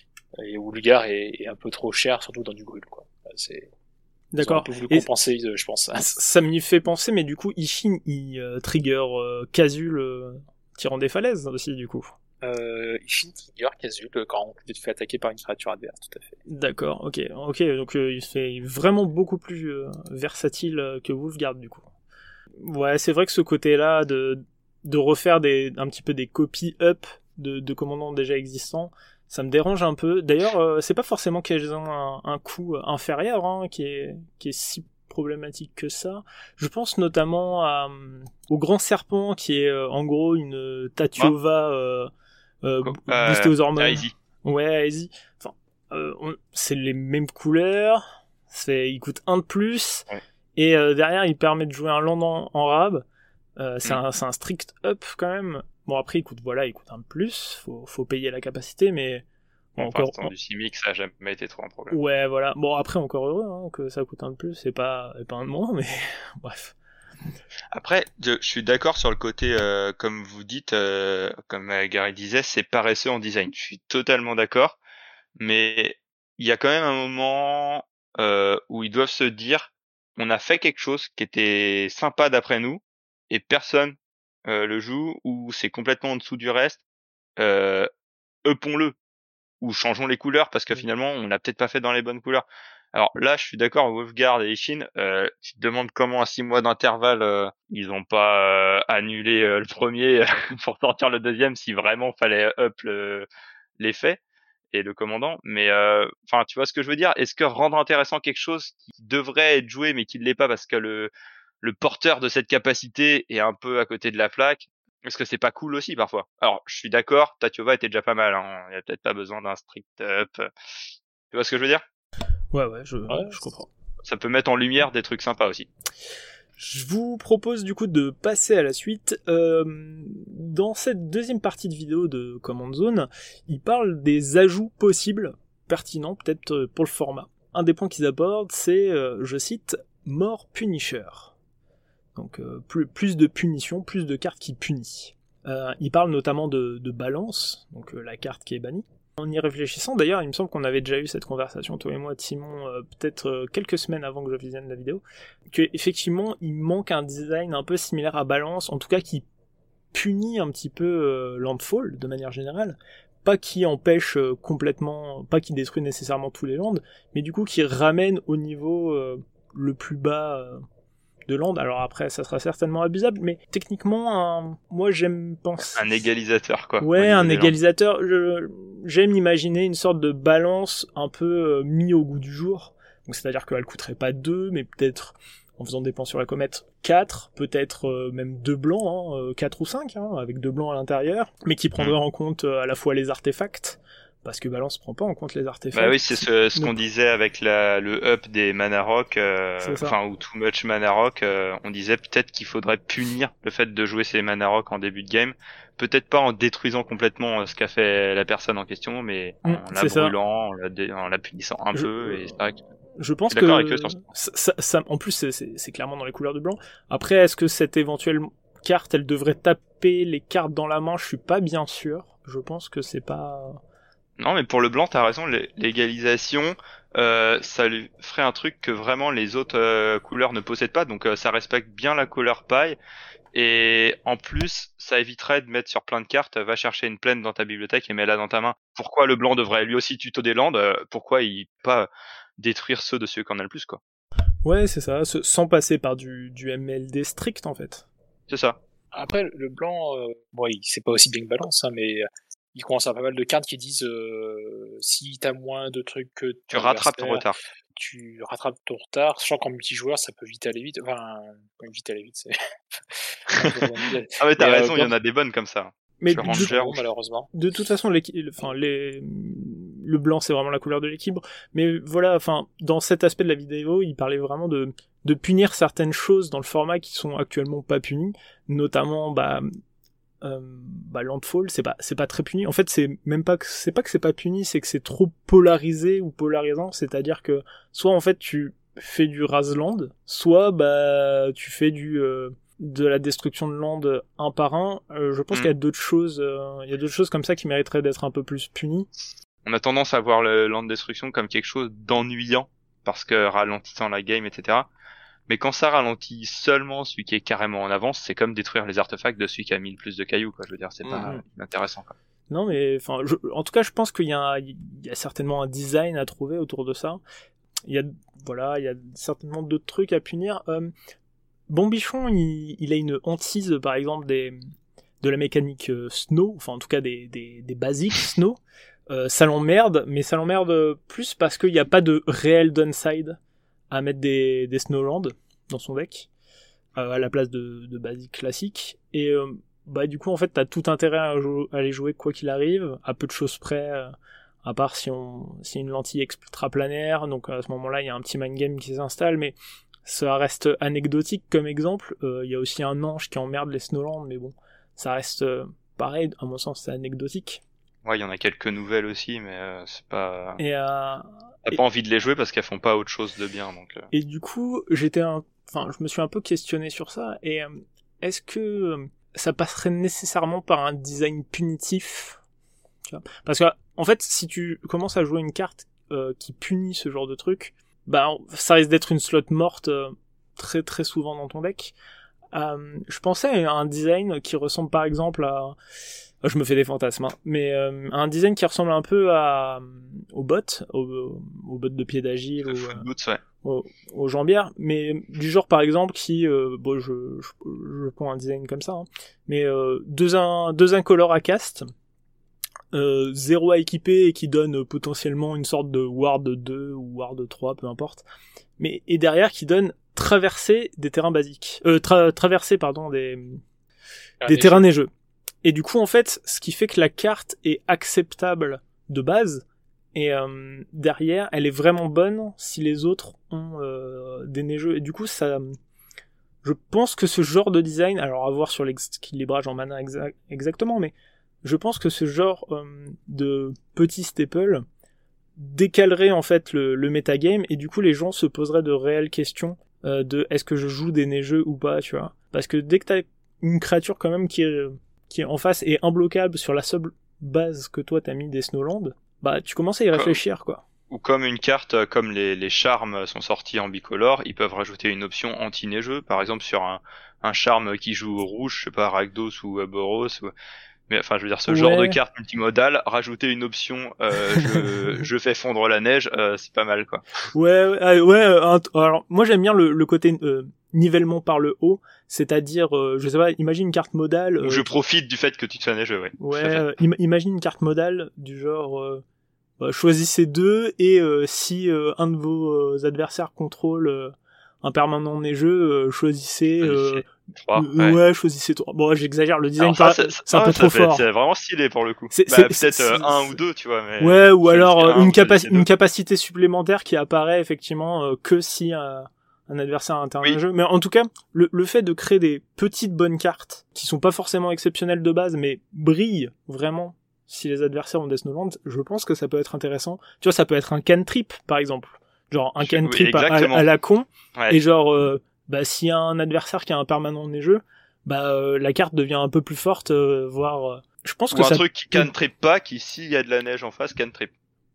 et Wolfguard est, est un peu trop cher, surtout dans du Grul quoi. C'est D'accord. Ils ont un peu voulu compenser, et je pense. Ça m'y fait penser, mais du coup, Ishin, il euh, trigger euh, Kazul euh, tirant des falaises aussi, du coup. Euh, Ishin trigger Kazul quand on te fait attaquer par une créature adverse, tout à fait. D'accord, ok, ok, donc euh, il fait vraiment beaucoup plus euh, versatile euh, que Wolfguard, du coup. Ouais, c'est vrai que ce côté-là de de refaire des un petit peu des copies up de, de commandants déjà existants, ça me dérange un peu. D'ailleurs, euh, c'est pas forcément qu'elles ont un, un coût inférieur hein, qui est qui est si problématique que ça. Je pense notamment à, au grand serpent qui est euh, en gros une Tatiova euh, euh, euh, boostée aux hormones. Aizy. Ouais, Aizy. Enfin, euh, on, c'est les mêmes couleurs. C'est, il coûte un de plus. Ouais. Et euh, derrière, il permet de jouer un land en, en rab. Euh, c'est, mm. un, c'est un strict up quand même. Bon après il coûte voilà il coûte un de plus, faut faut payer la capacité mais bon, encore en... du Simic ça a jamais été trop un problème. Ouais voilà bon après encore heureux hein, que ça coûte un de plus c'est pas et pas un de moins mais bref. Après je, je suis d'accord sur le côté euh, comme vous dites euh, comme Gary disait c'est paresseux en design. Je suis totalement d'accord mais il y a quand même un moment euh, où ils doivent se dire on a fait quelque chose qui était sympa d'après nous et personne Euh, le joue ou c'est complètement en dessous du reste, euh, upons-le ou changeons les couleurs parce que mmh. finalement on l'a peut-être pas fait dans les bonnes couleurs. Alors là je suis d'accord, Wolfguard et Ishin, euh, tu te demandes comment à six mois d'intervalle euh, ils ont pas euh, annulé euh, le premier pour sortir le deuxième si vraiment fallait up le, l'effet et le commandant. Mais enfin euh, tu vois ce que je veux dire, est-ce que rendre intéressant quelque chose qui devrait être joué mais qui ne l'est pas parce que le le porteur de cette capacité est un peu à côté de la plaque. Est-ce que c'est pas cool aussi parfois? Alors, je suis d'accord, Tatiova était déjà pas mal, hein. Il y a peut-être pas besoin d'un strict up. Tu vois ce que je veux dire? Ouais, ouais, je, ouais, je comprends. Ça peut mettre en lumière des trucs sympas aussi. Je vous propose du coup de passer à la suite. Euh, dans cette deuxième partie de vidéo de Command Zone, il parle des ajouts possibles, pertinents peut-être pour le format. Un des points qu'ils abordent, c'est, euh, je cite, More Punisher. Donc euh, plus, plus de punitions, plus de cartes qui punissent. Euh, il parle notamment de, de balance, donc euh, la carte qui est bannie. En y réfléchissant, d'ailleurs, il me semble qu'on avait déjà eu cette conversation, toi et moi, Simon, euh, peut-être euh, quelques semaines avant que je visionne la vidéo, que effectivement, il manque un design un peu similaire à balance, en tout cas qui punit un petit peu euh, Landfall, de manière générale, pas qui empêche euh, complètement, pas qui détruit nécessairement tous les lands, mais du coup qui ramène au niveau euh, le plus bas euh, de land. Alors après ça sera certainement abusable mais techniquement un... moi j'aime penser un égalisateur quoi. Ouais, un égalisateur. Je... j'aime imaginer une sorte de balance un peu euh, mis au goût du jour. Donc c'est-à-dire qu'elle coûterait pas deux mais peut-être en faisant des plans sur la comète quatre, peut-être euh, même deux blancs, hein, euh, quatre ou cinq hein, avec deux blancs à l'intérieur, mais qui prendraient mmh. en compte euh, à la fois les artefacts. Parce que Balance prend pas en compte les artefacts. Bah oui, c'est ce, ce qu'on disait avec la, le up des mana rock, euh, enfin ou too much mana rock. Euh, on disait peut-être qu'il faudrait punir le fait de jouer ces mana rock en début de game. Peut-être pas en détruisant complètement ce qu'a fait la personne en question, mais en mmh, la brûlant, en la, dé, en la punissant un je, peu. Et c'est vrai que je pense que ça, ça, ça, en plus c'est, c'est, c'est clairement dans les couleurs de blanc. Après, est-ce que cette éventuelle carte, elle devrait taper les cartes dans la main? Je suis pas bien sûr. Je pense que c'est pas. Non, mais pour le blanc, t'as raison, l'égalisation, euh, ça lui ferait un truc que vraiment les autres euh, couleurs ne possèdent pas, donc euh, ça respecte bien la couleur paille, Et en plus, ça éviterait de mettre sur plein de cartes, va chercher une plaine dans ta bibliothèque et mets-la dans ta main. Pourquoi le blanc devrait lui aussi tuto des landes? Pourquoi il peut pas détruire ceux de ceux qui en a le plus, quoi? Ouais, c'est ça, sans passer par du, du M L D strict, en fait. C'est ça. Après, le blanc, euh, bon, il c'est pas aussi bien que balance, hein, mais il commence à avoir pas mal de cartes qui disent euh, si t'as moins de trucs que tu rattrapes ton retard. Tu rattrapes ton retard, sachant qu'en multijoueur, ça peut vite aller vite. Enfin, quand vite aller vite, c'est. ah mais t'as mais raison, il euh, y en a des bonnes comme ça. Mais de, Ranger, bon, malheureusement. De toute façon, enfin, les... le blanc, c'est vraiment la couleur de l'équilibre. Mais voilà, enfin, dans cet aspect de la vidéo, il parlait vraiment de, de punir certaines choses dans le format qui sont actuellement pas punies, notamment, bah, euh, bah, Landfall, c'est pas, c'est pas très puni. En fait, c'est même pas que, c'est pas que c'est pas puni, c'est que c'est trop polarisé ou polarisant. C'est-à-dire que, soit en fait, tu fais du Razland, soit, bah, tu fais du, euh, de la destruction de land un par un, euh, je pense mmh. qu'il y a d'autres choses, euh, il y a d'autres choses comme ça qui mériteraient d'être un peu plus punies. On a tendance à voir le land destruction comme quelque chose d'ennuyant, parce que ralentissant la game, et cetera. Mais quand ça ralentit seulement celui qui est carrément en avance, c'est comme détruire les artefacts de celui qui a mis le plus de cailloux, quoi. Je veux dire, c'est mmh. pas intéressant, quoi. Non, mais, enfin, je... en tout cas, je pense qu'il y a, il y a certainement un design à trouver autour de ça. Il y a, voilà, il y a certainement d'autres trucs à punir. Euh, Bombichon, il, il a une hantise, par exemple, des, de la mécanique euh, snow, enfin en tout cas des, des, des basiques snow. Euh, ça l'emmerde, mais ça l'emmerde plus parce qu'il n'y a pas de réel downside à mettre des, des snowlands dans son deck, euh, à la place de, de basiques classiques. Et euh, bah du coup, en fait, t'as tout intérêt à, jou- à les jouer quoi qu'il arrive, à peu de choses près, euh, à part si on si une lentille extraplanaire, donc à ce moment-là, il y a un petit mind game qui s'installe, mais ça reste anecdotique comme exemple. Il euh, y a aussi un ange qui emmerde les Snowlands, mais bon, ça reste euh, pareil, à mon sens, c'est anecdotique. Ouais, il y en a quelques nouvelles aussi, mais euh, c'est pas... Et euh, T'as et... pas envie de les jouer parce qu'elles font pas autre chose de bien, donc... Euh... Et du coup, j'étais un... Enfin, je me suis un peu questionné sur ça, et euh, est-ce que euh, ça passerait nécessairement par un design punitif, tu vois ? Parce que, en fait, si tu commences à jouer une carte euh, qui punit ce genre de truc, bah, ça risque d'être une slot morte euh, très très souvent dans ton deck. Euh, je pensais à un design qui ressemble par exemple à... Je me fais des fantasmes, hein. Mais euh, un design qui ressemble un peu à au bot, au, au bot de pied d'agile, au, ou, boots, ouais. au, aux jambières, mais du genre par exemple qui... Euh, bon, je, je, je prends un design comme ça, hein, mais euh, deux, in, deux incolores à cast, Euh, zéro à équiper et qui donne potentiellement une sorte de ward deux ou ward trois, peu importe, mais et derrière qui donne traverser des terrains basiques, euh, tra- traverser pardon des ah, des terrains neigeux. Et du coup en fait, ce qui fait que la carte est acceptable de base, et euh, derrière elle est vraiment bonne si les autres ont euh, des neigeux. Et du coup ça, je pense que ce genre de design, alors à voir sur l'équilibrage en mana exa- exactement, mais je pense que ce genre euh, de petit staple décalerait en fait le, le metagame, et du coup les gens se poseraient de réelles questions euh, de est-ce que je joue des neigeux ou pas, tu vois. Parce que dès que t'as une créature quand même qui est, qui est en face et imbloquable sur la seule base que toi t'as mis des Snowlands, bah tu commences à y réfléchir, quoi. Ou comme une carte, comme les, les charmes sont sortis en bicolore, ils peuvent rajouter une option anti-neigeux, par exemple sur un, un charme qui joue au rouge, je sais pas, Rakdos ou Boros, ou... mais enfin je veux dire ce ouais. genre de carte multimodale, rajouter une option euh, je, je fais fondre la neige, euh, c'est pas mal, quoi. Ouais, ouais, ouais euh, alors moi j'aime bien le, le côté euh, nivellement par le haut, c'est-à-dire euh, je sais pas, imagine une carte modale. Euh, je profite du fait que tu te fais neigeux, ouais. Ouais, euh, im- imagine une carte modale du genre euh, bah, choisissez deux, et euh, si euh, un de vos euh, adversaires contrôle euh, un permanent neigeux, euh, choisissez euh, trois, ouais. ouais, choisissez trois. Bon, j'exagère, le design, ça, par... c'est, c'est un ah, peu trop fort. C'est vraiment stylé pour le coup. C'est, bah, c'est, peut-être c'est, euh, c'est, un c'est... ou deux, tu vois. Mais ouais, ou alors euh, une, capaci- une deux. capacité supplémentaire qui apparaît effectivement euh, que si euh, un adversaire a un terrain de jeu. Mais en tout cas, le, le fait de créer des petites bonnes cartes qui sont pas forcément exceptionnelles de base, mais brillent vraiment si les adversaires ont des Snowlands, je pense que ça peut être intéressant. Tu vois, ça peut être un cantrip, par exemple. Genre un cantrip oui, à, à la con, ouais. Et genre... Euh, bah s'il y a un adversaire qui a un permanent neigeux, bah euh, la carte devient un peu plus forte, euh, voire euh, je pense ou que un ça truc qui cantrip pas, qui s'il y a de la neige en face cantrip.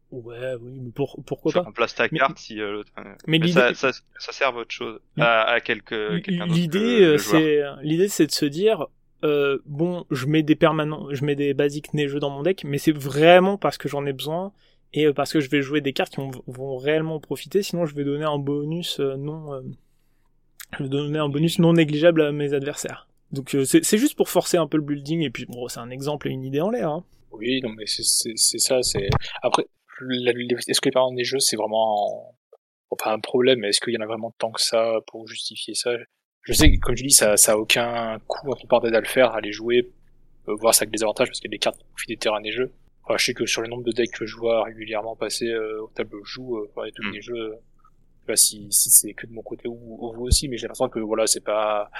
Ouais, oui, mais pour, pourquoi Tu pas. remplaces ta Mais, carte si euh, l'autre. euh, mais Mais l'idée, ça, ça, ça sert à autre chose, à, à quelque, quelqu'un d'autre que l'idée, le, euh, le joueur. c'est, l'idée, c'est de se dire, euh, bon, je mets des permanents, je mets des basiques neigeux dans mon deck, mais c'est vraiment parce que j'en ai besoin et euh, parce que je vais jouer des cartes qui vont, vont réellement profiter. Sinon, je vais donner un bonus euh, non, euh, je vais donner un bonus non négligeable à mes adversaires. Donc euh, c'est, c'est juste pour forcer un peu le building et puis bon, c'est un exemple et une idée en l'air. Hein. Oui, non, mais c'est, c'est, c'est ça, c'est... Après, la- les- est-ce que les parents des jeux, c'est vraiment... Bon, pas un problème, mais est-ce qu'il y en a vraiment tant que ça pour justifier ça? Je sais que, comme je dis, ça, ça a aucun coût entre parenthèses à le faire, à les jouer, euh, voir ça avec des avantages, parce qu'il y a des cartes qui profitent des terrains des jeux. Enfin, je sais que sur le nombre de decks que je vois régulièrement passer euh, au tableau de joue, euh, par les trucs Mm. des jeux, euh, je sais pas si, si c'est que de mon côté ou, ou vous aussi, mais j'ai l'impression que voilà, c'est pas...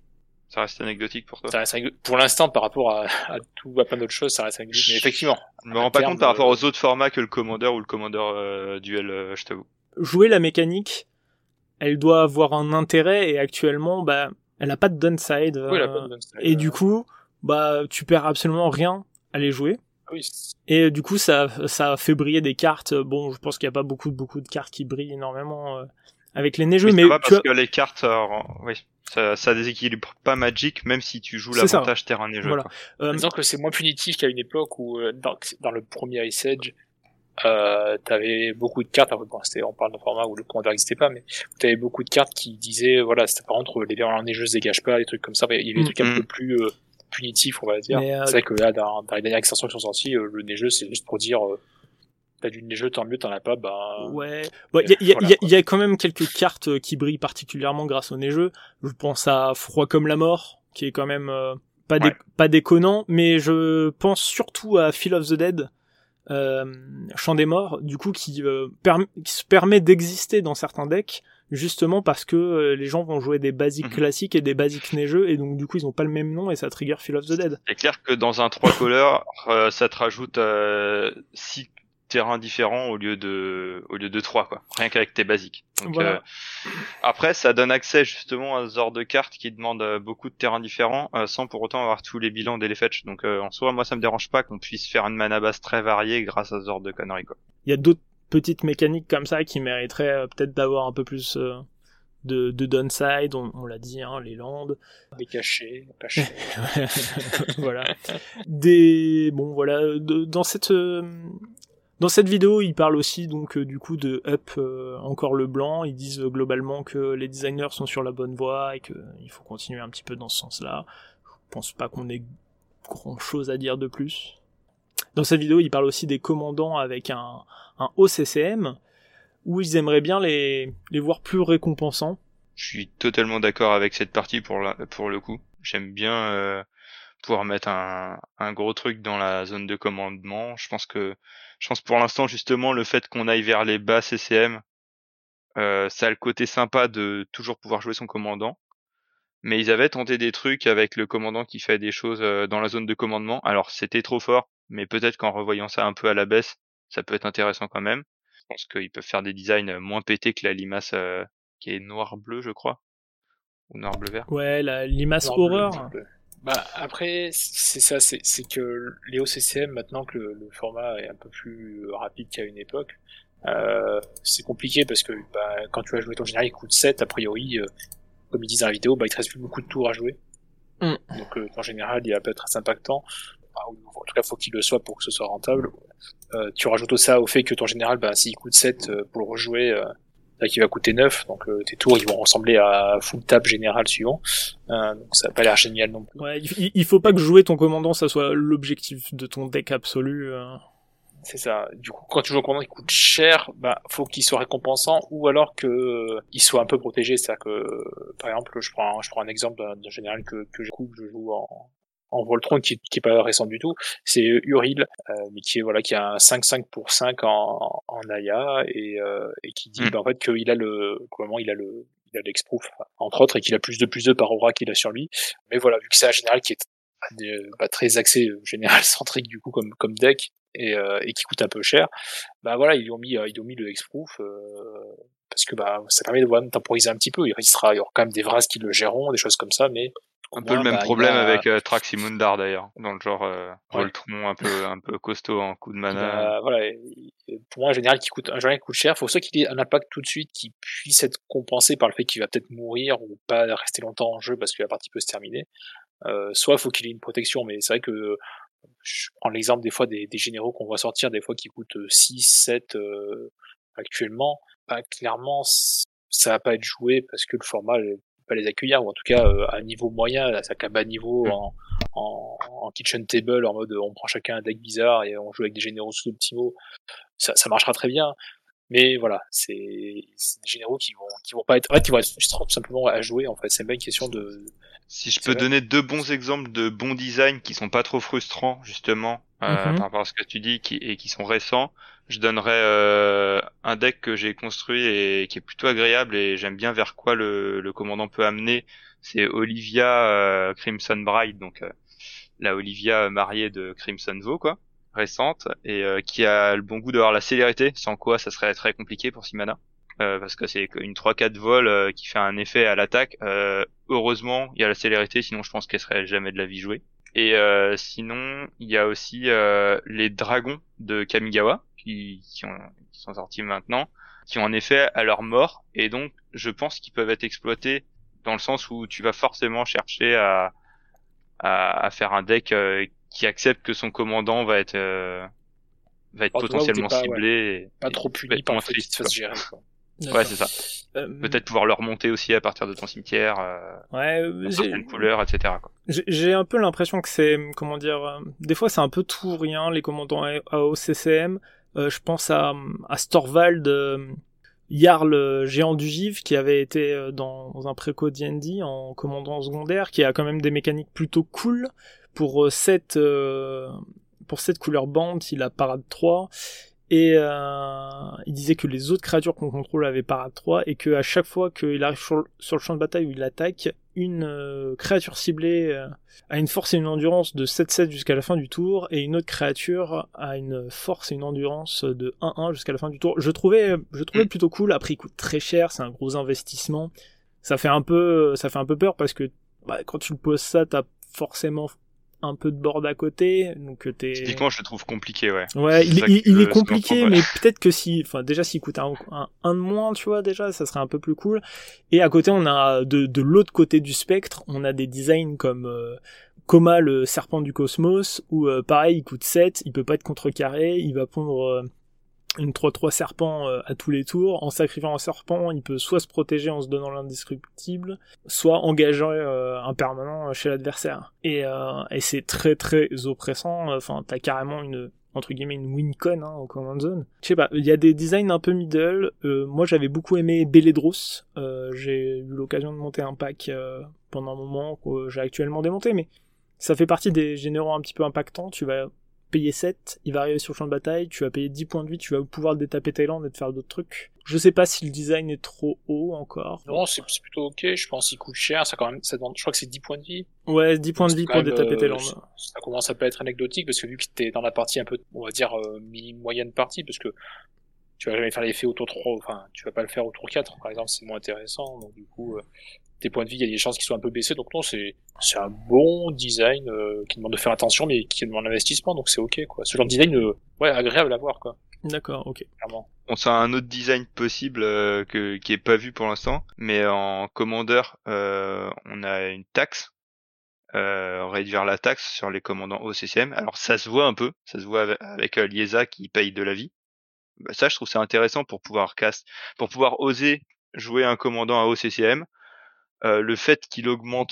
Ça reste anecdotique pour toi. Ça reste anecdotique. Pour l'instant, par rapport à, à tout, à plein d'autres choses, ça reste anecdotique. Mais effectivement, Je me à rends pas terme, compte par rapport euh, aux autres formats que le Commander ou le Commander euh, Duel, euh, je t'avoue. Jouer la mécanique, elle doit avoir un intérêt et actuellement, bah, elle a pas de downside. oui, elle a pas Euh, de downside. et du coup, bah, tu perds absolument rien à les jouer. Oui, c'est- Et du coup, ça, ça fait briller des cartes. Bon, je pense qu'il y a pas beaucoup, beaucoup de cartes qui brillent énormément euh, avec les neigeux, Oui, mais ça va tu parce vois, que les cartes, euh, rend- oui, ça, ça déséquilibre pas Magic, même si tu joues c'est ça. l'avantage terrain neigeux. Voilà. Quoi. Euh, Disons que c'est moins punitif qu'à une époque où, euh, dans, dans le premier Ice Age, euh, t'avais beaucoup de cartes, alors, bon, c'était, on parle d'un format où le commander n'existait pas, mais t'avais beaucoup de cartes qui disaient, voilà, c'était par contre, les verres neigeux se dégagent pas, des trucs comme ça, il y avait des Mm. trucs un Mm. peu plus euh, punitifs, on va dire. Mais, euh, C'est vrai que là, dans, dans les dernières extensions qui sont sorties, euh, le neigeux, c'est juste pour dire, euh, t'as du neigeux, tant mieux, t'en as pas, bah... Ouais, bon, il y, a- y, a- voilà, y, a- quoi. y a quand même quelques cartes qui brillent particulièrement grâce au neigeux. Je pense à Froid comme la mort, qui est quand même euh, pas, dé- Ouais. pas déconnant, mais je pense surtout à Feel of the Dead, euh, Chant des Morts, du coup, qui, euh, perm- qui se permet d'exister dans certains decks, justement parce que euh, les gens vont jouer des basiques Mhm. classiques et des basiques neigeux, et donc du coup, ils ont pas le même nom, et ça trigger Feel of the Dead. C'est clair que dans un trois couleurs, euh, ça te rajoute euh, six terrains différents au lieu de au lieu de trois quoi. Rien qu'avec tes basiques. Donc Voilà. euh, après ça donne accès justement à ce genre de cartes qui demandent euh, beaucoup de terrains différents euh, sans pour autant avoir tous les bilans dès les fetch. Donc euh, en soi moi ça me dérange pas qu'on puisse faire une mana base très variée grâce à ce genre de conneries quoi. Il y a d'autres petites mécaniques comme ça qui mériteraient euh, peut-être d'avoir un peu plus euh, de, de downside, on, on l'a dit, hein, les landes. Des cachets, cachés. Voilà. Des bon voilà, de, dans cette euh, dans cette vidéo, ils parlent aussi donc euh, du coup de Up euh, encore le blanc, ils disent euh, globalement que les designers sont sur la bonne voie et que il faut continuer un petit peu dans ce sens-là. Je pense pas qu'on ait grand-chose à dire de plus. Dans cette vidéo, ils parlent aussi des commandants avec un un O C C M où ils aimeraient bien les les voir plus récompensants. Je suis totalement d'accord avec cette partie pour la, pour le coup. J'aime bien euh, pouvoir mettre un, un gros truc dans la zone de commandement. Je pense que, je pense pour l'instant justement le fait qu'on aille vers les bas C C M, euh, ça a le côté sympa de toujours pouvoir jouer son commandant. Mais ils avaient tenté des trucs avec le commandant qui fait des choses euh, dans la zone de commandement. Alors c'était trop fort, mais peut-être qu'en revoyant ça un peu à la baisse, ça peut être intéressant quand même. Je pense qu'ils peuvent faire des designs moins pétés que la limace euh, qui est noir-bleu, je crois, ou noir-bleu-vert. Ouais, la limace Non, bleu, horreur. bleu. Bah après c'est ça, c'est c'est que les O C C M maintenant que le, le format est un peu plus rapide qu'à une époque, euh, c'est compliqué parce que bah, quand tu vas jouer ton général il coûte sept a priori, euh, comme ils disent dans la vidéo, bah il te reste plus beaucoup de tours à jouer. Mm. Donc euh, ton général il va peut être très impactant. Enfin, en tout cas faut qu'il le soit pour que ce soit rentable. Euh, tu rajoutes ça au fait que ton général bah s'il coûte sept euh, pour le rejouer, euh, là qui va coûter neuf, donc euh, tes tours ils vont ressembler à full tap général suivant, euh, donc ça a pas l'air génial non plus. Ouais, il, il faut pas que jouer ton commandant ça soit l'objectif de ton deck absolu. Euh. C'est ça. Du coup, quand tu joues un commandant qui coûte cher, bah faut qu'il soit récompensant ou alors que euh, il soit un peu protégé. C'est-à-dire que, euh, par exemple, je prends, un, je prends un exemple d'un, d'un général que que je, que je joue en en Voltron qui, qui est pas récent du tout, c'est Uril, euh, mais qui est voilà qui a un cinq cinq pour cinq en, en Aya et, euh, et qui dit Mm. bah, en fait qu'il a le comment il a le il a l'exproof entre autres et qu'il a plus de plus de par aura qu'il a sur lui. Mais voilà, vu que c'est un général qui est euh, bah, très axé euh, général centrique du coup comme comme deck et, euh, et qui coûte un peu cher, bah voilà ils lui ont mis euh, ils lui ont mis le exproof euh, parce que bah ça permet de, voilà, de temporiser un petit peu. Il restera il y aura quand même des Vras qui le géreront, des choses comme ça, mais Un peu le même bah, problème a... avec euh, Traximundar d'ailleurs, dans le genre euh, ouais. Voltron un peu un peu costaud en coup de mana. A, voilà, pour moi un général qui coûte un général qui coûte cher, faut soit qu'il ait un impact tout de suite qui puisse être compensé par le fait qu'il va peut-être mourir ou pas rester longtemps en jeu parce que la partie peut se terminer. Euh, soit il faut qu'il ait une protection, mais c'est vrai que je prends l'exemple des fois des, des généraux qu'on voit sortir des fois qui coûtent six, sept euh, actuellement. Bah, clairement ça va pas être joué parce que le format pas les accueillir, ou en tout cas euh, à niveau moyen, là, ça à bas niveau mmh. en, en, en kitchen table, en mode on prend chacun un deck bizarre et on joue avec des généraux sous-optimaux, ça, ça marchera très bien. Mais voilà, c'est, c'est des généraux qui vont qui vont pas être, en fait, qui vont être frustrants tout simplement à jouer. En fait, c'est pas une question de. Si je peux vrai. donner deux bons exemples de bons designs qui sont pas trop frustrants justement euh, mm-hmm. par rapport à ce que tu dis qui, et qui sont récents, je donnerais euh, un deck que j'ai construit et qui est plutôt agréable et j'aime bien vers quoi le, le commandant peut amener. C'est Olivia euh, Crimson Bride, donc euh, la Olivia mariée de Crimson Vow quoi, récente et euh, qui a le bon goût d'avoir la célérité, sans quoi ça serait très compliqué pour six mana. Euh, parce que c'est une trois quatre vol euh, qui fait un effet à l'attaque. Euh, heureusement, il y a la célérité, sinon je pense qu'elle serait jamais de la vie jouée. Et euh, sinon, il y a aussi euh, les dragons de Kamigawa qui, qui, ont, qui sont sortis maintenant, qui ont un effet à leur mort. Et donc, je pense qu'ils peuvent être exploités dans le sens où tu vas forcément chercher à, à, à faire un deck euh, qui accepte que son commandant va être, euh, va être Alors, potentiellement pas, ciblé. Ouais. Et, pas trop puni par le fait qu'il se fasse gérer, quoi. Ouais, c'est ça. Euh, Peut-être pouvoir le remonter aussi à partir de ton cimetière, euh, ouais, dans certaines couleurs, et cetera. Quoi. J'ai, j'ai un peu l'impression que c'est, comment dire, euh, des fois c'est un peu tout ou rien, les commandants A O C C M. Euh, je pense à, à Storvald, euh, Jarl géant du Giv, qui avait été dans un préco D and D en commandant secondaire, qui a quand même des mécaniques plutôt cool. Pour euh, cette, euh, pour cette couleur bande, il a parade trois. Et euh, il disait que les autres créatures qu'on contrôle avaient parade trois et que à chaque fois qu'il arrive sur, sur le champ de bataille où il attaque, une euh, créature ciblée euh, a une force et une endurance de sept sept jusqu'à la fin du tour et une autre créature a une force et une endurance de un un jusqu'à la fin du tour. Je trouvais, je trouvais mmh. plutôt cool. Après, il coûte très cher, c'est un gros investissement. Ça fait un peu, ça fait un peu peur parce que bah, quand tu le poses ça, t'as forcément un peu de board à côté, donc t'es... Typiquement, je le trouve compliqué, ouais. Ouais, il, il, il est compliqué, mais peut-être que si, enfin, déjà, s'il coûte un, un, un de moins, tu vois, déjà, ça serait un peu plus cool. Et à côté, on a, de, de l'autre côté du spectre, on a des designs comme, euh, Koma, le serpent du cosmos, où, euh, pareil, il coûte sept, il peut pas être contrecarré, il va pondre, euh, une trois trois serpent euh, à tous les tours. En sacrifiant un serpent, il peut soit se protéger en se donnant l'indestructible, soit engager euh, un permanent chez l'adversaire. Et, euh, et c'est très très oppressant. Enfin, t'as carrément une, entre guillemets, une win-con hein, en command zone. Je sais pas, il y a des designs un peu middle. Euh, moi, j'avais beaucoup aimé Beledros. Euh, j'ai eu l'occasion de monter un pack euh, pendant un moment que j'ai actuellement démonté, mais ça fait partie des généraux un petit peu impactants. Tu vas payer sept, il va arriver sur le champ de bataille, tu vas payer dix points de vie, tu vas pouvoir le détaper Thaïlande et te faire d'autres trucs. Je sais pas si le design est trop haut encore. Non, c'est, c'est plutôt ok, je pense qu'il coûte cher, ça quand même, ça demande, je crois que c'est dix points de vie. Ouais, dix points de vie pour détaper Thaïlande. Euh, ça commence à pas être anecdotique parce que vu que t'es dans la partie un peu, on va dire, euh, mi-moyenne partie, parce que tu vas jamais faire l'effet au tour trois, enfin, tu vas pas le faire au tour quatre, par exemple, c'est moins intéressant, donc du coup, euh, tes points de vie, il y a des chances qu'ils soient un peu baissés, donc non, c'est, c'est un bon design, euh, qui demande de faire attention, mais qui demande l'investissement, donc c'est ok, quoi. Ce genre de design, euh, ouais, agréable à voir, quoi. D'accord, ok. Clairement. On sait un autre design possible, euh, que, qui est pas vu pour l'instant, mais en commandeur, euh, on a une taxe, euh, réduire la taxe sur les commandants O C C M. Alors ça se voit un peu, ça se voit avec, avec euh, Liesa qui paye de la vie. Bah, ça, je trouve ça intéressant pour pouvoir cast, pour pouvoir oser jouer un commandant à O C C M. Euh, le fait qu'il augmente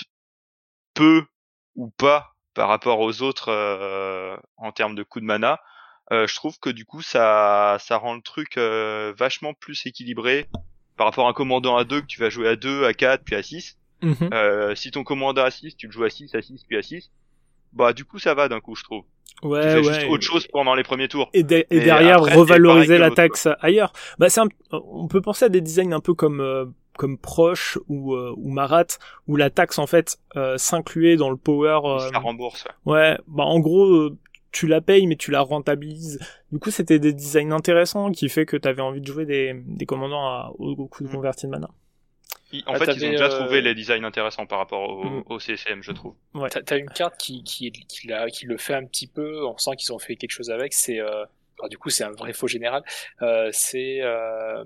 peu ou pas par rapport aux autres euh, en termes de coût de mana, euh, je trouve que du coup ça ça rend le truc euh, vachement plus équilibré par rapport à un commandant à deux que tu vas jouer à deux, à quatre, puis à six. Mm-hmm. Euh, si ton commandant à six, tu le joues à six, à six, puis à six, bah du coup ça va d'un coup, je trouve. Ouais, tu fais ouais, juste autre chose pendant les premiers tours. Et, de- et derrière après, revaloriser la taxe ailleurs. Bah c'est un... on peut penser à des designs un peu comme euh, comme Proche ou euh, ou Marat où la taxe en fait euh, s'incluait dans le power. Euh... Ça rembourse. Ouais, bah en gros euh, tu la payes mais tu la rentabilises. Du coup c'était des designs intéressants qui fait que t'avais envie de jouer des des commandants à, au, au coup de converti de mana. Il- En Ah, fait, ils ont t'avais, déjà euh, trouvé les designs intéressants par rapport au, Mm. au C C M, je trouve. Ouais. T'as, t'as une carte qui, qui, qui, l'a- qui le fait un petit peu, on sent qu'ils ont fait quelque chose avec, c'est, euh, alors du coup c'est un vrai faux général, euh, c'est, euh,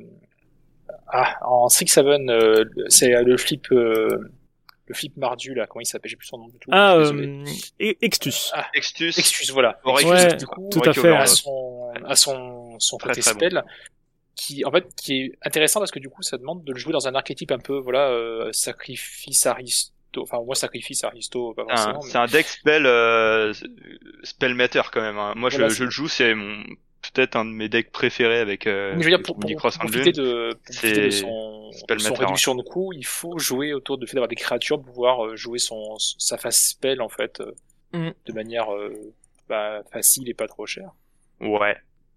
ah, en six sept, euh, c'est le flip, euh, le flip mardu là, comment il s'appelle, j'ai plus son nom du tout, Ah, je suis désolé. euh, E- Extus. Ah, Extus, excuse, voilà. Oryx, Ouais, du coup, tout à Oryx fait. à Overlord. son, à son, son Très, côté très bon. spell, qui, en fait, qui est intéressant parce que du coup, ça demande de le jouer dans un archétype un peu, voilà, euh, sacrifice aristo, enfin, moi, sacrifice aristo, pas C'est un, forcément, c'est mais un deck spell, euh, spell meter quand même. Hein. Moi, voilà, je, je c'est- le joue, c'est mon peut-être un de mes decks préférés avec euh, mais je veux dire, pour, Omni pour, Cross pour and profiter Lune. de, pour profiter de C'est son, spell de son matter, réduction de coût, il faut jouer autour de fait d'avoir des créatures pour pouvoir euh, jouer son, sa phase spell, en fait, euh, Mm. de manière, euh, bah, facile et pas trop chère. Ouais.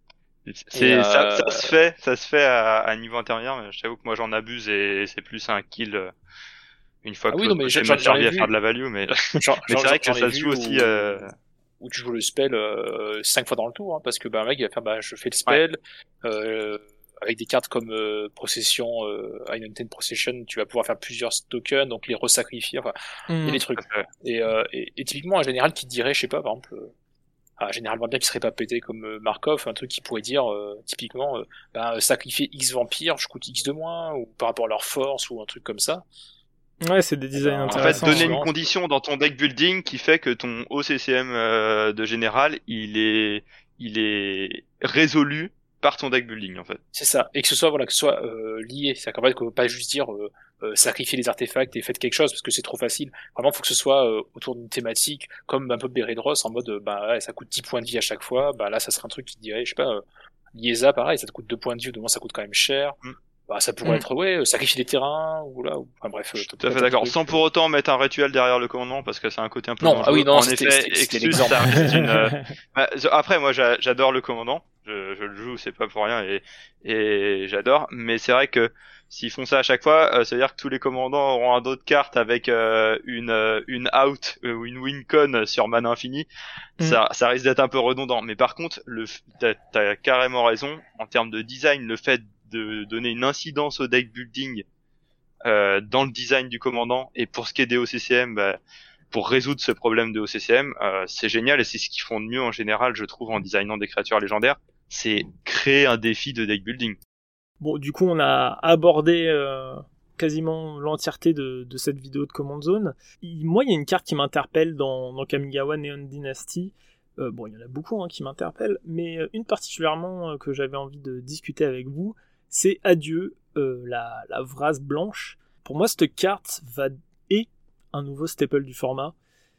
C'est Et, ça, euh, ça se fait, ça se fait à, à niveau intermédiaire, mais je t'avoue que moi j'en abuse et c'est plus un kill euh, une fois ah que oui, non, l'autre mais côté j'en, m'a j'en ai servi à vu, faire de la value, mais j'en, mais j'en, c'est vrai que j'en ai ça se vu joue où, aussi. Euh... où tu joues le spell euh, cinq fois dans le tour, hein, parce que bah, un mec il va faire bah, je fais le spell euh, avec des cartes comme euh, Procession, euh, Inuntain Procession, tu vas pouvoir faire plusieurs tokens, donc les resacrifier, enfin il y a Mm. des trucs. Ouais. Et, euh, et, et typiquement un général qui dirait, je sais pas, par exemple, euh, ah, généralement bien qui serait pas pété comme euh, Markov, un truc qui pourrait dire euh, typiquement euh, bah, sacrifier X vampires, je coûte X de moins, ou par rapport à leur force, ou un truc comme ça. Ouais, c'est des Et designs ben, En fait, intéressants. donner Ouais. une condition dans ton deck building qui fait que ton O C C M euh, de général, il est, il est résolu par ton deck building en fait. C'est ça, et que ce soit voilà que ce soit euh, lié, c'est-à-dire qu'en fait qu'on peut pas juste dire euh, euh, sacrifier les artefacts et faites quelque chose parce que c'est trop facile. Vraiment, faut que ce soit euh, autour d'une thématique, comme un peu Beredros en mode euh, bah ouais, ça coûte dix points de vie à chaque fois. Bah là, ça serait un truc qui dirait, je sais pas, euh, Liesa, pareil, ça te coûte deux points de vie, au moins ça coûte quand même cher. Mm. Bah ça pourrait Mm. être ouais, euh, sacrifier des terrains ou là, ou, enfin bref. Je suis euh, tout à plein fait de d'accord. trucs, Sans euh. pour autant mettre un rituel derrière le commandement parce que c'est un côté un peu Non, dangereux. ah oui, non, En c'était- effet, c'était- c'était Extus, l'exemple. ça reste une. euh, bah, après, moi, j'a- j'adore le commandant. Je, je le joue, c'est pas pour rien et, et j'adore. Mais c'est vrai que s'ils font ça à chaque fois, euh, ça veut dire que tous les commandants auront un dos de carte avec euh, une euh, une out euh, ou une win con sur mana infini. Mm. Ça, ça risque d'être un peu redondant. Mais par contre, le, f- t'as, t'as carrément raison en termes de design, le fait de donner une incidence au deck building euh, dans le design du commandant et pour ce qui est des O C C M, bah, pour résoudre ce problème de O C C M, euh, c'est génial et c'est ce qu'ils font de mieux en général, je trouve, en designant des créatures légendaires, c'est créer un défi de deck building. Bon, du coup, on a abordé euh, quasiment l'entièreté de, de cette vidéo de Command Zone. Il- moi, il y a une carte qui m'interpelle dans, dans Kamigawa Neon Dynasty. Euh, bon, il y en a beaucoup hein, qui m'interpellent, mais euh, une particulièrement euh, que j'avais envie de discuter avec vous, c'est Adieu, euh, la, la Vrase blanche. Pour moi, cette carte va est un nouveau staple du format.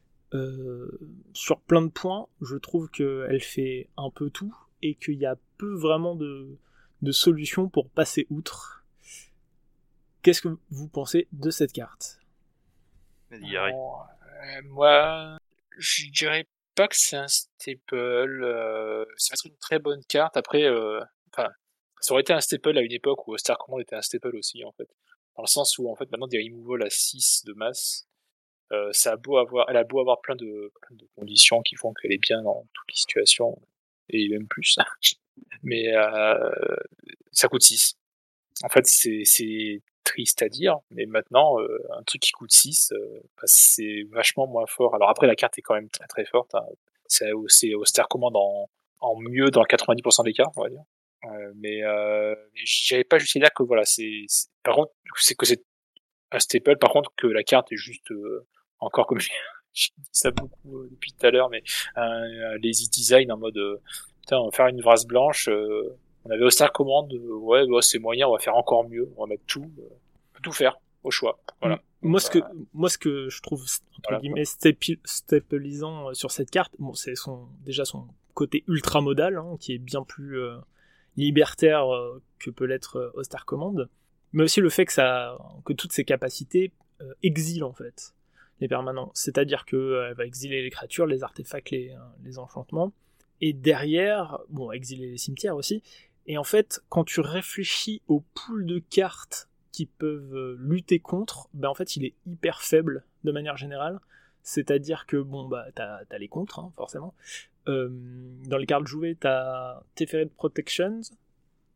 Euh, sur plein de points, je trouve qu'elle fait un peu tout et qu'il y a peu vraiment de, de solutions pour passer outre. Qu'est-ce que vous pensez de cette carte ? Vas-y, Harry. Bon, euh, moi, je dirais pas que c'est un staple. Euh, ça va être une très bonne carte. Après, euh, enfin, ça aurait été un staple à une époque où Star Command était un staple aussi, en fait. Dans le sens où, en fait, maintenant, des removals à six de masse, euh, ça a beau avoir, elle a beau avoir plein de, plein de conditions qui font qu'elle est bien dans toutes les situations, et même plus. Mais euh, ça coûte six. En fait, c'est, c'est triste à dire, mais maintenant, euh, un truc qui coûte six, euh, bah, c'est vachement moins fort. Alors après, la carte est quand même très très forte. Hein. C'est, c'est au Star Command en, en mieux dans quatre-vingt-dix pour cent des cas, on va dire. Euh, mais euh, je dirais pas juste là que voilà, c'est, c'est par contre, c'est que c'est un staple. Par contre, que la carte est juste euh, encore comme j'ai dit ça beaucoup euh, depuis tout à l'heure, mais un, un lazy design en mode euh, putain, on va faire une Vrase blanche. Euh, on avait au Star Command, euh, ouais, bah, c'est moyen, on va faire encore mieux, on va mettre tout, euh, on peut tout faire au choix. Voilà. Moi, ce que, Bah, moi, ce que je trouve entre Voilà. guillemets stapi- staplisant euh, sur cette carte, bon, c'est son, déjà son côté ultra modal, hein, qui est bien plus euh, libertaire euh, que peut l'être euh, au Star Command, mais aussi le fait que ça, que toutes ses capacités euh, exilent en fait les permanents. C'est-à-dire que euh, elle va exiler les créatures, les artefacts, les, euh, les enchantements, et derrière, bon, exiler les cimetières aussi. Et en fait, quand tu réfléchis au pool de cartes qui peuvent lutter contre, ben en fait il est hyper faible de manière générale. C'est-à-dire que bon bah t'as, t'as les contres hein, forcément. Euh, dans les cartes jouées t'as Teferet Protections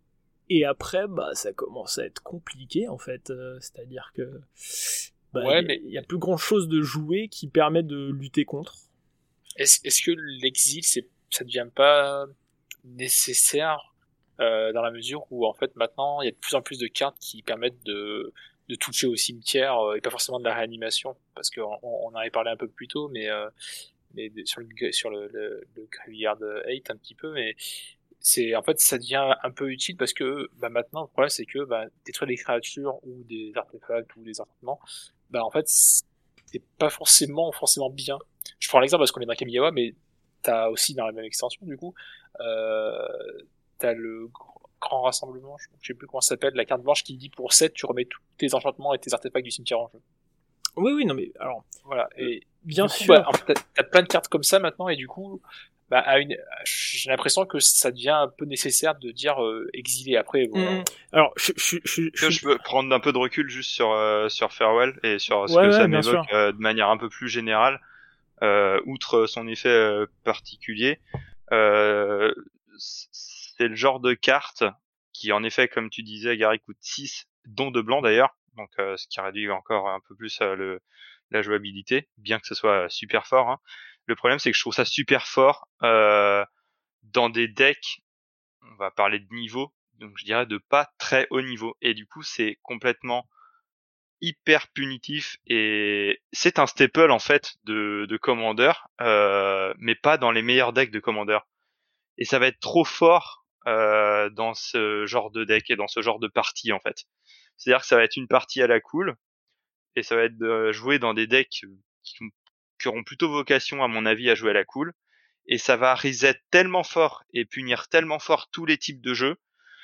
Et après, bah, ça commence à être compliqué, en fait. Euh, c'est-à-dire que bah, Ouais, il mais y a plus grand-chose de jouer qui permet de lutter contre. est-ce, est-ce que l'exil, c'est, ça devient pas nécessaire euh, dans la mesure où en fait maintenant il y a de plus en plus de cartes qui permettent de, de toucher au cimetière euh, et pas forcément de la réanimation, parce qu'on on en avait parlé un peu plus tôt, mais, euh, mais sur le sur le, le, le Graveyard huit un petit peu, mais c'est en fait ça devient un peu utile parce que bah, maintenant le problème c'est que bah, détruire des créatures ou des artefacts ou des enchantements, bah en fait c'est pas forcément forcément bien. Je prends l'exemple parce qu'on est dans Kamigawa, mais t'as aussi dans la même extension du coup euh, t'as le grand rassemblement, je sais plus comment ça s'appelle, la carte blanche qui dit pour sept tu remets tous tes enchantements et tes artefacts du cimetière en jeu. Oui, oui, non mais alors voilà, et bien du coup, sûr. Bah, en fait, t'as, t'as plein de cartes comme ça maintenant et du coup bah, à une, j'ai l'impression que ça devient un peu nécessaire de dire euh, exilé après. Bon, Mmh. Alors, je, je, je, je, je peux prendre un peu de recul juste sur euh, sur Farewell et sur ce ouais, que ouais, ça bien m'évoque sûr. euh, de manière un peu plus générale, euh, outre son effet euh, particulier. Euh, c'est le genre de carte qui, en effet, comme tu disais, Gary, coûte six, dont de blanc d'ailleurs, donc euh, ce qui réduit encore un peu plus euh, le la jouabilité, bien que ce soit super fort. Hein. Le problème, c'est que je trouve ça super fort euh, dans des decks, on va parler de niveau, donc je dirais de pas très haut niveau. Et du coup, c'est complètement hyper punitif et c'est un staple en fait de, de Commander, euh, mais pas dans les meilleurs decks de Commander. Et ça va être trop fort euh, dans ce genre de deck et dans ce genre de partie en fait. C'est-à-dire que ça va être une partie à la cool et ça va être euh, joué dans des decks qui, qui auront plutôt vocation à mon avis à jouer à la cool. Et ça va reset tellement fort et punir tellement fort tous les types de jeux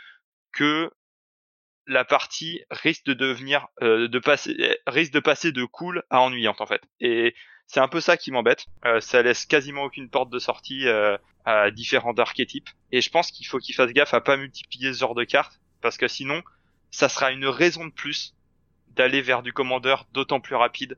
que la partie risque de devenir euh, de passer risque de passer de cool à ennuyante en fait. Et c'est un peu ça qui m'embête. Euh, ça laisse quasiment aucune porte de sortie euh, à différents archétypes. Et je pense qu'il faut qu'ils fassent gaffe à pas multiplier ce genre de cartes parce que sinon, ça sera une raison de plus d'aller vers du commandeur d'autant plus rapide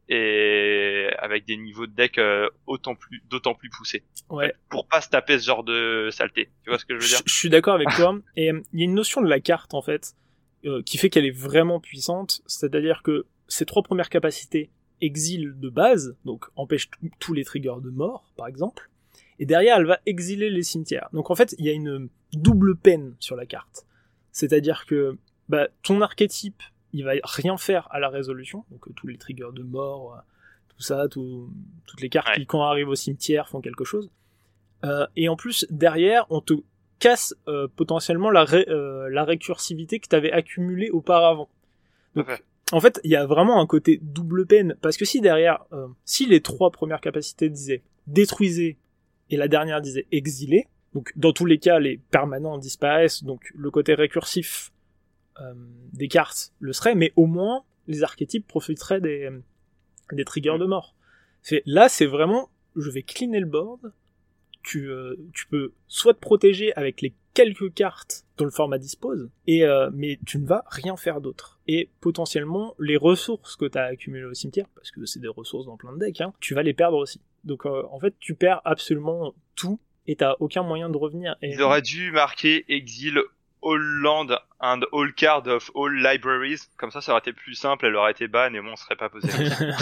et avec des niveaux de deck euh, autant plus d'autant plus poussés. Ouais. En fait, pour pas se taper ce genre de saleté. Tu vois ce que je veux dire ? Je, je suis d'accord avec toi. Et il euh, y a une notion de la carte en fait euh, qui fait qu'elle est vraiment puissante. C'est-à-dire que ces trois premières capacités exilent de base, donc empêchent t- tous les triggers de mort, par exemple. Et derrière, elle va exiler les cimetières. Donc en fait, il y a une double peine sur la carte. C'est-à-dire que bah, ton archétype, il va rien faire à la résolution. Donc euh, tous les triggers de mort, euh, tout ça, tout, toutes les cartes Ouais. qui, quand arrivent au cimetière, font quelque chose. Euh, et en plus, derrière, on te casse euh, potentiellement la, ré, euh, la récursivité que tu avais accumulée auparavant. Donc, Okay. en fait, il y a vraiment un côté double peine. Parce que si derrière, euh, si les trois premières capacités disaient détruisez et la dernière disait exilez, donc dans tous les cas, les permanents disparaissent, donc le côté récursif euh, des cartes le serait, mais au moins, les archétypes profiteraient des, des triggers mmh. de mort. C'est, là, c'est vraiment, je vais cleaner le board. Tu, euh, tu peux soit te protéger avec les quelques cartes dont le format dispose, et, euh, mais tu ne vas rien faire d'autre. Et potentiellement, les ressources que tu as accumulées au cimetière, parce que c'est des ressources dans plein de decks, hein, tu vas les perdre aussi. Donc euh, en fait, tu perds absolument tout, et tu n'as aucun moyen de revenir. Et... Ils auraient dû marquer Exile All Land and All Card of All Libraries. Comme ça, ça aurait été plus simple, elle aurait été ban et moi on serait pas posé.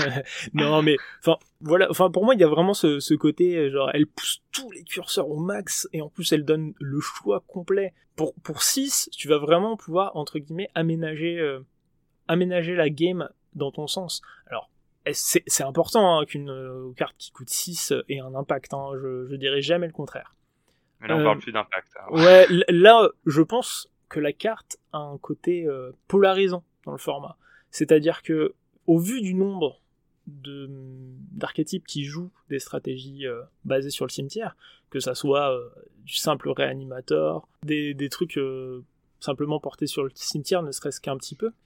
Non, mais enfin voilà, enfin pour moi il y a vraiment ce, ce côté genre elle pousse tous les curseurs au max et en plus elle donne le choix complet. Pour pour six, tu vas vraiment pouvoir entre guillemets aménager euh, aménager la game dans ton sens. Alors c'est c'est important hein, qu'une euh, carte qui coûte six ait un impact, hein, je je dirais jamais le contraire. Mais là on euh, parle plus d'impact. Hein. Ouais, là je pense que la carte a un côté euh, polarisant dans le format. C'est-à-dire que au vu du nombre de d'archétypes qui jouent des stratégies euh, basées sur le cimetière, que ça soit euh, du simple réanimateur, des, des trucs euh, simplement portés sur le cimetière, ne serait-ce qu'un petit peu,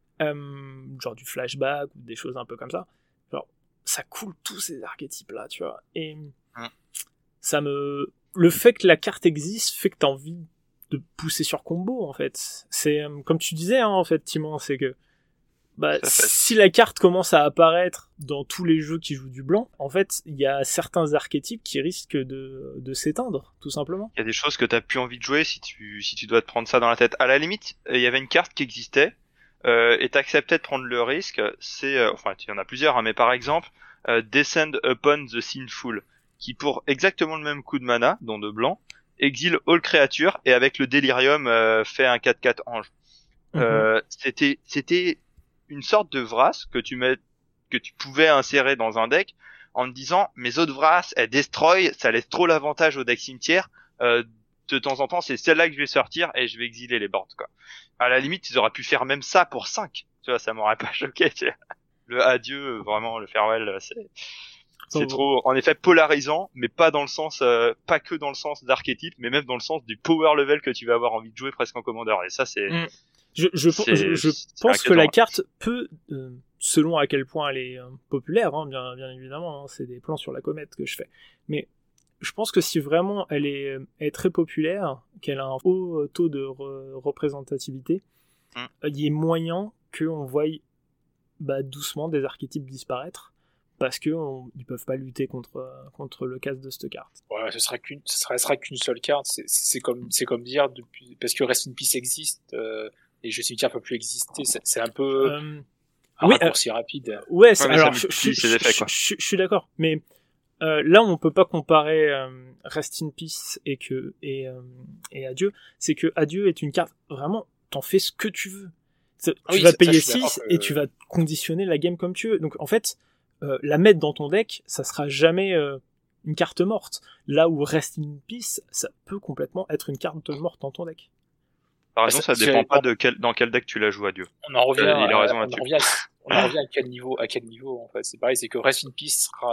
euh, genre du flashback ou des choses un peu comme ça, genre ça coule tous ces archétypes-là, tu vois, et mmh. ça me... Le fait que la carte existe fait que t'as envie de pousser sur combo, en fait. C'est, comme tu disais, hein, en fait, Timon, c'est que bah, si la carte commence à apparaître dans tous les jeux qui jouent du blanc, en fait, il y a certains archétypes qui risquent de, de s'éteindre, tout simplement. Il y a des choses que t'as plus envie de jouer si tu, si tu dois te prendre ça dans la tête. À la limite, il y avait une carte qui existait, euh, et t'acceptais de prendre le risque. C'est, euh, enfin, il y en a plusieurs, hein, mais par exemple, euh, Descend Upon the Sinful, qui pour exactement le même coup de mana, dont de blanc, exile all créatures, et avec le délirium, euh, fait un quatre quatre ange. Mm-hmm. Euh, c'était, c'était une sorte de Vras que tu mets, que tu pouvais insérer dans un deck en te disant mes autres Vras elles destroy, ça laisse trop l'avantage au deck cimetière, euh, de temps en temps c'est celle-là que je vais sortir et je vais exiler les boards quoi. À la limite ils auraient pu faire même ça pour cinq, tu vois, ça m'aurait pas choqué, tu vois. Le adieu, vraiment le farewell, c'est c'est oh. trop en effet polarisant, mais pas dans le sens euh, pas que dans le sens d'archétype, mais même dans le sens du power level que tu vas avoir envie de jouer presque en commandeur, et ça c'est mm. Je, je, je, je pense que la carte peut, euh, selon à quel point elle est euh, populaire, hein, bien, bien évidemment, hein, c'est des plans sur la comète que je fais, mais je pense que si vraiment elle est, elle est très populaire, qu'elle a un haut taux de re- représentativité, il mm. y a moyen qu'on voie bah, doucement des archétypes disparaître, parce qu'ils ne peuvent pas lutter contre, contre le casse de cette carte. Ouais, ce sera qu'une, ce sera, ce sera qu'une seule carte, c'est, c'est, comme, c'est comme dire, depuis, parce que Rest in Peace existe, euh, les jeux cimetières peuvent plus exister, c'est, c'est un peu euh, un oui, raccourci euh, rapide. Ouais, c'est, ouais alors je, je, je, je, je, je suis d'accord, mais euh, là on peut pas comparer euh, Rest in Peace et que et euh, et Adieu, c'est que Adieu est une carte vraiment, t'en fais ce que tu veux. Tu oui, vas payer ça, six que... et tu vas conditionner la game comme tu veux. Donc en fait, euh, la mettre dans ton deck, ça sera jamais euh, une carte morte. Là où Rest in Peace, ça peut complètement être une carte morte dans ton deck. Par exemple, ça, ça dépend pas de quel, dans quel deck tu la joues à Dieu. On en revient, euh, il a raison on, en revient à, on en revient à quel niveau, à quel niveau, en fait. C'est pareil, c'est que Rest in Peace sera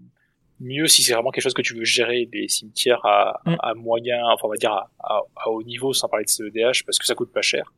mieux si c'est vraiment quelque chose que tu veux gérer des cimetières à, mm. à moyen, enfin, on va dire à, à, à haut niveau, sans parler de C E D H, parce que ça coûte pas cher.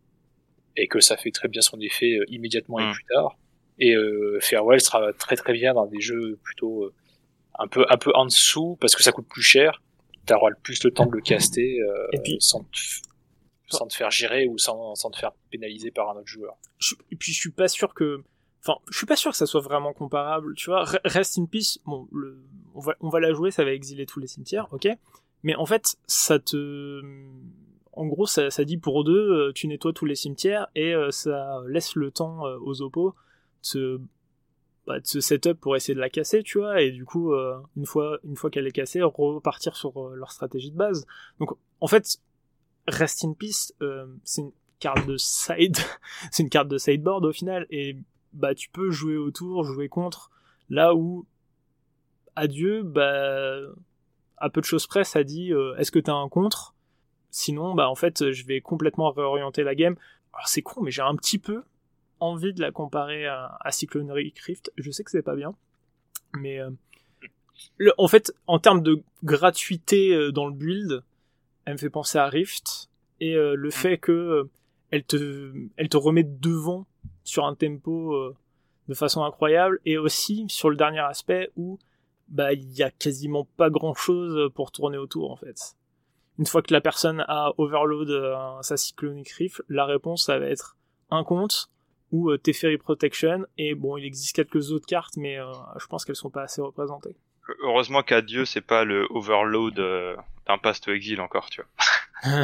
Et que ça fait très bien son effet euh, immédiatement mm. et plus tard. Et, euh, Farewell sera très très bien dans des jeux plutôt, euh, un peu, un peu en dessous, parce que ça coûte plus cher. T'auras plus le temps de le caster, euh, et puis, sans te sans te faire gérer ou sans, sans te faire pénaliser par un autre joueur. Je, et puis je suis pas sûr que, enfin, je suis pas sûr que ça soit vraiment comparable. Tu vois, Rest in Peace, bon, le, on va, on va la jouer, ça va exiler tous les cimetières, ok. Mais en fait, ça te, en gros, ça, ça dit pour deux, tu nettoies tous les cimetières et euh, ça laisse le temps euh, aux oppos de se, bah, de se set up pour essayer de la casser, tu vois. Et du coup, euh, une fois, une fois qu'elle est cassée, repartir sur euh, leur stratégie de base. Donc, en fait. Rest in Peace, euh, c'est une carte de side, c'est une carte de sideboard au final, et bah tu peux jouer autour, jouer contre, là où Adieu, bah à peu de choses près, ça dit euh, est-ce que t'as un contre ? Sinon, bah en fait, je vais complètement réorienter la game. Alors c'est con, mais j'ai un petit peu envie de la comparer à, à Cyclonic Rift. Je sais que c'est pas bien, mais euh, le, en fait, en termes de gratuité euh, dans le build. Elle me fait penser à Rift, et euh, le fait que euh, elle te elle te remet devant sur un tempo euh, de façon incroyable, et aussi sur le dernier aspect où bah il y a quasiment pas grand chose pour tourner autour en fait. Une fois que la personne a overload euh, sa Cyclonic Rift, la réponse ça va être un compte ou euh, Teferi Protection, et bon il existe quelques autres cartes mais euh, je pense qu'elles sont pas assez représentées. Heureusement qu'à Dieu c'est pas le overload euh, d'un pass to exil encore, tu vois.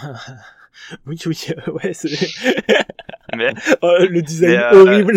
oui, oui, euh, ouais, c'est... mais, oh, le design mais, euh, horrible.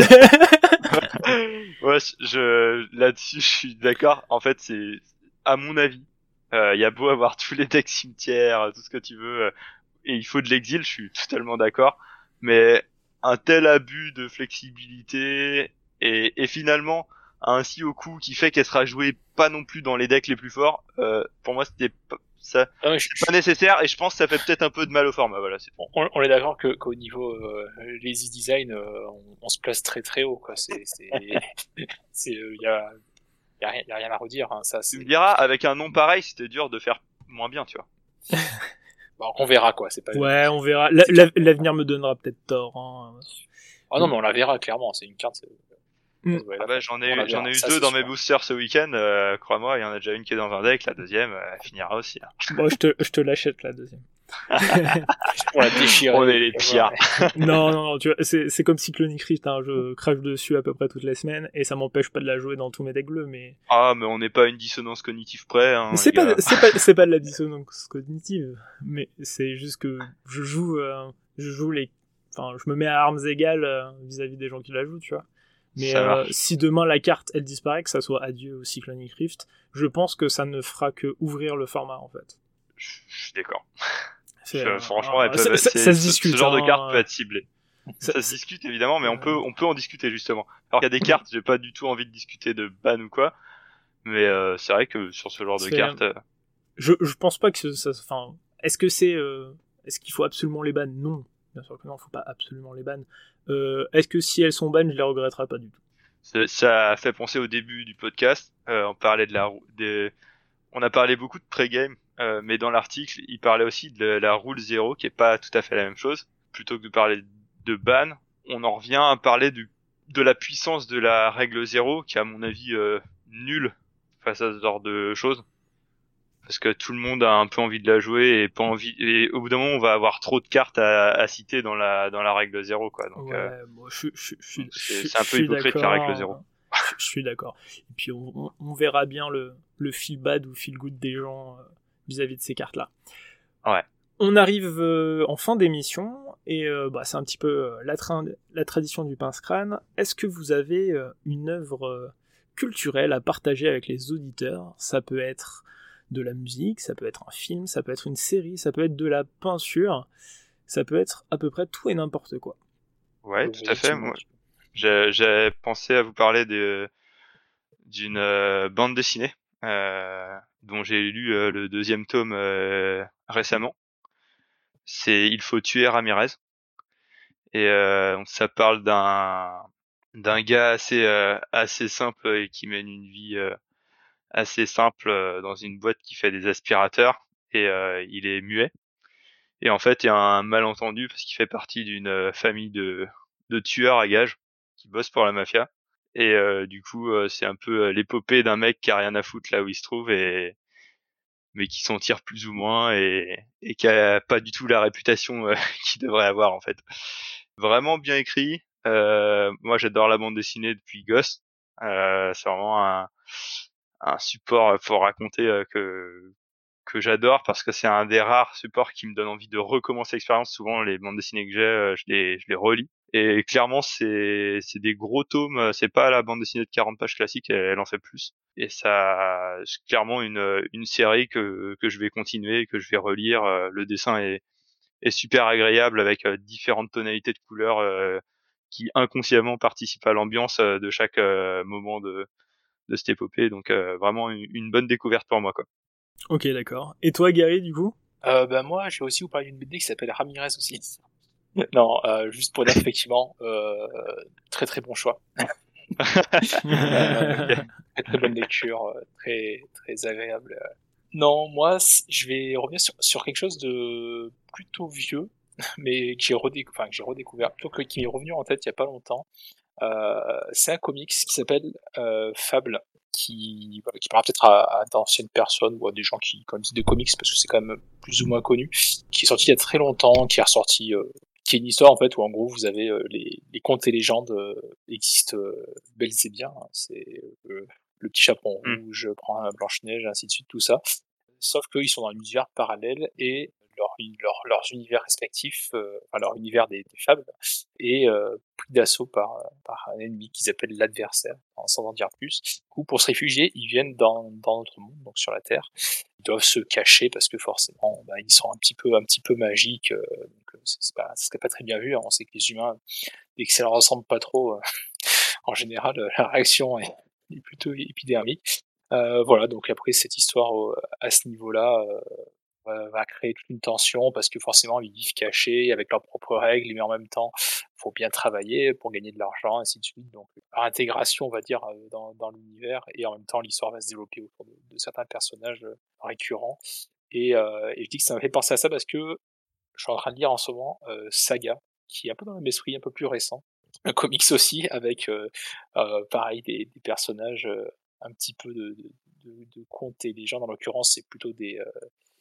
ouais, je, là-dessus, je suis d'accord. En fait, c'est, à mon avis, il euh, y a beau avoir tous les decks cimetières, tout ce que tu veux, euh, et il faut de l'exil, je suis totalement d'accord. Mais un tel abus de flexibilité, et, et finalement, un si haut coût qui fait qu'elle sera jouée pas non plus dans les decks les plus forts, euh, pour moi c'était pas, ça, ah ouais, je, pas nécessaire, et je pense que ça fait peut-être un peu de mal au format. Voilà, c'est bon. on, on est d'accord que, qu'au niveau euh, lazy design, euh, on, on se place très très haut, quoi. C'est, c'est, c'est, il euh, y a, y a rien, y a rien à redire. Hein, ça. C'est... Tu me diras, avec un nom pareil, c'était dur de faire moins bien, tu vois. Bon, on verra quoi. C'est pas. Ouais, on verra. La, la, l'avenir me donnera peut-être tort. Hein. Oh non, mais on la verra clairement. C'est une carte. C'est... Mmh. Ah bah, j'en ai, j'en ai eu ça, deux dans sûr. Mes boosters ce week-end, euh, crois-moi, il y en a déjà une qui est dans un deck, la deuxième, euh, elle finira aussi. Hein. Bon, je te, je te l'achète la deuxième. On l'a déchiré. On est les pires. non, non, non, tu vois, c'est, c'est comme Cyclonic Rift, hein, je crache dessus à peu près toutes les semaines, et ça m'empêche pas de la jouer dans tous mes decks bleus, mais... Ah, mais on n'est pas à une dissonance cognitive près, hein, Mais c'est les gars. pas, c'est pas, c'est pas de la dissonance cognitive, mais c'est juste que je joue, euh, je joue les, enfin, je me mets à armes égales euh, vis-à-vis des gens qui la jouent, tu vois. Mais euh, si demain la carte elle disparaît, que ça soit adieu au Cyclonic Rift, je pense que ça ne fera que ouvrir le format en fait. Je suis d'accord. C'est, je, euh, franchement, euh, elle peut, ça, c'est, ça se discute. Ce genre hein, de carte peut être ciblé. Ça, ça se discute évidemment, mais on peut, on peut en discuter justement. Alors qu'il y a des cartes, j'ai pas du tout envie de discuter de ban ou quoi, mais euh, c'est vrai que sur ce genre c'est, de carte, euh... je, je pense pas que ça, enfin, est-ce que c'est, euh, est-ce qu'il faut absolument les ban? Non, bien sûr que non, faut pas absolument les ban. Euh, est-ce que si elles sont ban, je les regretterai pas du tout? Ça fait penser au début du podcast. Euh, on parlait de la, des, on a parlé beaucoup de pré-game, euh, mais dans l'article, il parlait aussi de la rule zéro, qui est pas tout à fait la même chose. Plutôt que de parler de ban, on en revient à parler du, de la puissance de la règle zéro, qui est à mon avis euh, nulle face à ce genre de choses. Parce que tout le monde a un peu envie de la jouer et pas envie, et au bout d'un moment, on va avoir trop de cartes à, à citer dans la, dans la règle zéro, quoi. Donc, ouais, euh, bon, je, je, je, donc c'est, je, c'est un peu hypocrite la règle zéro. Je, je suis d'accord. Et puis on, on, on verra bien le, le feel bad ou feel good des gens euh, vis-à-vis de ces cartes-là. Ouais. On arrive euh, en fin d'émission et euh, bah, c'est un petit peu euh, la, tra- la tradition du pince-crâne. Est-ce que vous avez euh, une œuvre euh, culturelle à partager avec les auditeurs? Ça peut être de la musique, ça peut être un film, ça peut être une série, ça peut être de la peinture, ça peut être à peu près tout et n'importe quoi. Ouais, tout à fait. Moi, j'ai, j'ai pensé à vous parler de, d'une euh, bande dessinée euh, dont j'ai lu euh, le deuxième tome euh, récemment. C'est Il faut tuer Ramirez. Et euh, ça parle d'un d'un gars assez euh, assez simple et qui mène une vie euh, assez simple euh, dans une boîte qui fait des aspirateurs et euh, il est muet. Et en fait, il y a un malentendu parce qu'il fait partie d'une famille de de tueurs à gages qui bossent pour la mafia. Et euh, du coup, euh, c'est un peu euh, l'épopée d'un mec qui a rien à foutre là où il se trouve et mais qui s'en tire plus ou moins et, et qui a pas du tout la réputation euh, qu'il devrait avoir en fait. Vraiment bien écrit. Euh, moi, j'adore la bande dessinée depuis gosse. Euh, c'est vraiment un, un support pour raconter euh, que que j'adore parce que c'est un des rares supports qui me donne envie de recommencer l'expérience. Souvent, les bandes dessinées que j'ai, euh, je les je les relis. Et clairement, c'est c'est des gros tomes. C'est pas la bande dessinée de quarante pages classique. Elle, elle en fait plus. Et ça, c'est clairement une une série que que je vais continuer, que je vais relire. Le dessin est est super agréable avec euh, différentes tonalités de couleurs euh, qui inconsciemment participent à l'ambiance euh, de chaque euh, moment de de cette épopée. Donc euh, vraiment une, une bonne découverte pour moi, quoi. Ok, d'accord. Et toi, Gary, du coup? Euh, bah moi, je vais aussi vous parler d'une B D qui s'appelle Ramirez aussi. Non, euh, juste pour dire effectivement, euh, très très bon choix. euh, okay. Très très bonne lecture, très très agréable. Non, moi, je vais revenir sur, sur quelque chose de plutôt vieux, mais que j'ai redécouvert, enfin, que j'ai redécouvert, plutôt que qui m'est revenu en tête il y a pas longtemps. Euh, c'est un comics qui s'appelle euh, Fable, qui, voilà, qui parle peut-être à, à d'anciennes personnes ou à des gens qui connaissent des comics parce que c'est quand même plus ou moins connu, qui est sorti il y a très longtemps, qui est ressorti, euh, qui est une histoire en fait où en gros vous avez euh, les, les contes et légendes euh, existent euh, bel et bien, hein, c'est euh, le petit chaperon Mm. rouge prend un Blanche-Neige, ainsi de suite, tout ça. Sauf qu'ils sont dans un univers parallèle et leur, leur, leurs univers respectifs, euh, enfin leur univers des, des fables, est euh, pris d'assaut par, par un ennemi qu'ils appellent l'adversaire, sans en dire plus. Du coup, pour se réfugier, ils viennent dans, dans notre monde, donc sur la Terre. Ils doivent se cacher parce que forcément, bah, ils sont un petit peu, un petit peu magiques. Euh, donc c'est pas, ça serait pas très bien vu. Hein. On sait que les humains, dès que ça leur ressemble pas trop, euh, en général, la réaction est, est plutôt épidermique. Euh, voilà, donc après cette histoire euh, à ce niveau-là euh, va, va créer toute une tension parce que forcément ils vivent cachés avec leurs propres règles, mais en même temps faut bien travailler pour gagner de l'argent, ainsi de suite. Donc par intégration, on va dire, dans, dans l'univers, et en même temps l'histoire va se développer autour de, de certains personnages récurrents. Et, euh, et je dis que ça m'a fait penser à ça parce que je suis en train de lire en ce moment euh, Saga, qui est un peu dans le même esprit, un peu plus récent. Un comics aussi, avec euh, euh, pareil des, des personnages euh, un petit peu de, de, de, de contes et légendes. En l'occurrence, c'est plutôt des, euh,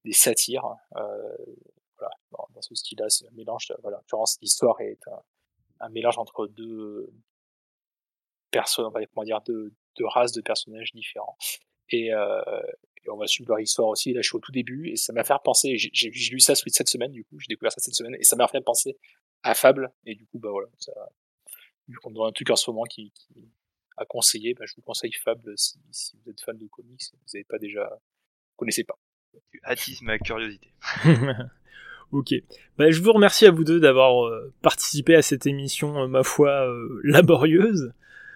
des satires. Euh, voilà, dans, dans ce style-là, c'est un mélange. De, voilà, en l'occurrence, l'histoire est un, un mélange entre deux personnes, on va comment dire, deux, deux races de personnages différents. Et, euh, et on va suivre leur histoire aussi. Là, je suis au tout début et ça m'a fait penser. J'ai, j'ai, j'ai lu ça cette semaine, du coup, j'ai découvert ça cette semaine et ça m'a fait penser à Fable. Et du coup, bah voilà, ça, vu qu'on doit un truc en ce moment qui, qui à conseiller, bah, je vous conseille Fable si, si vous êtes fan de comics, si vous n'avez pas déjà, vous connaissez pas. Tu attises ma curiosité. Ok. Bah, je vous remercie à vous deux d'avoir euh, participé à cette émission, euh, ma foi, euh, laborieuse.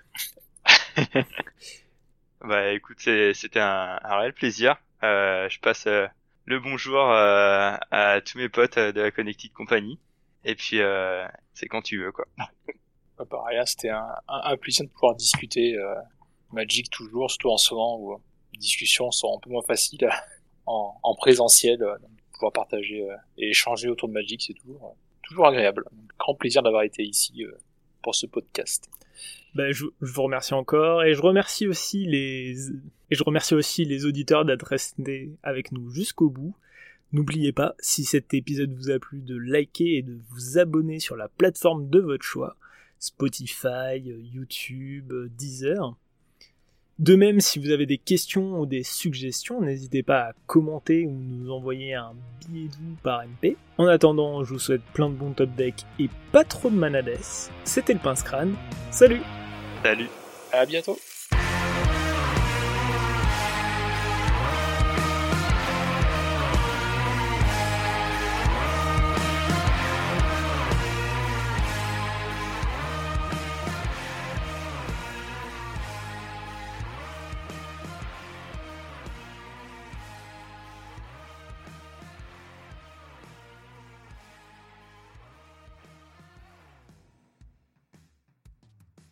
Bah écoute, c'est, c'était un, un réel plaisir. Euh, je passe euh, le bonjour euh, à tous mes potes de la Connected Company. Et puis, euh, c'est quand tu veux, quoi. Pas pareil, c'était un, un, un plaisir de pouvoir discuter euh, Magic toujours, surtout en ce moment où les discussions sont un peu moins faciles en, en présentiel. Euh, donc pouvoir partager euh, et échanger autour de Magic, c'est toujours, euh, toujours agréable. Donc, grand plaisir d'avoir été ici euh, pour ce podcast. Ben, je, je vous remercie encore et je remercie aussi les et je remercie aussi les auditeurs d'être restés avec nous jusqu'au bout. N'oubliez pas, si cet épisode vous a plu, de liker et de vous abonner sur la plateforme de votre choix, Spotify, YouTube, Deezer. De même, si vous avez des questions ou des suggestions, n'hésitez pas à commenter ou nous envoyer un billet doux par M P. En attendant, je vous souhaite plein de bons top decks et pas trop de manades. C'était le Pince Crâne. Salut! Salut! À bientôt!